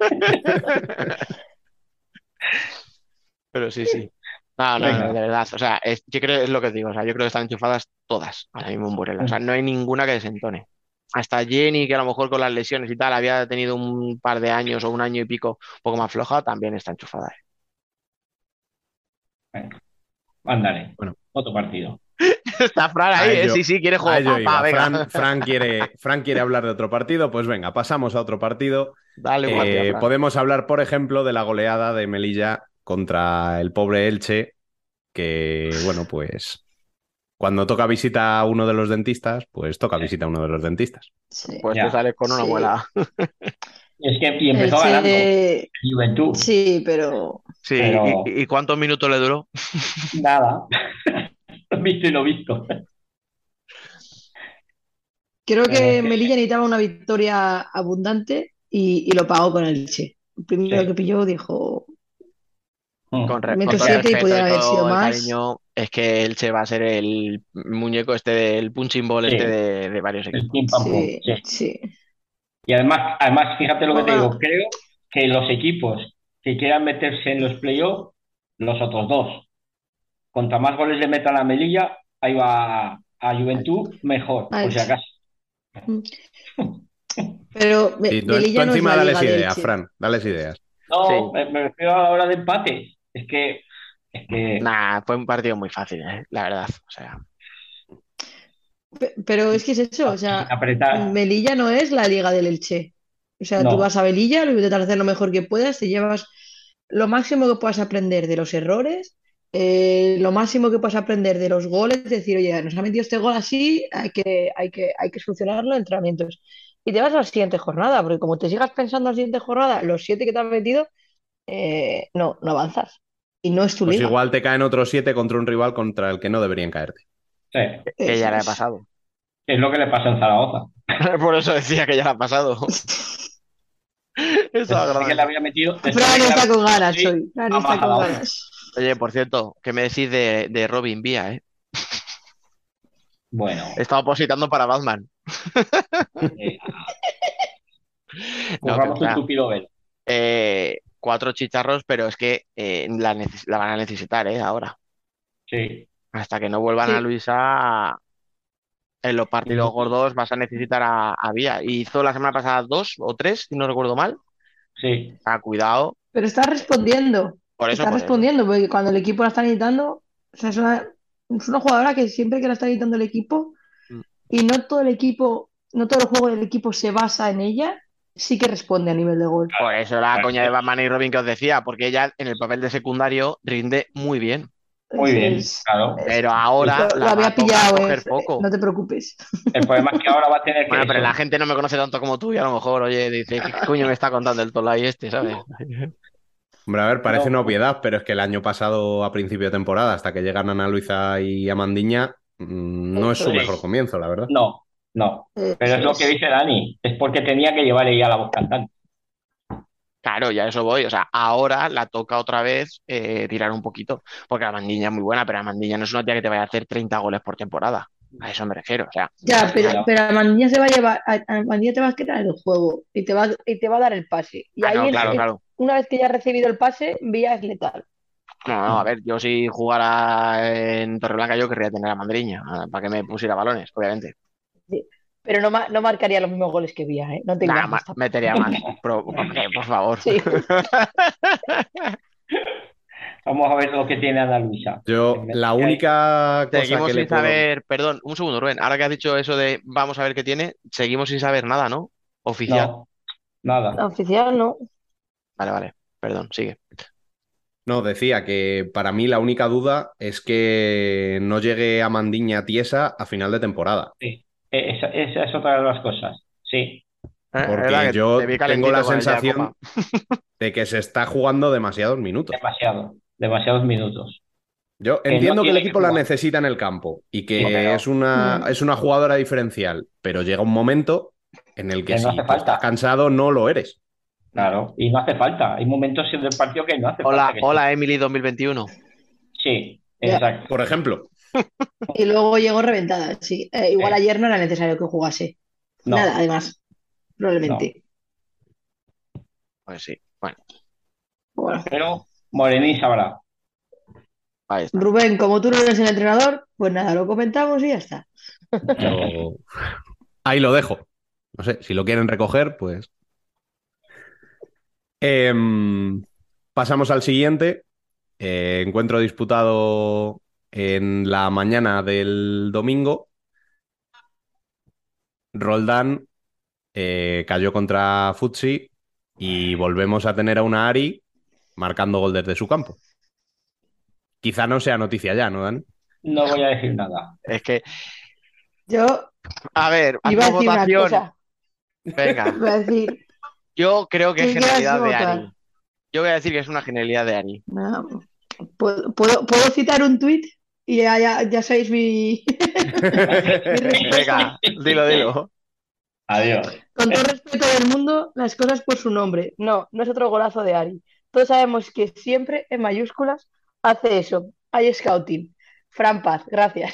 Pero sí, sí. No, no, no, venga. de verdad. O sea, es- yo creo es lo que os digo. O sea, yo creo que están enchufadas todas ahora mismo en Burela. O sea, no hay ninguna que desentone. Hasta Jenny, que a lo mejor con las lesiones y tal había tenido un par de años o un año y pico un poco más floja, también está enchufada. Venga, ándale. Bueno, Otro partido. Está Fran ahí, a ¿eh? ello, Sí, sí, quiere a juego. ello Pa, pa, iba. venga. Fran, Fran quiere, Fran quiere hablar de otro partido, pues venga, pasamos a otro partido. Dale un partido, Eh, Fran. podemos hablar, por ejemplo, de la goleada de Melilla contra el pobre Elche, que, bueno, pues cuando toca visita a uno de los dentistas, pues toca visita a uno de los dentistas. Sí, Pues te Ya. sales con una sí. muela. Y es que y empezó Elche, ganando Juventud, sí, pero Sí, pero ¿y, y cuántos minutos le duró? nada. Visto y lo visto. creo Eh, que Melilla necesitaba una victoria abundante y, y lo pagó con el Elche. El primero sí. que pilló dijo, Mm. Con, re- con meto todo el siete y respeto y podían haber sido todo el más. cariño, es que Elche va a ser el muñeco este del punching ball este Sí, de, de varios el equipos. pim pam pum. Sí, Sí. sí. Y además, además, fíjate lo que te Bueno, digo, creo que los equipos que quieran meterse en los playoffs, los otros dos, contra más goles le metan a Melilla, ahí va a, a Juventud, mejor, a por si Elche. acaso. Mm. Pero Me- Sí, tú, tú Melilla no es encima la dales liga de ideas, Elche. Fran, dales ideas. No, Sí, me, me refiero a la hora de empate. Es que, es que nada, fue un partido muy fácil, eh, la verdad. O sea, Pe- Pero es que es eso, o sin sea, apretar, Melilla no es la liga del Elche. O sea, tú no. vas a Melilla, lo intentas hacer lo mejor que puedas, te llevas lo máximo que puedas aprender de los errores, eh, lo máximo que puedas aprender de los goles, decir, oye, nos ha metido este gol así, hay que, hay que, hay que solucionarlo en entrenamientos. Y te vas a la siguiente jornada, porque como te sigas pensando en la siguiente jornada, los siete que te han metido, eh, no, no avanzas. y no es tu Pues liga. igual te caen otros siete contra un rival contra el que no deberían caerte. Sí, Que ya Eso le ha es. pasado. es lo que le pasó en Zaragoza. Por eso decía que ya le ha pasado. Estaba Después de que le grande. había metido, después de Fran que le está había con metido ganas seis, hoy. Fran ha está con bajado. ganas. Oye, por cierto, ¿qué me decís de, de Robin Vía, eh? Bueno, He estado positando para Batman. eh, No, que curramos un va. tupido velo. Eh, cuatro chicharros, pero es que eh, la, neces- la van a necesitar, ¿eh? Ahora. Sí. Hasta que no vuelvan a Sí. Luisa, en los partidos Y- gordos vas a necesitar a, a Vía. Hizo la semana pasada dos o tres, si no recuerdo mal. Sí, Ah, cuidado. Pero está respondiendo. Por eso, Está por eso. respondiendo, porque cuando el equipo la está necesitando, o sea, es una, es una jugadora que siempre que la está necesitando el equipo, Mm. y no todo el equipo, no todo el juego del equipo se basa en ella, sí que responde a nivel de gol. Por eso la claro, coña de Batman y Robin que os decía, porque ella en el papel de secundario rinde muy bien. muy Eso bien, es, claro. es- Pero ahora lo, lo la va a había tocar pillado, eh, coger F- foco. no te preocupes. El problema es que ahora va a tener que Bueno, pero eso. la gente no me conoce tanto como tú y a lo mejor, oye, dice, ¿qué coño me está contando el Tolai este, ¿sabes? Hombre, a ver, parece una No, obviedad, pero es que el año pasado, a principio de temporada, hasta que llegan Ana Luisa y Amandiña, mm, no es Eso su sí, mejor es, comienzo, la verdad. no, no. Pero eso es lo que es. dice Dani, es porque tenía que llevar ella la voz cantante. Claro, ya a eso voy. O sea, ahora la toca otra vez eh, tirar un poquito, porque la Mandilla es muy buena, pero la Mandilla no es una tía que te vaya a hacer treinta goles por temporada. A eso me refiero. O sea, Ya, pero, Claro. pero Amandía se va a llevar, a- a Amandía te va a crear el juego y te va, y te va a dar el pase. Y ah, ahí, no, en- claro, en- claro. una vez que ya has recibido el pase, Vía es letal. No, no, a ver, yo si jugara en Torreblanca yo querría tener a Mandriña, ah, para que me pusiera balones, obviamente. Sí. Pero no, ma- no marcaría los mismos goles que Vía, ¿eh? No te Nada, ma- engañes tampoco. metería más. Pero, hombre, por favor. Sí. Vamos a ver lo que tiene Ana Luisa. Yo, la única cosa Seguimos que le sin puedo... saber, perdón, un segundo, Rubén. Ahora que has dicho eso de vamos a ver qué tiene, seguimos sin saber nada, ¿no? Oficial. No, nada. Oficial, no. Vale, vale, perdón, sigue. No, decía que para mí la única duda es que no llegue a Mandiña tiesa a final de temporada. Sí. E- Esa, esa es otra de las cosas. Sí, Eh, es verdad Porque que te yo vi tengo la calentito con el día de sensación Copa. de que se está jugando demasiados minutos. demasiado, demasiados minutos. Yo Que no entiendo que el tiene que equipo la jugar. necesita en el campo y que Sí, pero- es una, Mm. es una jugadora diferencial, pero llega un momento en el que Que no si hace tú estás falta. cansado no lo eres. Claro, y no hace falta. Hay momentos en el partido que no hace Hola, falta. que hola Emily dos mil veintiuno. Sí, Ya. exacto. Por ejemplo, Y luego llegó reventada, sí. Eh, igual Eh. ayer no era necesario que jugase. No. Nada, además, probablemente. Pues sí, bueno, Bueno, Pero Morenín sabrá. ahí está. Rubén, como tú no eres el entrenador, pues nada, lo comentamos y ya está. yo ahí lo dejo. No sé, si lo quieren recoger, pues. Em, pasamos al siguiente. Eh, encuentro disputado en la mañana del domingo. Roldán eh, cayó contra Futsi y volvemos a tener a una Ari marcando gol desde su campo. Quizá no sea noticia ya, ¿no, Dani? No voy a decir nada. Es que, Yo a ver, iba a hazme decir una votación. cosa. Venga, Iba a decir, yo creo que es ¿qué quieres genialidad de votar? Ari. Yo voy a decir que es una genialidad de Ari. No, ¿puedo, puedo, puedo citar un tuit? Y ya, ya, ya sabéis mi, mi respuesta. Venga, dilo, dilo. Adiós. Con todo respeto del mundo, las cosas por su nombre. No, no es otro golazo de Ari. Todos sabemos que siempre, en mayúsculas, hace eso. Hay scouting. Fran Paz, gracias.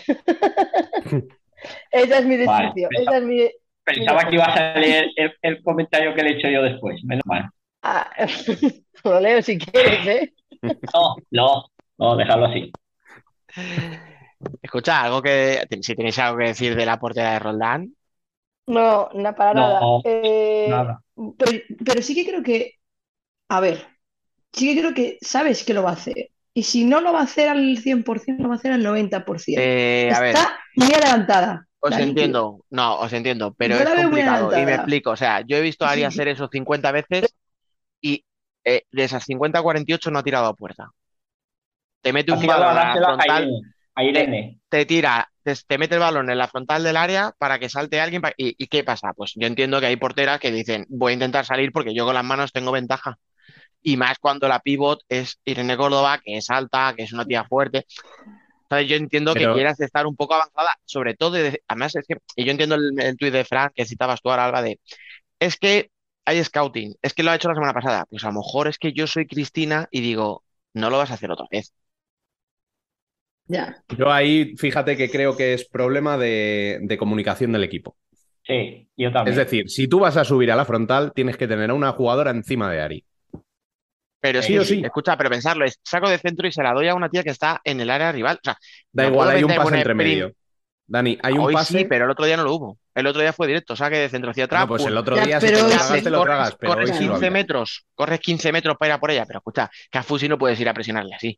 Esa es mi descripción. Vale. Esa es mi... Pensaba que ibas a leer el, el comentario que le he hecho yo después. Menos mal. Ah, lo leo si quieres, ¿eh? No, no, no, dejarlo así. Escucha, algo que, si tenéis algo que decir de la portera de Roldán. No, no, para No, nada. Eh, nada. Pero, pero sí que creo que, a ver, sí que creo que sabes que lo va a hacer. Y si no lo va a hacer al cien por ciento, lo va a hacer al noventa por ciento. Eh, a ver, Está muy adelantada. os Dani, tío. entiendo, no, os entiendo, pero Yo es la veo muy complicado. Y me adelantada. explico, o sea, yo he visto a Ari Sí. hacer eso cincuenta veces y eh, de esas cincuenta, cuarenta y ocho no ha tirado a puerta. Te mete Ha un tirado a balón a la dársela a frontal, Irene. A Irene. te tira, te, te mete el balón en la frontal del área para que salte alguien. pa- ¿Y, y qué pasa? Pues yo entiendo que hay porteras que dicen, voy a intentar salir porque yo con las manos tengo ventaja. Y más cuando la pivot es Irene Córdoba, que es alta, que es una tía fuerte. Entonces yo entiendo que Pero, quieras estar un poco avanzada, sobre todo, de- además es que, y yo entiendo el, el tuit de Fran que citabas tú ahora, Alba, de, es que hay scouting, es que lo ha hecho la semana pasada. Pues a lo mejor es que yo soy Cristina y digo, no lo vas a hacer otra vez. Ya. yo ahí, fíjate que creo que es problema de, de comunicación del equipo. Sí, yo Es también. decir, si tú vas a subir a la frontal, tienes que tener a una jugadora encima de Ari. Pero es Sí que o sí, sí. escucha, pero pensarlo, es saco de centro y se la doy a una tía que está en el área rival. O sea, Da no igual, puedo hay un vender pase un entre sprint. medio. Dani, hay un Hoy sí, pase. pero el otro día no lo hubo. El otro día fue directo, saque de centro hacia Bueno, atrás, pues pum. el otro Ya, día, si pero te lo ¿Qué tragas, haces? te lo Corres, tragas, pero hoy corres sí lo quince había. metros, corres quince metros para ir a por ella, pero escucha, que a Fusi no puedes ir a presionarle así.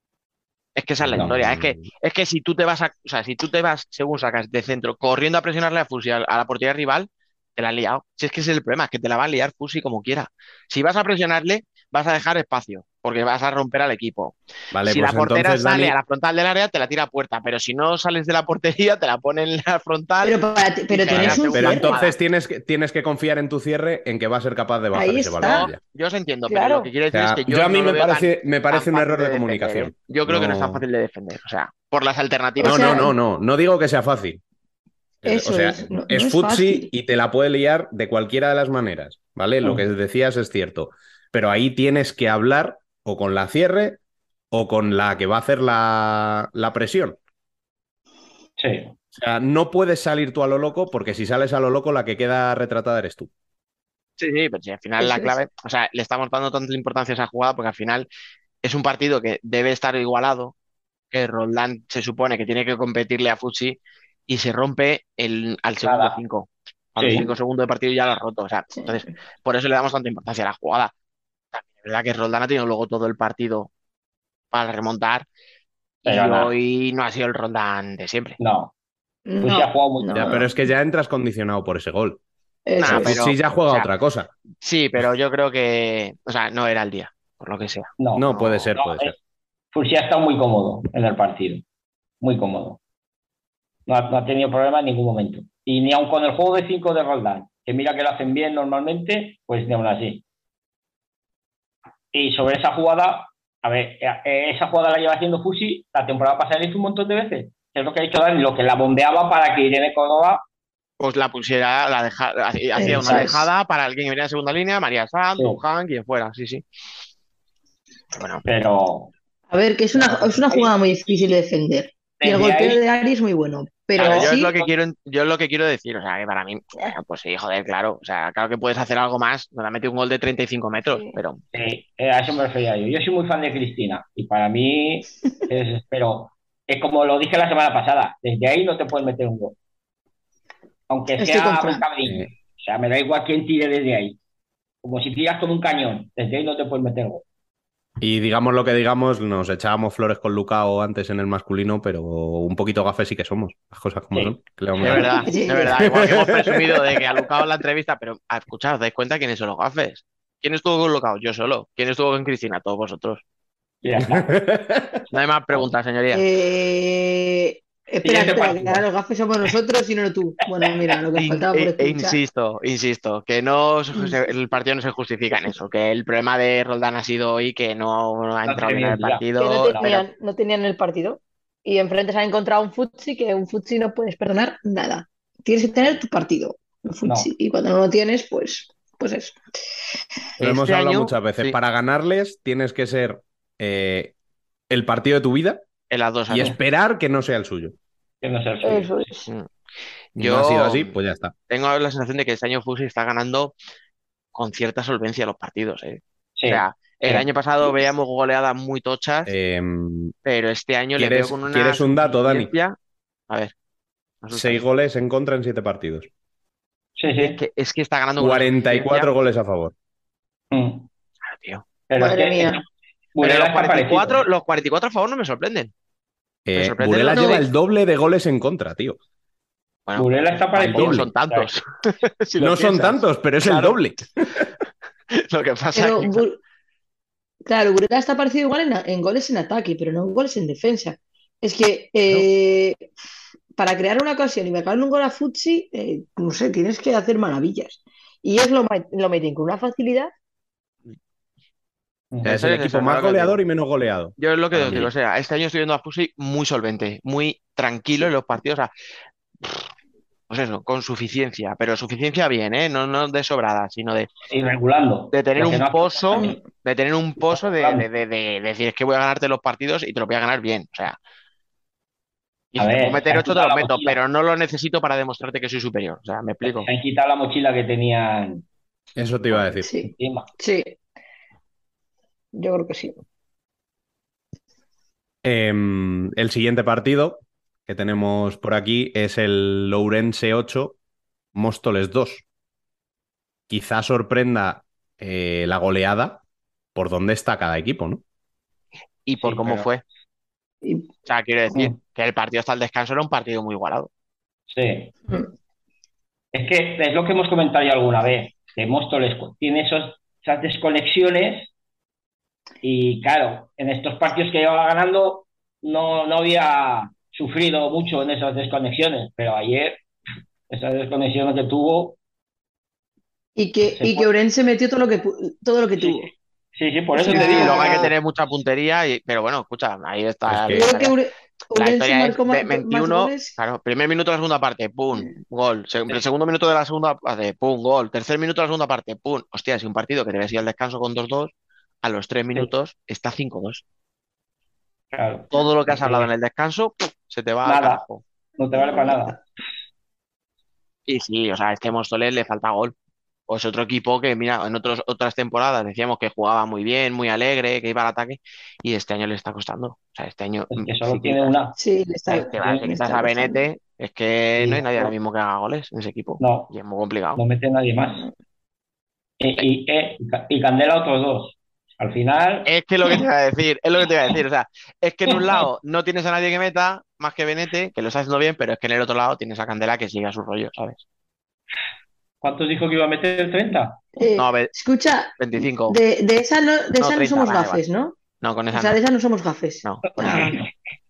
Es que esa es la No. historia. Es que, Mm, es que si tú te vas a, o sea, si tú te vas, según sacas de centro, corriendo a presionarle a Fusi a, a la portería rival, te la has liado. Si es que ese es el problema, es que te la va a liar Fusi como quiera. Si vas a presionarle, vas a dejar espacio, porque vas a romper al equipo. Vale, Si la pues portera entonces, sale Dani. a la frontal del área, te la tira a puerta, pero si no sales de la portería, te la pone en la frontal Pero, para ti- y pero Vale, generas tienes un pero segunda cierre. jugada. entonces tienes que, tienes que confiar en tu cierre en que va a ser capaz de bajar Ahí ese balón Yo, está. ella. yo os entiendo, pero lo que Claro. quiero O decir es sea, que yo yo a mí no lo me veo tan, parece, me tan parece un fácil error de de defender, ¿eh? comunicación. Yo creo que no es tan No, fácil de defender. O sea, por las O alternativas no, que no, sea, no, hay. no. No digo que sea fácil. Eh, O eso sea, es. No, no es es futsi fácil. y te la puede liar de cualquiera de las maneras, ¿vale? Lo que Mm. decías es cierto. Pero ahí tienes que hablar o con la cierre o con la que va a hacer la, la presión. Sí, O sea, no puedes salir tú a lo loco porque si sales a lo loco, la que queda retratada eres tú. Sí, sí, pero si al final la Eso es. clave, o sea, le estamos dando tanta importancia a esa jugada porque al final es un partido que debe estar igualado, que Roldán se supone que tiene que competirle a Futsi y se rompe el, al segundo nada. cinco. A los cinco Sí, segundos de partido ya lo ha roto. O sea, Sí. entonces, por eso le damos tanta importancia a la jugada. También es verdad que Roldán ha tenido luego todo el partido para remontar y pero nada. hoy no ha sido el Roldán de siempre. No. Pues se ha No, jugado muy. Ya, no, pero no. es que ya entras condicionado por ese gol. Eso Nada, El es. pero, futsi ya o juega sea, otra cosa. sí, pero yo creo que, o sea, no era el día, por lo que sea. No, No, puede No, ser, no. puede eh, ser. Fulsi ha estado muy cómodo en el partido. Muy cómodo. No ha, no ha tenido problema en ningún momento. Y ni aun con el juego de cinco de Roldán, que mira que lo hacen bien normalmente, pues ni aún así. Y sobre esa jugada, a ver, eh, esa jugada la lleva haciendo Fusi, la temporada pasada la hizo un montón de veces. Es lo que ha dicho Dani, lo que la bombeaba para que Irene Córdoba. pues la pusiera, la deja, hacía una Eso es. dejada para alguien que venía en segunda línea, María Sanz, Sí, Luján, quien fuera, sí, sí. Bueno, pero A ver, que es una, es una jugada muy difícil de defender. Y el desde golpeo ahí, de Ari es muy bueno. Pero claro, aún yo es lo así, que quiero, yo es lo que quiero decir, o sea, que para mí, bueno, pues sí, joder, claro, o sea, claro que puedes hacer algo más, me ha metido un gol de treinta y cinco metros, sí. pero eh, eh, a eso me refería yo. Yo soy muy fan de Cristina y para mí es, pero es como lo dije la semana pasada, desde ahí no te puedes meter un gol, aunque Estoy con sea un Fran. cabrito. Eh, O sea, me da igual quién tire desde ahí. Como si tiras con un cañón, desde ahí no te puedes meter gol. y digamos lo que digamos, nos echábamos flores con Lucao antes en el masculino, pero un poquito gafes sí que somos. Las cosas como Sí. son. ¿Qué le vamos es a verdad, Sí. es verdad, igual que hemos presumido de que ha Lucao en la entrevista, pero ah, escuchad, ¿os dais cuenta quiénes son los gafes? ¿Quién estuvo con Lucao? Yo solo. ¿Quién estuvo con Cristina? Todos vosotros. Y ya está. decir? No hay más preguntas, señoría. Eh, espera, Siguiente espera, que partido. ahora los gafes somos nosotros y no tú. Bueno, mira, lo que In- faltaba por e- e escuchar. insisto, insisto, que no se- Mm. se- el partido no se justifica en eso, que el problema de Roldán ha sido hoy que no, no ha No entrado bien en el tenían ya. Que no partido, pero tenían, no tenían el partido. Y enfrente se han encontrado un futsi que un futsi no puedes perdonar nada. Tienes que tener tu partido, un No. futsi. Y cuando no lo tienes, pues, pues eso. Lo hemos este hablado año, muchas veces. sí, Para ganarles tienes que ser eh, el partido de tu vida en las dos y así. esperar que no sea el suyo. Que no sea el suyo. Eso es. Mm. Y no ha sido Yo así, pues ya está. tengo la sensación de que este año Fusi está ganando con cierta solvencia los partidos, ¿eh? O Sí, sea, el sí. año pasado veíamos goleadas muy tochas, Eh, pero este año le veo ¿quieres, con una ¿Quieres un dato, Dani? suficiencia. A ver, asusta. Seis goles en contra en siete partidos. Sí, Es sí. que, es que está ganando con una cuarenta y cuatro suficiencia. goles a favor. Mm. Claro, tío. Pero es Madre que mía. Pero Burela los está cuarenta y cuatro, parecido. los cuarenta y cuatro a favor no me sorprenden. Me Eh, sorprenden Burela los lleva seis. el doble de goles en contra, tío. Bueno, Burela está tampoco parecido. son tantos. Si lo No son piensas. tantos, pero es el Claro. doble. Lo que pasa Pero, es que, Bur- claro, Burela está parecido igual en, en goles en ataque, pero no en goles en defensa. Es que eh, para crear una ocasión y marcar un gol a Futsi, eh, no sé, tienes que hacer maravillas. Y ellos lo, ma- lo meten con una facilidad O sea, es Eso el es equipo eso, más claro que goleador digo. y menos goleado. Yo es lo que Para digo, mí. o sea, este año estoy viendo a Fusi muy solvente, muy tranquilo en Sí. los partidos, o sea, pues eso, con suficiencia, pero suficiencia bien, ¿eh? No, no de sobrada, sino de, Y regulando. de tener Lo que un no hace pozo, Mm. de tener un pozo de, de, regulando. de- de decir, es que voy a ganarte los partidos y te los voy a ganar bien, o sea, y A si te puedo ver, se meter han ocho, te quitado los la meto, mochila. pero no lo necesito para demostrarte que soy superior, o sea, me Se explico. han quitado la mochila que tenían Eso te iba a decir. Sí, encima. sí, yo creo que sí. Em, el siguiente partido que tenemos por aquí es el Lourense ocho, Móstoles dos. Quizá sorprenda eh, la goleada por dónde está cada equipo, ¿no? Y por Sí, cómo pero. fue. O Y, sea, quiero decir mm, que el partido hasta el descanso era un partido muy igualado. Sí. mm, Es que es lo que hemos comentado ya alguna vez. Que Móstoles tiene esos, esas desconexiones y, claro, en estos partidos que llevaba ganando no, no había sufrido mucho en esas desconexiones, pero ayer esas desconexiones que tuvo y que, se y que fue. Orense metió todo lo que, pu- todo lo que Sí, tuvo. sí, sí, por O eso Sí, te sí, digo luego hay que que sea, tener mucha puntería, y, pero bueno, escucha, ahí Es está que la yo creo que historia. Ure- La Ourense historia es marcó ma- de más, veintiuno, goles. claro, primer minuto de la segunda parte, pum, gol. Se- El segundo minuto de la segunda parte, pum, gol. Tercer minuto de la segunda parte, pum. Hostia, es un partido que debe ir al descanso con dos dos, a los tres sí, minutos está cinco dos. claro. Todo lo que Es has hablado en que el descanso, ¡pum!, se te va al nada, carajo. no te vale para nada. Y sí, o sea, es que a Móstoles le falta gol. O es otro equipo que, mira, en otros, otras temporadas decíamos que jugaba muy bien, muy alegre, que iba al ataque, y este año le está costando. O sea, este año, Es mm, que si solo tiene quitas, una. Sí, le está, este va, si le quitas está a costando. Benete, es que no Y hay nadie ahora no, mismo que haga goles en ese equipo. no, Y es muy complicado. no mete nadie más. Y, y, eh, y Candela otros dos. Al final, Es que es lo que te iba a decir, es lo que te iba a decir. O sea, es que en un lado no tienes a nadie que meta, más que Benete, que lo está haciendo bien, pero es que en el otro lado tienes a Candela que sigue a su rollo, ¿sabes? ¿cuántos dijo que iba a meter el treinta? No, Eh, ve- escucha, veinticinco. de, de esa no, de No, esa no treinta, somos vale, vale. gafes, ¿no? No, con O esa sea, de no. esa no somos gafes. No, con esa Ah, no. vale.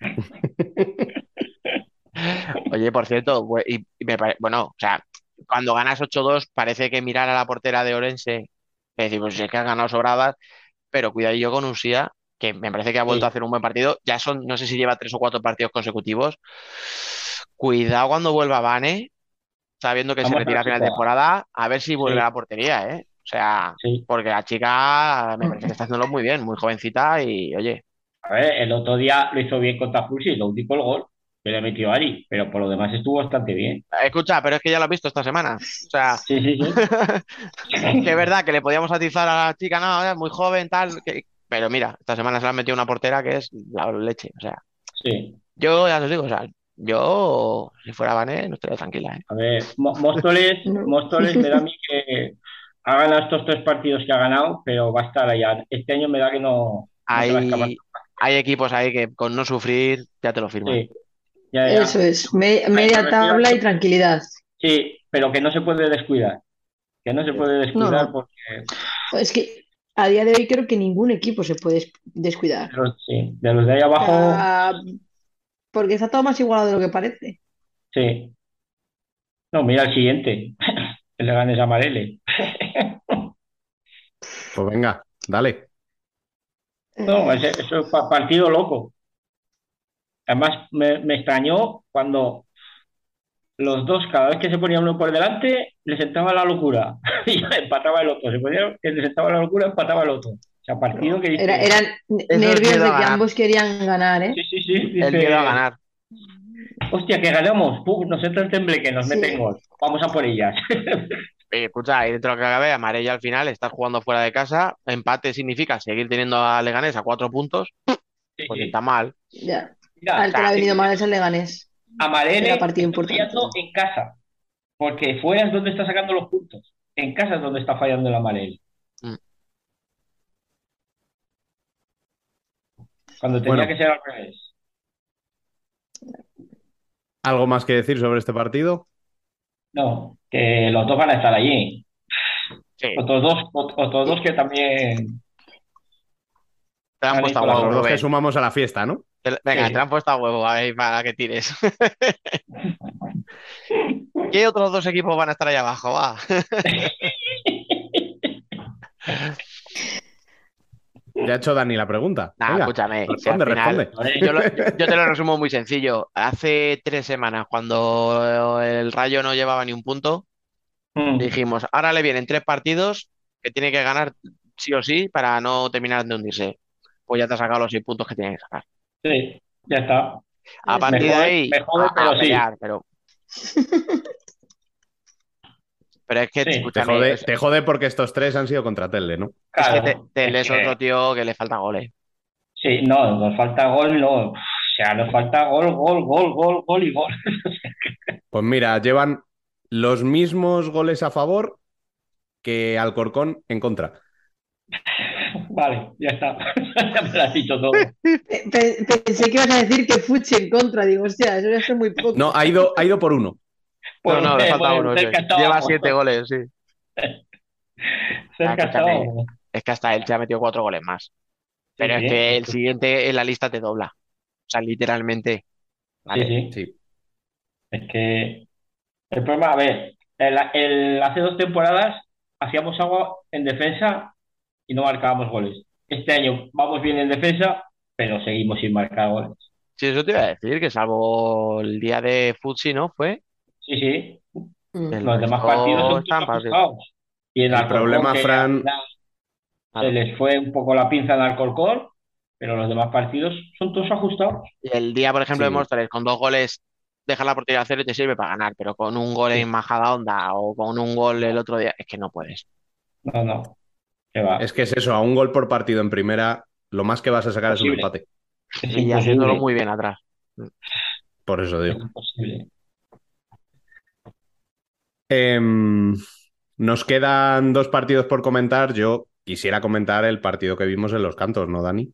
Oye, por cierto, bue- y, y me pare- bueno, o sea, cuando ganas ocho dos, parece que mirar a la portera de Orense, que decir, pues es que has ganado sobradas, pero cuidadillo con Usía, que me parece que ha vuelto a Sí, hacer un buen partido. Ya son, no sé si lleva tres o cuatro partidos consecutivos. Cuidado cuando vuelva Vane, sabiendo que se vamos a retira la a final chica. de temporada, a ver si vuelve a Sí, la portería, ¿eh? O sea, sí. porque la chica me parece que está haciéndolo muy bien, muy jovencita y, oye, A ver, el otro día lo hizo bien contra Fulsi, lo único el gol que le metió Ari, pero por lo demás estuvo bastante bien. escucha, pero es que ya lo has visto esta semana. O sea, Sí, sí, sí. que es verdad que le podíamos atizar a la chica, no, es muy joven, tal, que- pero mira, esta semana se le han metido una portera que es la leche. O sea, Sí. yo ya os digo, o sea, yo si fuera Vané no estaría tranquila, ¿eh? A ver, Mo- Móstoles, No. Móstoles me da a mí que ha ganado estos tres partidos que ha ganado, pero va a estar allá. Este año me da que no, no se va a escapar. Hay, hay equipos ahí que con no sufrir ya te lo firman. Sí, ya, Eso ya. es, me- A eso media refiero, tabla y tranquilidad. sí, pero que no se puede descuidar. Que no se puede No, descuidar no. porque Es que a día de hoy creo que ningún equipo se puede des- descuidar. de los, sí, de los de ahí O abajo, sea, porque está todo más igualado de lo que parece. sí. No, mira el siguiente. Que le ganes a Marele. Pues venga, dale. No, Eh, ese, eso es pa- partido loco. Además, me, me extrañó cuando los dos, cada vez que se ponía uno por delante, les entraba la locura. Y ya empataba el otro. Se ponía, que les entraba la locura, empataba el otro. O sea, partido que era, dice. eran n- Eso es nervios miedo a de que ganar, ambos querían ganar, ¿eh? Sí, sí, sí. el miedo a Dice, ganar. hostia, que ganamos. Puf, nos entra el tembleque, nos Sí, meten gol. Vamos a por ellas. Oye, escucha, ahí dentro de lo que cabe, amarilla al final, estás jugando fuera de casa, empate significa seguir teniendo a Leganés a cuatro puntos, Sí, pues sí. está mal. ya. Mira, O Al que le sea, ha eh, venido mal es el Leganés. a Era Marele partido está importante. fallando en casa. Porque fuera es donde está sacando los puntos. En casa es donde está fallando el Amarele. mm, Cuando tenía Bueno, que ser al revés. ¿algo más que decir sobre este partido? No, que los dos van a estar allí. sí, Otros dos, ot- otros dos que también te han han puesto a hecho las Los huevo, dos cosas. que Rubén. sumamos a la fiesta, ¿no? Te- Venga, te Sí. han puesto a huevo ahí para que tires. ¿Qué otros dos equipos van a estar ahí abajo? Va. ha hecho Dani la pregunta. Nah, Venga, escúchame, si al responde, final, responde. yo, lo- yo- yo te lo resumo muy sencillo. Hace tres semanas, cuando el Rayo no llevaba ni un punto, Mm, dijimos, ahora le vienen tres partidos que tiene que ganar sí o sí para no terminar de hundirse. Pues ya te ha sacado los seis puntos que tiene que sacar. sí, ya está. A Eso Me partir de es. jode, ahí, me jode, a, a pero sí. pelear, pero, pero es que, Sí, Te escúchame, jode, es, te jode porque estos tres han sido contra Telde, ¿no? es que te, claro. Tele Es es otro que, tío que le falta goles. sí, no, nos falta gol, no. O sea, nos falta gol, gol, gol, gol, gol y gol. Pues mira, llevan los mismos goles a favor que Alcorcón en contra. Vale, ya está. Ya me lo has dicho todo. Pe- pe- Pensé que ibas a decir que Fuchi en contra. Digo, hostia, eso ya es muy No, poco. ha ido, ha ido por uno. No, Pues, no, le eh, falta pues uno, eso es. cerca Lleva estábamos. siete goles, sí. Ah, Cerca escúchame, estábamos. es que hasta él se ha metido cuatro goles más. Sí, Pero es sí, que es el que- siguiente en la lista te dobla. O sea, literalmente. sí, Vale. sí. Sí. Es que el problema, a ver, el, el- hace dos temporadas hacíamos agua en defensa y no marcábamos goles. Este año vamos bien en defensa, pero seguimos sin marcar goles. Sí, eso te iba a decir, que salvo el día de Futsi, ¿no? Fue. Sí, sí. Mm. El Los demás partidos resto son todos están partidos. ajustados. Y en El Alcorcón, problema, que al Fran, final se Claro. les fue un poco la pinza en Alcorcón, pero los demás partidos son todos ajustados. Y el día, por ejemplo, de sí, Móstoles, con dos goles, dejar la portería a cero y te sirve para ganar, pero con un gol en Sí. Majadahonda o con un gol el otro día, es que no puedes. No, no, que va. es que es eso, a un gol por partido en primera, lo más que vas a sacar es un Imposible. empate. Es Y haciéndolo imposible. muy bien atrás. Por eso Es digo. imposible. Em, nos quedan dos partidos por comentar. Yo quisiera comentar el partido que vimos en Los Cantos, ¿no, Dani?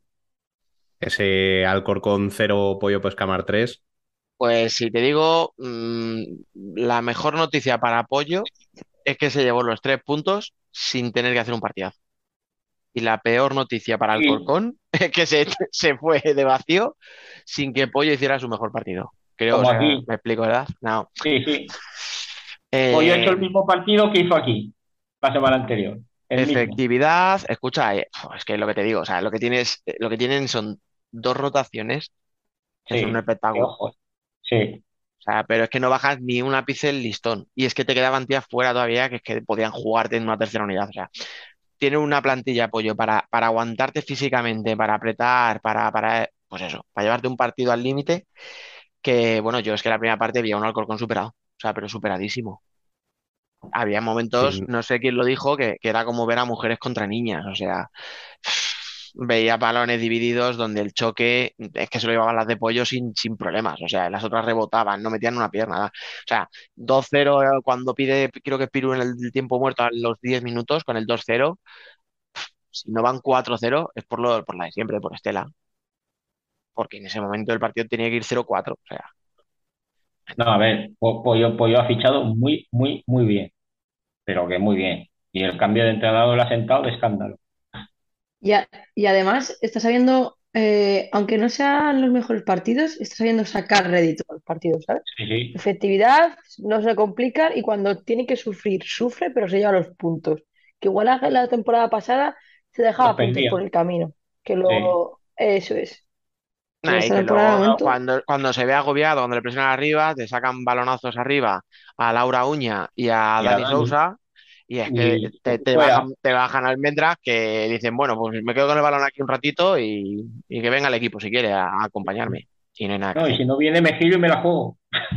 Ese Alcorcón cero, Pollo Pescamar tres. Pues si te digo, mm, la mejor noticia para Pollo es que se llevó los tres puntos sin tener que hacer un partidazo. Y la peor noticia para Y Alcorcón es que se, se fue de vacío sin que Pollo hiciera su mejor partido. Creo, o como sea, aquí. me explico, ¿verdad? No. Sí, sí. Eh, Hoy he hecho el mismo partido que hizo aquí, la semana anterior. El mismo. efectividad, escucha, eh, es que lo que te digo, o sea, lo que tienes, lo que tienen son dos rotaciones que son un Sí, qué espectáculo. ojo. Sí, O sea, pero es que no bajas ni un ápice el listón. Y es que te quedaban tías fuera todavía que es que podían jugarte en una tercera unidad. O sea, tiene una plantilla apoyo para, para aguantarte físicamente, para apretar, para, para, pues eso, para llevarte un partido al límite. Que bueno, yo es que la primera parte vi a un Alcorcón superado. O sea, pero superadísimo. Había momentos, Sí, no sé quién lo dijo, que, que era como ver a mujeres contra niñas. O sea, veía balones divididos donde el choque es que se lo llevaban las de pollo sin, sin problemas. O sea, las otras rebotaban, no metían una pierna. Nada. O sea, dos cero eh, cuando pide, creo que Piru en el tiempo muerto a los diez minutos con el dos cero. Si no van cuatro cero es por, lo, por la de siempre, por Estela. Porque en ese momento el partido tenía que ir cero cuatro. O sea, no, a ver, Po- Pollo, Pollo ha fichado muy, muy, muy bien, pero que muy bien. Y el cambio de entrenador lo ha sentado de escándalo. Y, a- y además está sabiendo, eh, aunque no sean los mejores partidos, está sabiendo sacar rédito a los partidos, ¿sabes? Sí, sí, Efectividad, no se complica y cuando tiene que sufrir, sufre, pero se lleva los puntos. Que igual la, la temporada pasada se los dejaba puntos perdía. por el camino. Que Sí, luego, eso es. Pero nada, y esta que temporada de luego momento, cuando, cuando se ve agobiado, cuando le presionan arriba, te sacan balonazos arriba a Laura Uña y a y a Dani Dani. Sousa. Y es que Y te, te fuera. bajan, te bajan almendras que dicen, bueno, pues me quedo con el balón aquí un ratito y, y que venga el equipo si quiere a, a acompañarme. Y no hay nada que No, y hacer. si no viene, me giro y me la juego.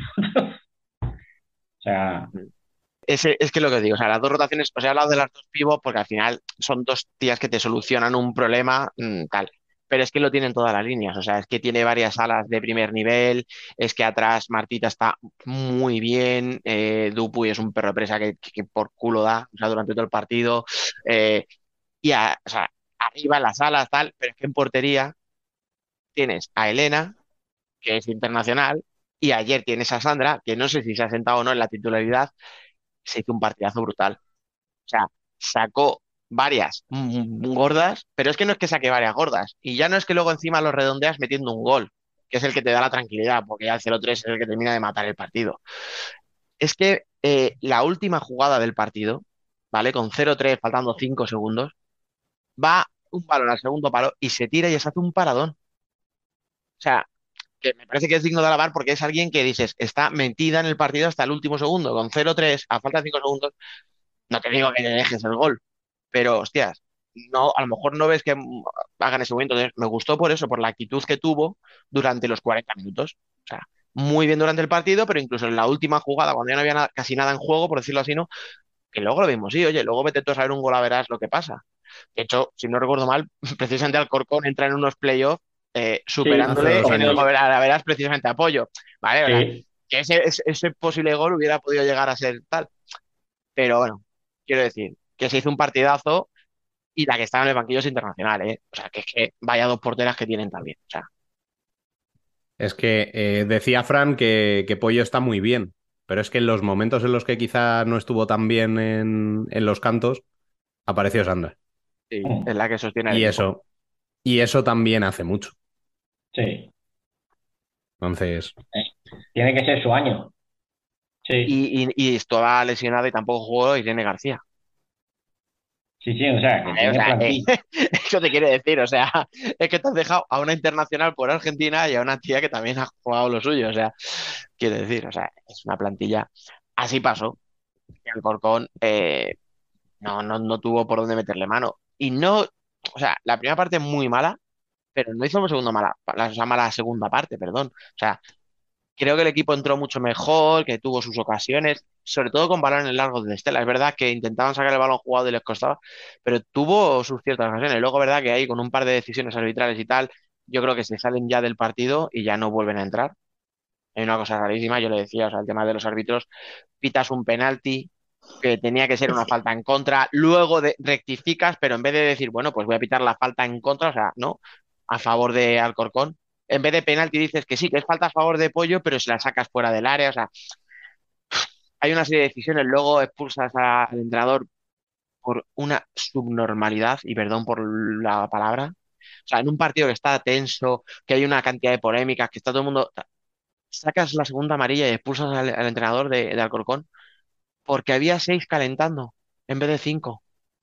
O sea, Ese, es que lo que digo, o sea, las dos rotaciones, os he hablado de las dos pivos porque al final son dos tías que te solucionan un problema, mm, tal. Pero es que lo tienen todas las líneas, o sea, es que tiene varias alas de primer nivel, es que atrás Martita está muy bien, eh, Dupuy es un perro de presa que, que- que por culo da, o sea, durante todo el partido, eh, y a- o sea, arriba en las alas, tal, pero es que en portería tienes a Elena, que es internacional, y ayer tienes a Sandra, que no sé si se ha sentado o no en la titularidad, se hizo un partidazo brutal. O sea, sacó varias mm, gordas, pero es que no es que saque varias gordas. Y ya no es que luego encima lo redondeas metiendo un gol, que es el que te da la tranquilidad, porque ya el cero tres es el que termina de matar el partido. Es que eh, la última jugada del partido, ¿vale? Con cero tres, faltando cinco segundos, va un balón al segundo palo y se tira y se hace un paradón. O sea, que me parece que es digno de alabar porque es alguien que dices, está metida en el partido hasta el último segundo, con cero tres, a falta de cinco segundos. No te digo que le dejes el gol, pero hostias, no, a lo mejor no ves que mm, hagan ese momento. Entonces, me gustó por eso, por la actitud que tuvo durante los cuarenta minutos. O sea, muy bien durante el partido, pero incluso en la última jugada, cuando ya no había nada- casi nada en juego, por decirlo así, ¿no? Que luego lo vimos, sí, oye, luego vete tú a saber un gol a verás lo que pasa. De hecho, si no recuerdo mal, precisamente Alcorcón entra en unos playoffs eh, Sí, Hace superándole dos en el años. gol a verás precisamente apoyo. ¿Vale? O sea, sí. que ese, ese, ese posible gol hubiera podido llegar a ser tal. Pero bueno, quiero decir que se hizo un partidazo y la que estaba en el banquillo es internacional, ¿eh? O sea, que es que vaya dos porteras que tienen también. O sea, Es que eh, decía Fran que, que Pollo está muy bien, pero es que en los momentos en los que quizá no estuvo tan bien en, en los cantos, apareció Sandra. sí, Mm, es la que sostiene el Y equipo. eso, y eso también hace mucho. sí. Entonces, Eh, Tiene que ser su año. Sí, Y, y, y estaba lesionada y tampoco jugó Irene García. sí, sí, o sea, que ¿Vale? O tiene sea, eh, plantilla. eso te quiere decir, o sea, es que te has dejado a una internacional por Argentina y a una tía que también ha jugado lo suyo, o sea, quiere decir, o sea, es una plantilla. Así pasó. Y Alcorcón eh, no, no, no tuvo por dónde meterle mano. Y no, o sea, la primera parte es muy mala, pero no hizo una segunda mala, la, o sea, mala segunda parte, perdón. O sea, creo que el equipo entró mucho mejor, que tuvo sus ocasiones, sobre todo con balones largos de Estela. Es verdad que intentaban sacar el balón jugado y les costaba, pero tuvo sus ciertas ocasiones. Luego, verdad que ahí con un par de decisiones arbitrales y tal, yo creo que se salen ya del partido y ya no vuelven a entrar. Hay una cosa rarísima, yo le decía, o sea, el tema de los árbitros, pitas un penalti que tenía que ser Es una que, falta en contra, luego de- rectificas, pero en vez de decir, bueno, pues voy a pitar la falta en contra, o sea, no, a favor de Alcorcón, en vez de penalti dices que sí, que es falta a favor de Pollo, pero si la sacas fuera del área, o sea, hay una serie de decisiones, luego expulsas a- al entrenador por una subnormalidad, y perdón por la palabra, o sea, en un partido que está tenso, que hay una cantidad de polémicas, que está todo el mundo, sacas la segunda amarilla y expulsas al, al entrenador de, de Alcorcón porque había seis calentando en vez de cinco,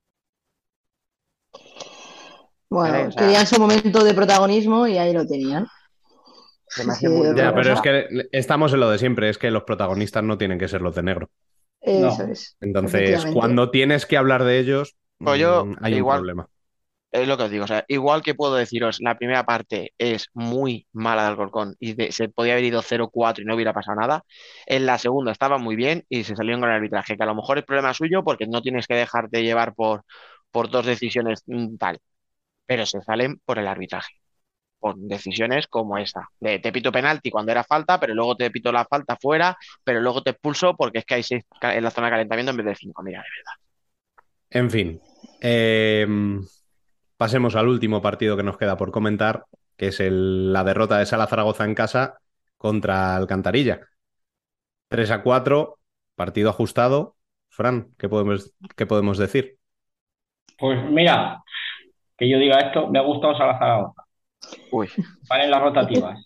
¿vale? O bueno, sea, querían su momento de protagonismo y ahí lo tenían. se me Es hace que muy otra ya, duro. pero es cosa, que estamos en lo de siempre, es que los protagonistas no tienen que ser los de negro. eso No. es, Entonces, efectivamente. cuando tienes que hablar de ellos, Pues yo, mm, hay un igual, problema. es lo que os digo, o sea, igual que puedo deciros, la primera parte es muy mala de Alcorcón y de- se podía haber ido cero cuatro y no hubiera pasado nada. En la segunda estaba muy bien y se salieron con el arbitraje, que a lo mejor es problema suyo porque no tienes que dejarte llevar por, por dos decisiones mm, tal, pero se salen por el arbitraje, por decisiones como esta. De, te pito penalti cuando era falta, pero luego te pito la falta fuera, pero luego te expulso porque es que hay seis ca- en la zona de calentamiento en vez de cinco. Mira, de verdad. En fin, eh, pasemos al último partido que nos queda por comentar, que es el- la derrota de Sala Zaragoza en casa contra Alcantarilla. Tres a cuatro, partido ajustado. Fran, ¿qué podemos, qué podemos decir? Pues mira, que yo diga esto, me ha gustado Salazar. Uy, Paren las rotativas.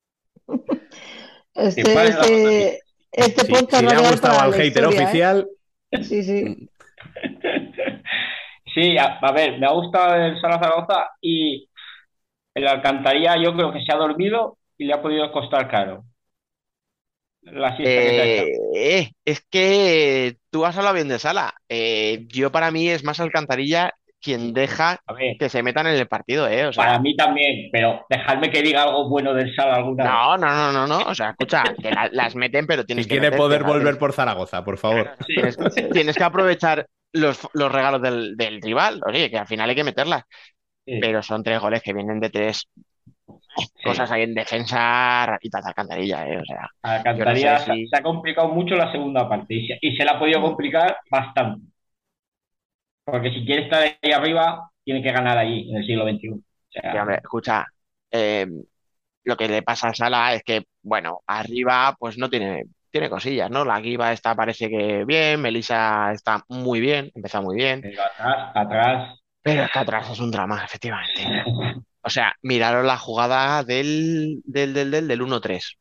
Que Este, paren las rotativas. este, este Si, podcast si va le a ha quedar gustado para al la hater historia, ¿eh? oficial, Sí, sí. mm, Sí, a, a ver, me ha gustado el Sala Zaragoza y el Alcantarilla yo creo que se ha dormido y le ha podido costar caro la siesta que se ha echado. Eh, eh, es que tú has hablado bien de Sala. Eh, yo para mí es más Alcantarilla quien deja A ver, que se metan en el partido, ¿eh? O para sea, mí también, pero dejadme que diga algo bueno del Sala alguna vez. no, no, no, no, no. O sea, escucha, que la- las meten, pero si tienes que quiere meterte. O poder sea, volver tienes, por Zaragoza, por favor. claro, o sea, Sí, tienes, Eso es. tienes que aprovechar los, los regalos del, del rival. Oye, que al final hay que meterlas. sí, Pero son tres goles que vienen de tres cosas sí. ahí en defensa ratitas de Alcantarilla, ¿eh? O sea, yo no sé Alcantarilla se, si. se ha complicado mucho la segunda parte y se, y se la ha podido Mm. complicar bastante. Porque si quiere estar ahí arriba, tiene que ganar ahí en el siglo veintiuno. O Sí, sea, hombre, escucha. eh, Lo que le pasa a Sala es que, bueno, arriba pues no tiene, tiene cosillas, ¿no? La Guiva está parece que bien, Melissa está muy bien, empieza muy bien, pero atrás, atrás, pero es que atrás es un drama, efectivamente. O sea, miraros la jugada del, del, del, del, del uno tres.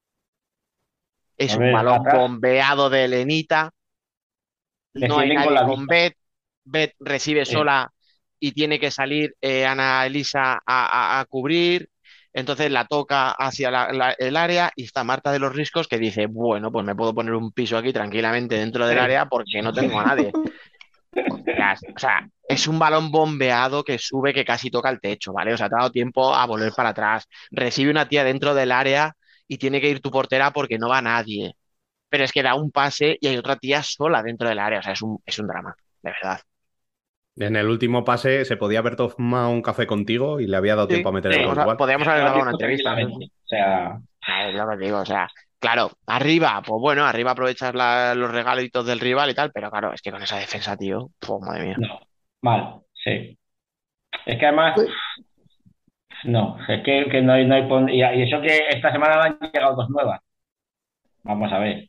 Es a un ver, balón atrás bombeado de Elenita, no hay defienden con nadie la con vista. Bet, Bet recibe Sí, sola y tiene que salir eh, Ana Elisa a, a- a cubrir. Entonces la toca hacia la- la- el área y está Marta de los Riscos que dice, bueno, pues me puedo poner un piso aquí tranquilamente dentro del área porque no tengo a nadie. Hostias, o sea, es un balón bombeado que sube que casi toca el techo, ¿vale? O sea, te ha dado tiempo a volver para atrás. Recibe una tía dentro del área y tiene que ir tu portera porque no va nadie. Pero es que da un pase y hay otra tía sola dentro del área. O sea, es un, es un drama, de verdad. En el último pase se podía haber tomado un café contigo y le había dado tiempo Sí, a meter el Sí, gol podríamos, ha- igual. podríamos haber lleva grabado una tiempo entrevista. tranquilamente. O sea, Ah, es lo que digo, o sea, claro, arriba, pues bueno, arriba aprovechas la- los regalitos del rival y tal, pero claro, es que con esa defensa, tío, pues madre mía. no, mal, sí. Es que además, Pues, no, es que, que no hay, no hay pon- y, y eso que esta semana han llegado dos nuevas. Vamos a ver.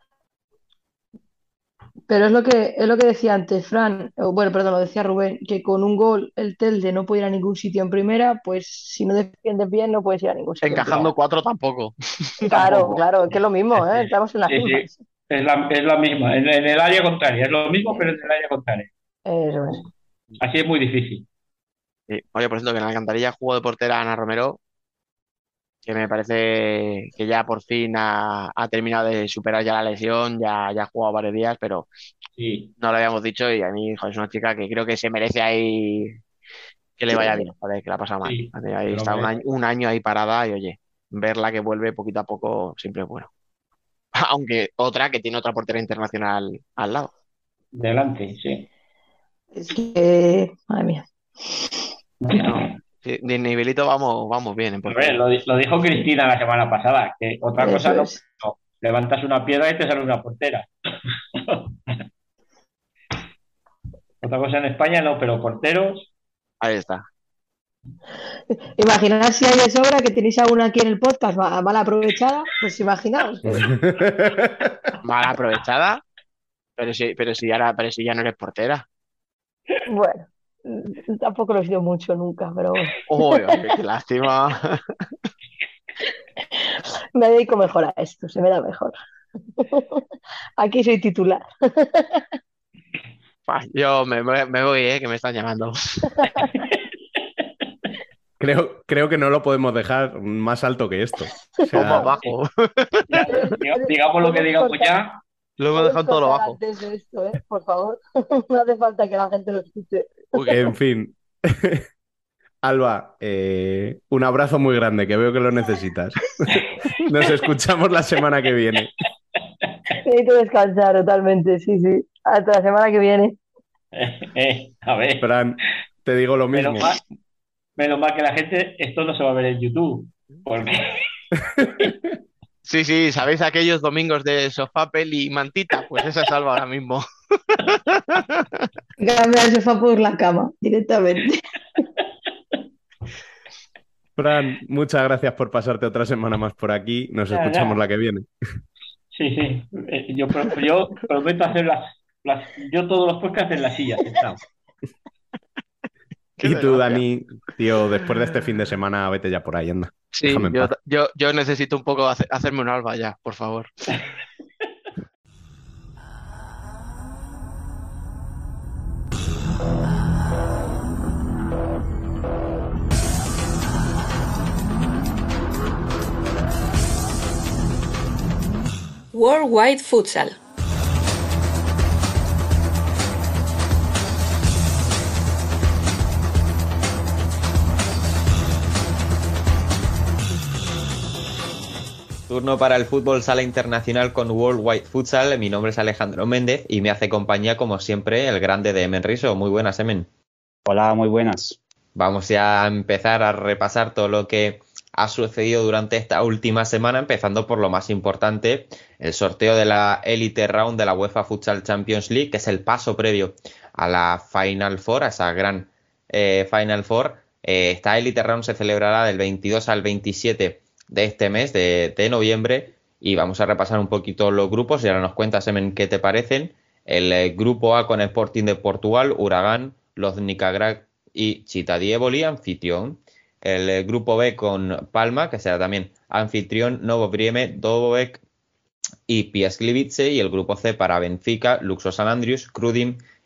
pero es lo que, es lo que decía antes, Fran, o bueno, perdón, lo decía Rubén, que con un gol el Telde no puede ir a ningún sitio en primera, pues si no defiendes bien no puedes ir a ningún sitio en Encajando primera. cuatro tampoco, Claro, tampoco. claro, que es lo mismo, ¿eh? Estamos en las Sí, sí, mismas. es la, es la misma, en, en el área contraria, es lo mismo, pero en el área contraria. Eso es. Así es muy difícil. Sí. Oye, por cierto, que en la Alcantarilla jugó de portera Ana Romero, que me parece que ya por fin ha, ha terminado de superar ya la lesión, ya, ya ha jugado varios días, pero Sí, no lo habíamos dicho y a mí, joder, es una chica que creo que se merece ahí que le Sí, vaya bien, joder, que la ha pasado mal. sí, Ahí se lo está un año, merece. un año ahí parada y oye, verla que vuelve poquito a poco siempre es bueno. Aunque otra que tiene otra portera internacional al lado. Delante, sí. es que, madre mía. No, sí, de nivelito vamos, vamos bien en A ver, portería. lo, di- lo dijo Cristina la semana pasada, que otra cosa Eso no, es. no. Levantas una piedra y te sale una portera. Otra cosa en España no, pero porteros, Ahí está. Imaginad si hay de sobra que tenéis alguna aquí en el podcast ma- mal aprovechada, pues imaginaos. Que, Mal aprovechada, pero si, pero si ahora, pero si ya no eres portera. bueno, mm, tampoco lo he sido mucho nunca, pero bueno, Uy, oye, qué lástima. me dedico mejor a esto, se me da mejor. Aquí soy titular. Pa, yo me, me- me voy, eh, que me están llamando. Creo, creo que no lo podemos dejar más alto que esto. O O más sea, bajo. ya, diga- digamos lo que Podemos digamos cortar, ya, Lo hemos podemos dejado todo lo cortar bajo. antes de esto, ¿eh? Por favor. No hace falta que la gente lo escuche. Uy, qué en feo. fin. Alba, eh, un abrazo muy grande, que veo que lo necesitas. Nos escuchamos la semana que viene. Necesito descansar totalmente, sí, sí. Hasta la semana que viene. eh, eh, a ver, Fran, te digo lo menos mismo. mal, menos mal que la gente, esto no se va a ver en YouTube, porque Sí, sí, ¿sabéis aquellos domingos de sofá, peli y mantita? Pues esa es Alba ahora mismo. Cambia el sofá por la cama, directamente. Fran, muchas gracias por pasarte otra semana más por aquí. Nos nada, escuchamos nada. la que viene. Sí, sí, eh, yo, pro- yo prometo hacer las, las, yo todos los podcasts en la silla, sentado. Qué Y tú, desgracia. Dani, tío, después de este fin de semana, vete ya por ahí, anda. Sí, Déjame en yo, paz. yo, yo necesito un poco hace- hacerme un Alba ya, por favor. Worldwide Futsal. Turno para el fútbol sala internacional con Worldwide Futsal. Mi nombre es Alejandro Méndez y me hace compañía, como siempre, el grande de Emen Riso. Muy buenas, Emen. Hola, muy buenas. Vamos ya a empezar a repasar todo lo que ha sucedido durante esta última semana, empezando por lo más importante, el sorteo de la Elite Round de la UEFA Futsal Champions League, que es el paso previo a la Final Four, a esa gran eh, Final Four. Eh, esta Elite Round se celebrará del veintidós al veintisiete de este mes, de, de noviembre, y vamos a repasar un poquito los grupos y ahora nos cuentas, Emen, qué te parecen. El eh, grupo A con Sporting de Portugal, Huracán, Loznica Graz y Città di Eboli, anfitrión. El eh, grupo B con Palma, que será también anfitrión, Novo Brieme, Dobovec y Piast Gliwice. Y el grupo C para Benfica, Luxor San Andrews, Crudim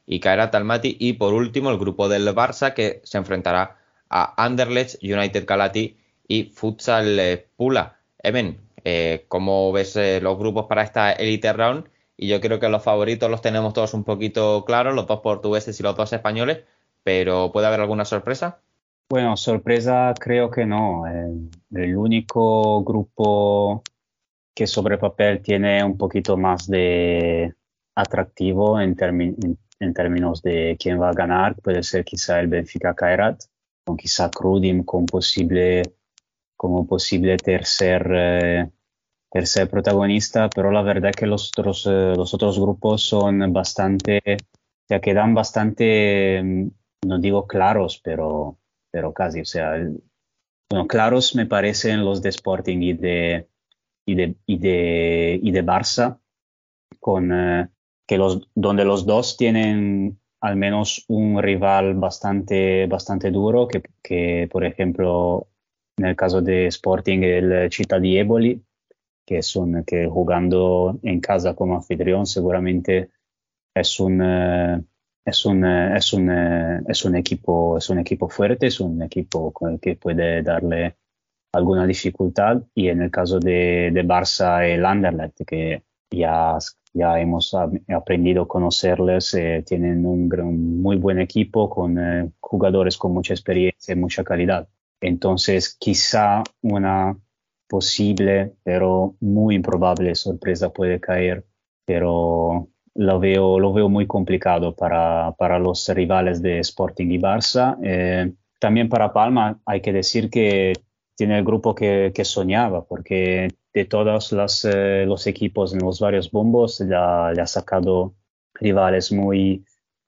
y Kairat Almaty. Y por último, el grupo del Barça, que se enfrentará a Anderlecht, United Galati y Futsal eh, Pula. Emen, eh, ¿cómo ves eh, los grupos para esta Elite Round? Y yo creo que los favoritos los tenemos todos un poquito claros, los dos portugueses y los dos españoles, pero ¿puede haber alguna sorpresa? Bueno, sorpresa creo que no. El, el único grupo que sobre papel tiene un poquito más de atractivo en, termi- en, en términos de quién va a ganar puede ser quizá el Benfica Kairat, con quizá Krudim con posible, como posible tercer, eh, tercer protagonista, pero la verdad es que los otros, eh, los otros grupos son bastante, o sea, quedan bastante, mm, no digo claros, pero, pero casi, o sea, el- bueno, claros me parecen los de Sporting y de, y de, y de, y de Barça, con, eh, que los, donde los dos tienen al menos un rival bastante, bastante duro, que, que por ejemplo, en el caso de Sporting, el Città di Eboli, que es un, que jugando en casa como anfitrión seguramente es un, eh, es un, eh, es un, eh, es un equipo, es un equipo fuerte, es un equipo con el que puede darle alguna dificultad. Y en el caso de, de Barça, el Anderlecht, que ya, ya hemos aprendido a conocerles, eh, tienen un, gran- muy buen equipo con eh, jugadores con mucha experiencia y mucha calidad. Entonces, quizá una posible, pero muy improbable sorpresa puede caer, pero lo veo, lo veo muy complicado para, para los rivales de Sporting y Barça. Eh, también para Palma hay que decir que tiene el grupo que, que soñaba, porque de todos las, eh, los equipos en los varios bombos ya, ya ha sacado rivales muy,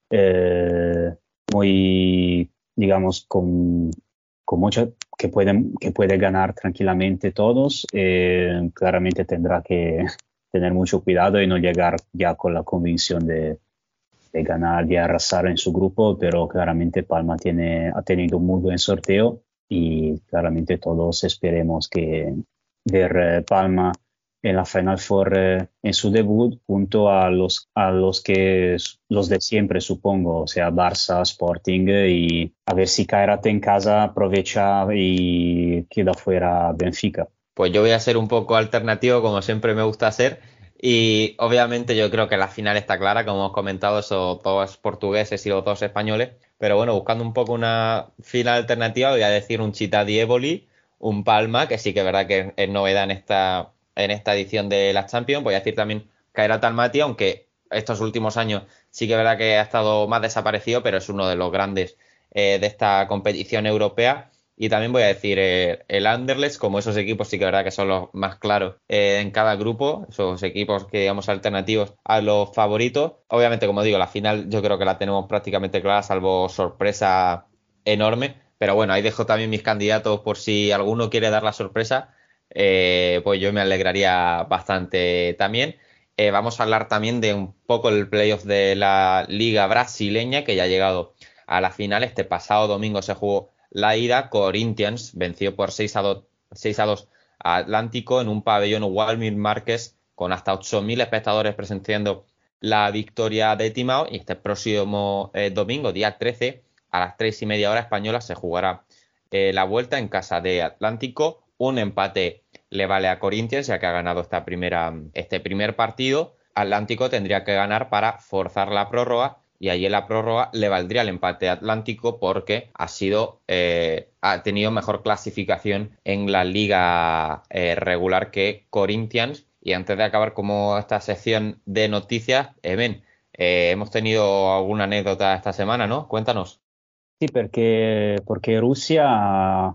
eh, muy, digamos, con, con mucho, que pueden, que puede ganar tranquilamente todos. Eh, claramente tendrá que tener mucho cuidado y no llegar ya con la convicción de, de ganar y arrasar en su grupo, pero claramente Palma tiene, ha tenido un muy buen sorteo y claramente todos esperemos que ver eh, Palma en la Final Four eh, en su debut junto a los, a los que los de siempre, supongo, o sea, Barça, Sporting, eh, y a ver si Kairat en casa aprovecha y queda fuera Benfica. Pues yo voy a ser un poco alternativo, como siempre me gusta hacer. Y obviamente yo creo que la final está clara, como hemos comentado, esos dos portugueses y los dos españoles. Pero bueno, buscando un poco una final alternativa, voy a decir un Città di Eboli, un Palma, que sí que es verdad que es novedad en esta, en esta edición de la Champions. Voy a decir también Kairat Almaty, aunque estos últimos años sí que es verdad que ha estado más desaparecido, pero es uno de los grandes eh, de esta competición europea. Y también voy a decir eh, el Anderlecht, como esos equipos sí que es verdad que son los más claros eh, en cada grupo, esos equipos que digamos alternativos a los favoritos. Obviamente, como digo, la final yo creo que la tenemos prácticamente clara, salvo sorpresa enorme. Pero bueno, ahí dejo también mis candidatos por si alguno quiere dar la sorpresa, eh, pues yo me alegraría bastante también. Eh, vamos a hablar también de un poco el playoff de la Liga Brasileña, que ya ha llegado a la final. Este pasado domingo se jugó la ida. Corinthians venció por seis a dos, seis a dos a Atlántico en un pabellón Walmir Márquez con hasta ocho mil espectadores presenciando la victoria de Timao. Y este próximo eh, domingo, día trece, a las tres y media hora española, se jugará eh, la vuelta en casa de Atlántico. Un empate le vale a Corinthians, ya que ha ganado esta primera, este primer partido. Atlántico tendría que ganar para forzar la prórroga, y allí en la prórroga le valdría el empate Atlántico porque ha sido eh, ha tenido mejor clasificación en la liga eh, regular que Corinthians. Y antes de acabar como esta sección de noticias, Eben, eh, hemos tenido alguna anécdota esta semana, ¿no? Cuéntanos. Sí, porque, porque Rusia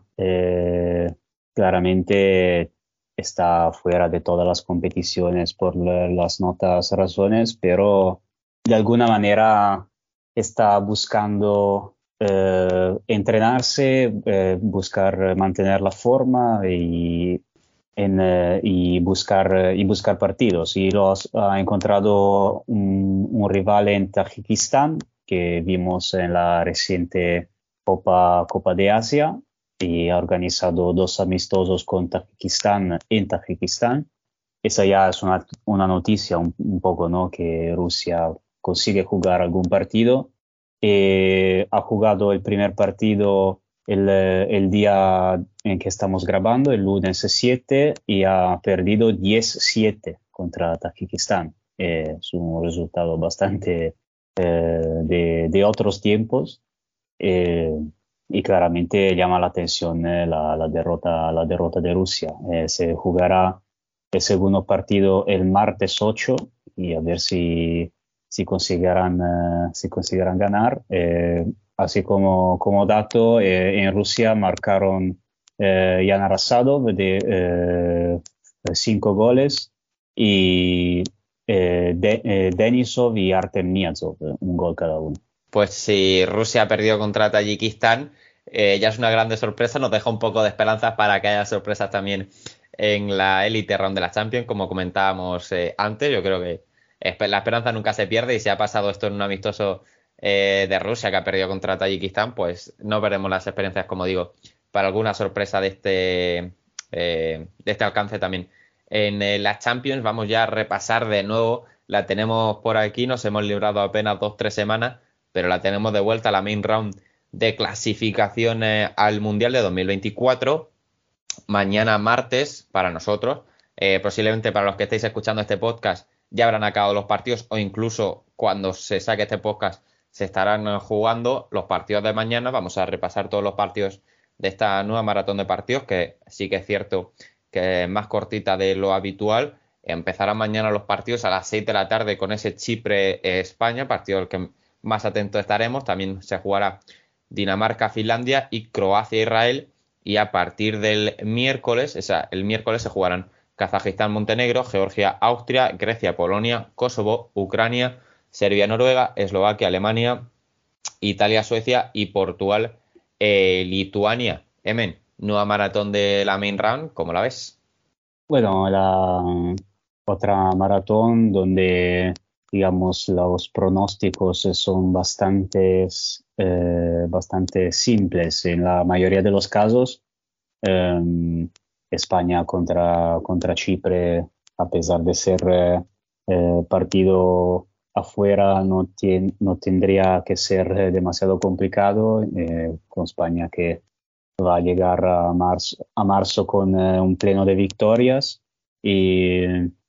eh, claramente está fuera de todas las competiciones por la- las notas razones, pero de alguna manera está buscando eh, entrenarse, eh, buscar mantener la forma y, en, eh, y, buscar, eh, y buscar partidos. Y los, ha encontrado un, un rival en Tajikistán que vimos en la reciente Copa, Copa de Asia, y ha organizado dos amistosos con Tajikistán en Tajikistán. Esa ya es una, una noticia un, un poco, ¿no? Que Rusia consigue jugar algún partido. Eh, ha jugado el primer partido el, el día en que estamos grabando, el lunes siete, y ha perdido diez siete contra Tayikistán. Eh, es un resultado bastante eh, de, de otros tiempos. Eh, y claramente llama la atención eh, la, la, derrota, la derrota de Rusia. Eh, se jugará el segundo partido el martes ocho y a ver si, si, conseguirán, eh, si conseguirán ganar. Eh, así como, como dato, eh, en Rusia marcaron eh, Yana Rasadov de eh, cinco goles y eh, de, eh, Denisov y Artem Niazov, un gol cada uno. Pues si Rusia perdió contra Tayikistán, eh, ya es una grande sorpresa, nos deja un poco de esperanzas para que haya sorpresas también en la Elite Round de la Champions, como comentábamos eh, antes. Yo creo que la esperanza nunca se pierde y si ha pasado esto en un amistoso eh, de Rusia que ha perdido contra Tayikistán, pues no veremos las experiencias, como digo, para alguna sorpresa de este, eh, de este alcance también. En eh, la Champions vamos ya a repasar de nuevo, la tenemos por aquí, nos hemos librado apenas dos o tres semanas, pero la tenemos de vuelta a la main round de clasificación eh, al Mundial de dos mil veinticuatro. Mañana martes para nosotros, eh, posiblemente para los que estéis escuchando este podcast ya habrán acabado los partidos o incluso cuando se saque este podcast se estarán jugando los partidos de mañana. Vamos a repasar todos los partidos de esta nueva maratón de partidos, que sí que es cierto que es más cortita de lo habitual. Empezarán mañana los partidos a las seis de la tarde con ese Chipre-España, partido al que más atentos estaremos. También se jugará Dinamarca-Finlandia y Croacia-Israel. Y a partir del miércoles, o sea, el miércoles se jugarán Kazajistán-Montenegro, Georgia-Austria, Grecia-Polonia, Kosovo, Ucrania, Serbia-Noruega, Eslovaquia-Alemania, Italia-Suecia y Portugal-Lituania. Eh, Emen, nueva maratón de la main round, ¿cómo la ves? Bueno, la otra maratón donde, digamos, los pronósticos son bastante, eh, bastante simples en la mayoría de los casos. Eh, España contra, contra Chipre, a pesar de ser eh, partido afuera, no, tien, no tendría que ser demasiado complicado, eh, con España que va a llegar a marzo, a marzo con eh, un pleno de victorias. Y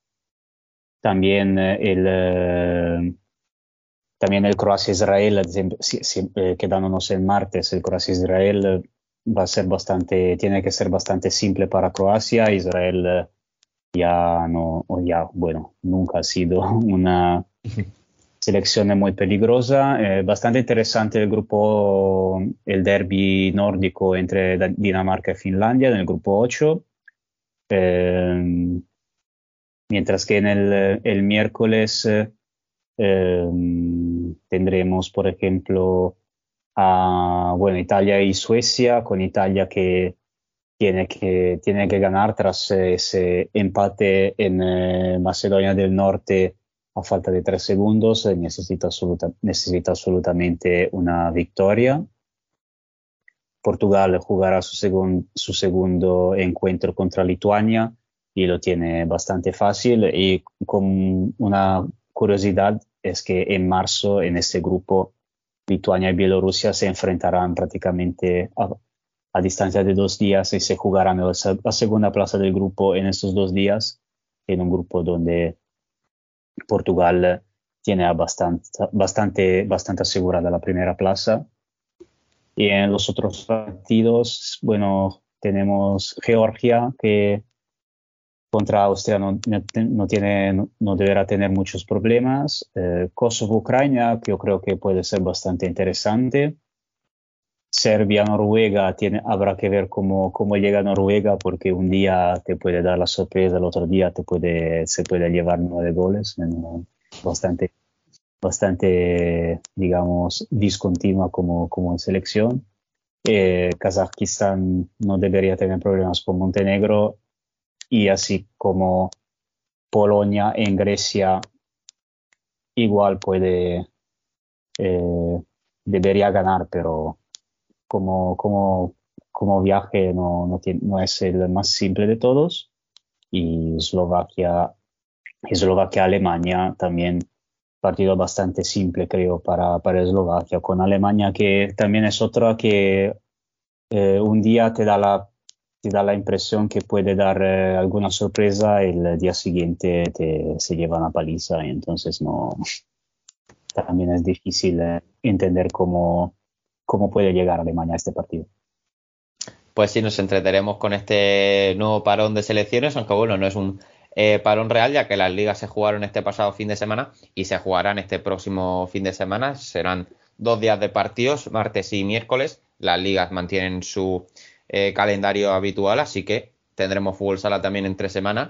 también el, eh, también el Croacia-Israel, si, si, eh, quedándonos el martes, el Croacia-Israel va a ser bastante, tiene que ser bastante simple para Croacia. Israel eh, ya no, o ya, bueno, nunca ha sido una selección muy peligrosa. Eh, bastante interesante el grupo, el derbi nórdico entre Dinamarca y Finlandia en el grupo ocho. Eh, mientras que en el, el miércoles eh, eh, tendremos, por ejemplo, a bueno, Italia y Suecia, con Italia que tiene que, tiene que ganar tras ese empate en eh, Macedonia del Norte a falta de tres segundos. Necesita, absoluta, necesita absolutamente una victoria. Portugal jugará su, segun, su segundo encuentro contra Lituania y lo tiene bastante fácil. Y con una curiosidad es que en marzo en este grupo Lituania y Bielorrusia se enfrentarán prácticamente a, a distancia de dos días y se jugarán la, la segunda plaza del grupo en estos dos días, en un grupo donde Portugal tiene bastante, bastante, bastante asegurada la primera plaza. Y en los otros partidos, bueno, tenemos Georgia, que contra Austria no, no, tiene, no, no deberá tener muchos problemas. Eh, Kosovo-Ucrania, que yo creo que puede ser bastante interesante. Serbia-Noruega, tiene, habrá que ver cómo, cómo llega Noruega, porque un día te puede dar la sorpresa, el otro día te puede, se puede llevar nueve goles. En, bastante, bastante, digamos, discontinua como, como selección. Eh, Kazajistán no debería tener problemas con Montenegro. Y así como Polonia en Grecia igual puede, eh, debería ganar, pero como, como, como viaje no, no, tiene, no es el más simple de todos. Y Eslovaquia, Eslovaquia, Alemania también partido bastante simple, creo, para, para Eslovaquia, con Alemania, que también es otra que eh, un día te da la, te da la impresión que puede dar eh, alguna sorpresa, el día siguiente te, se lleva una paliza y entonces no, también es difícil eh, entender cómo, cómo puede llegar Alemania a este partido. Pues sí, nos entretenemos con este nuevo parón de selecciones, aunque bueno, no es un eh, parón real, ya que las ligas se jugaron este pasado fin de semana y se jugarán este próximo fin de semana. Serán dos días de partidos, martes y miércoles. Las ligas mantienen su eh, calendario habitual, así que tendremos fútbol sala también entre semanas.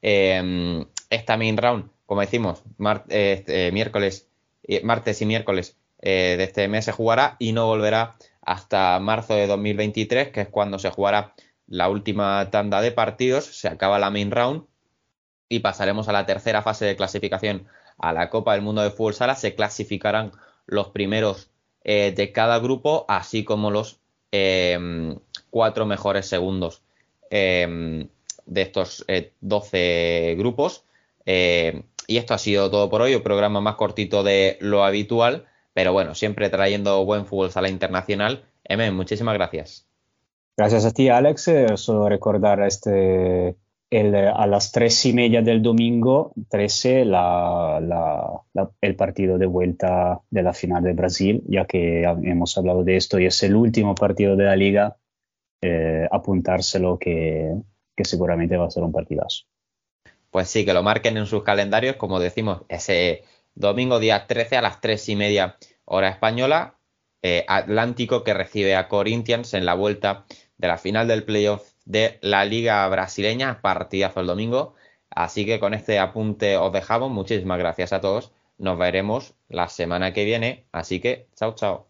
Eh, esta main round, como decimos, mar- eh, eh, miércoles, eh, martes y miércoles eh, de este mes se jugará y no volverá hasta marzo de dos mil veintitrés, que es cuando se jugará la última tanda de partidos. Se acaba la main round y pasaremos a la tercera fase de clasificación a la Copa del Mundo de Fútbol Sala. Se clasificarán los primeros eh, de cada grupo, así como los eh, cuatro mejores segundos eh, de estos eh, doce grupos. Eh, y esto ha sido todo por hoy, un programa más cortito de lo habitual, pero bueno, siempre trayendo buen fútbol sala internacional. Emen, muchísimas gracias. Gracias a ti, Alex. Eh, solo recordar este, el, a las tres y media del domingo trece la, la, la, el partido de vuelta de la final de Brasil, ya que hemos hablado de esto y es el último partido de la liga. Eh, apuntárselo que, que seguramente va a ser un partidazo. Pues sí, que lo marquen en sus calendarios, como decimos, ese domingo día trece a las tres y media hora española, eh, Atlántico, que recibe a Corinthians en la vuelta de la final del playoff de la Liga Brasileña. Partidazo el domingo. Así que con este apunte os dejamos. Muchísimas gracias a todos. Nos veremos la semana que viene. Así que chao, chao.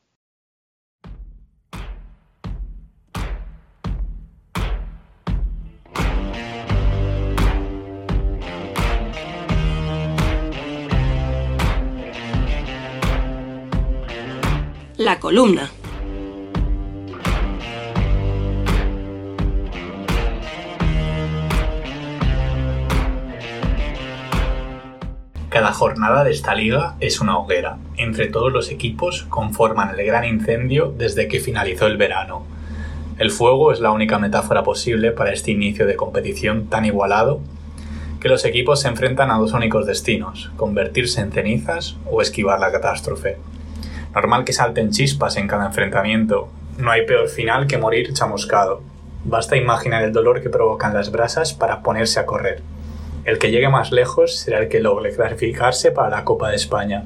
La columna. Cada jornada de esta liga es una hoguera. Entre todos los equipos conforman el gran incendio desde que finalizó el verano. El fuego es la única metáfora posible para este inicio de competición tan igualado que los equipos se enfrentan a dos únicos destinos: convertirse en cenizas o esquivar la catástrofe. Normal que salten chispas en cada enfrentamiento. No hay peor final que morir chamuscado. Basta imaginar el dolor que provocan las brasas para ponerse a correr. El que llegue más lejos será el que logre clasificarse para la Copa de España.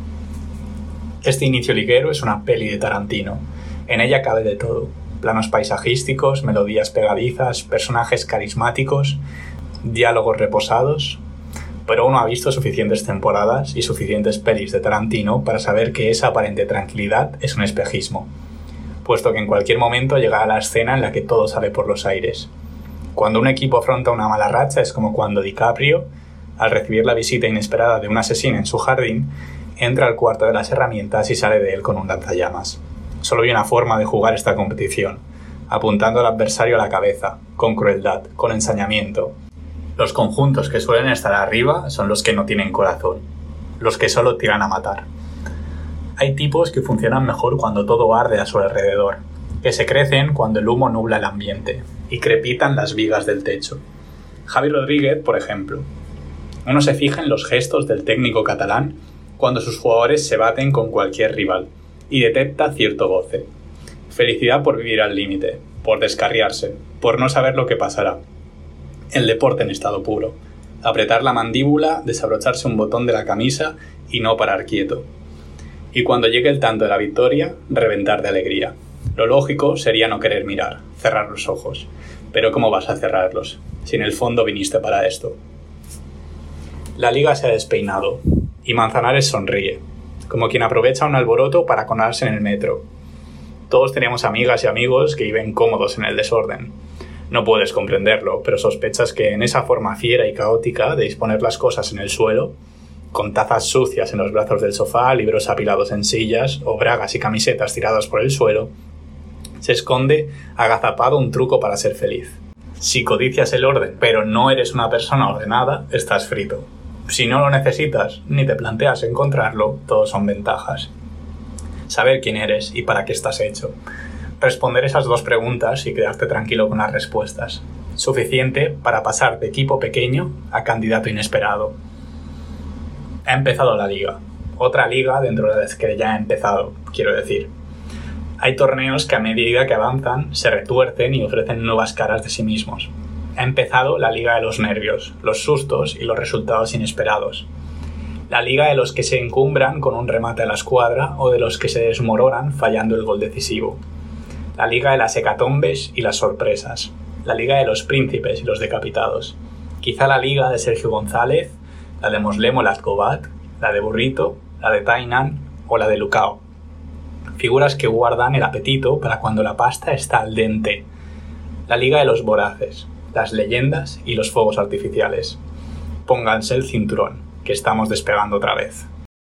Este inicio liguero es una peli de Tarantino. En ella cabe de todo: planos paisajísticos, melodías pegadizas, personajes carismáticos, diálogos reposados. Pero uno ha visto suficientes temporadas y suficientes pelis de Tarantino para saber que esa aparente tranquilidad es un espejismo, puesto que en cualquier momento llegará la escena en la que todo sale por los aires. Cuando un equipo afronta una mala racha es como cuando DiCaprio, al recibir la visita inesperada de un asesino en su jardín, entra al cuarto de las herramientas y sale de él con un lanzallamas. Solo hay una forma de jugar esta competición: apuntando al adversario a la cabeza, con crueldad, con ensañamiento. Los conjuntos que suelen estar arriba son los que no tienen corazón, los que solo tiran a matar. Hay tipos que funcionan mejor cuando todo arde a su alrededor, que se crecen cuando el humo nubla el ambiente y crepitan las vigas del techo. Javi Rodríguez, por ejemplo. Uno se fija en los gestos del técnico catalán cuando sus jugadores se baten con cualquier rival y detecta cierto goce. Felicidad por vivir al límite, por descarriarse, por no saber lo que pasará. El deporte en estado puro. Apretar la mandíbula, desabrocharse un botón de la camisa y no parar quieto. Y cuando llegue el tanto de la victoria, reventar de alegría. Lo lógico sería no querer mirar, cerrar los ojos. Pero ¿cómo vas a cerrarlos, si en el fondo viniste para esto? La liga se ha despeinado, y Manzanares sonríe, como quien aprovecha un alboroto para colarse en el metro. Todos tenemos amigas y amigos que viven cómodos en el desorden. No puedes comprenderlo, pero sospechas que en esa forma fiera y caótica de disponer las cosas en el suelo, con tazas sucias en los brazos del sofá, libros apilados en sillas o bragas y camisetas tiradas por el suelo, se esconde agazapado un truco para ser feliz. Si codicias el orden, pero no eres una persona ordenada, estás frito. Si no lo necesitas ni te planteas encontrarlo, todo son ventajas. Saber quién eres y para qué estás hecho. Responder esas dos preguntas y quedarte tranquilo con las respuestas. Suficiente para pasar de equipo pequeño a candidato inesperado. Ha empezado la liga. Otra liga dentro de las que ya ha empezado, quiero decir. Hay torneos que a medida que avanzan se retuercen y ofrecen nuevas caras de sí mismos. Ha empezado la liga de los nervios, los sustos y los resultados inesperados. La liga de los que se encumbran con un remate a la escuadra o de los que se desmoronan fallando el gol decisivo. La liga de las hecatombes y las sorpresas. La liga de los príncipes y los decapitados. Quizá la liga de Sergio González, la de Moslemo Latkovat, la de Burrito, la de Tainan o la de Lucao. Figuras que guardan el apetito para cuando la pasta está al dente. La liga de los voraces, las leyendas y los fuegos artificiales. Pónganse el cinturón, que estamos despegando otra vez.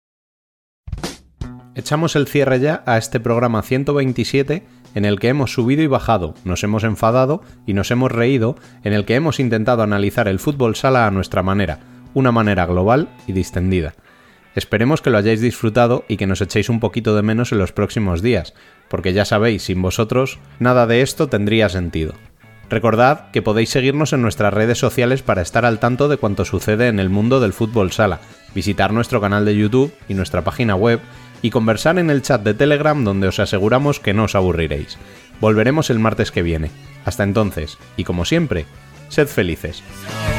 Echamos el cierre ya a este programa ciento veintisiete en el que hemos subido y bajado, nos hemos enfadado y nos hemos reído, en el que hemos intentado analizar el fútbol sala a nuestra manera, una manera global y distendida. Esperemos que lo hayáis disfrutado y que nos echéis un poquito de menos en los próximos días, porque ya sabéis, sin vosotros, nada de esto tendría sentido. Recordad que podéis seguirnos en nuestras redes sociales para estar al tanto de cuanto sucede en el mundo del fútbol sala, visitar nuestro canal de YouTube y nuestra página web, y conversar en el chat de Telegram donde os aseguramos que no os aburriréis. Volveremos el martes que viene. Hasta entonces, y como siempre, sed felices.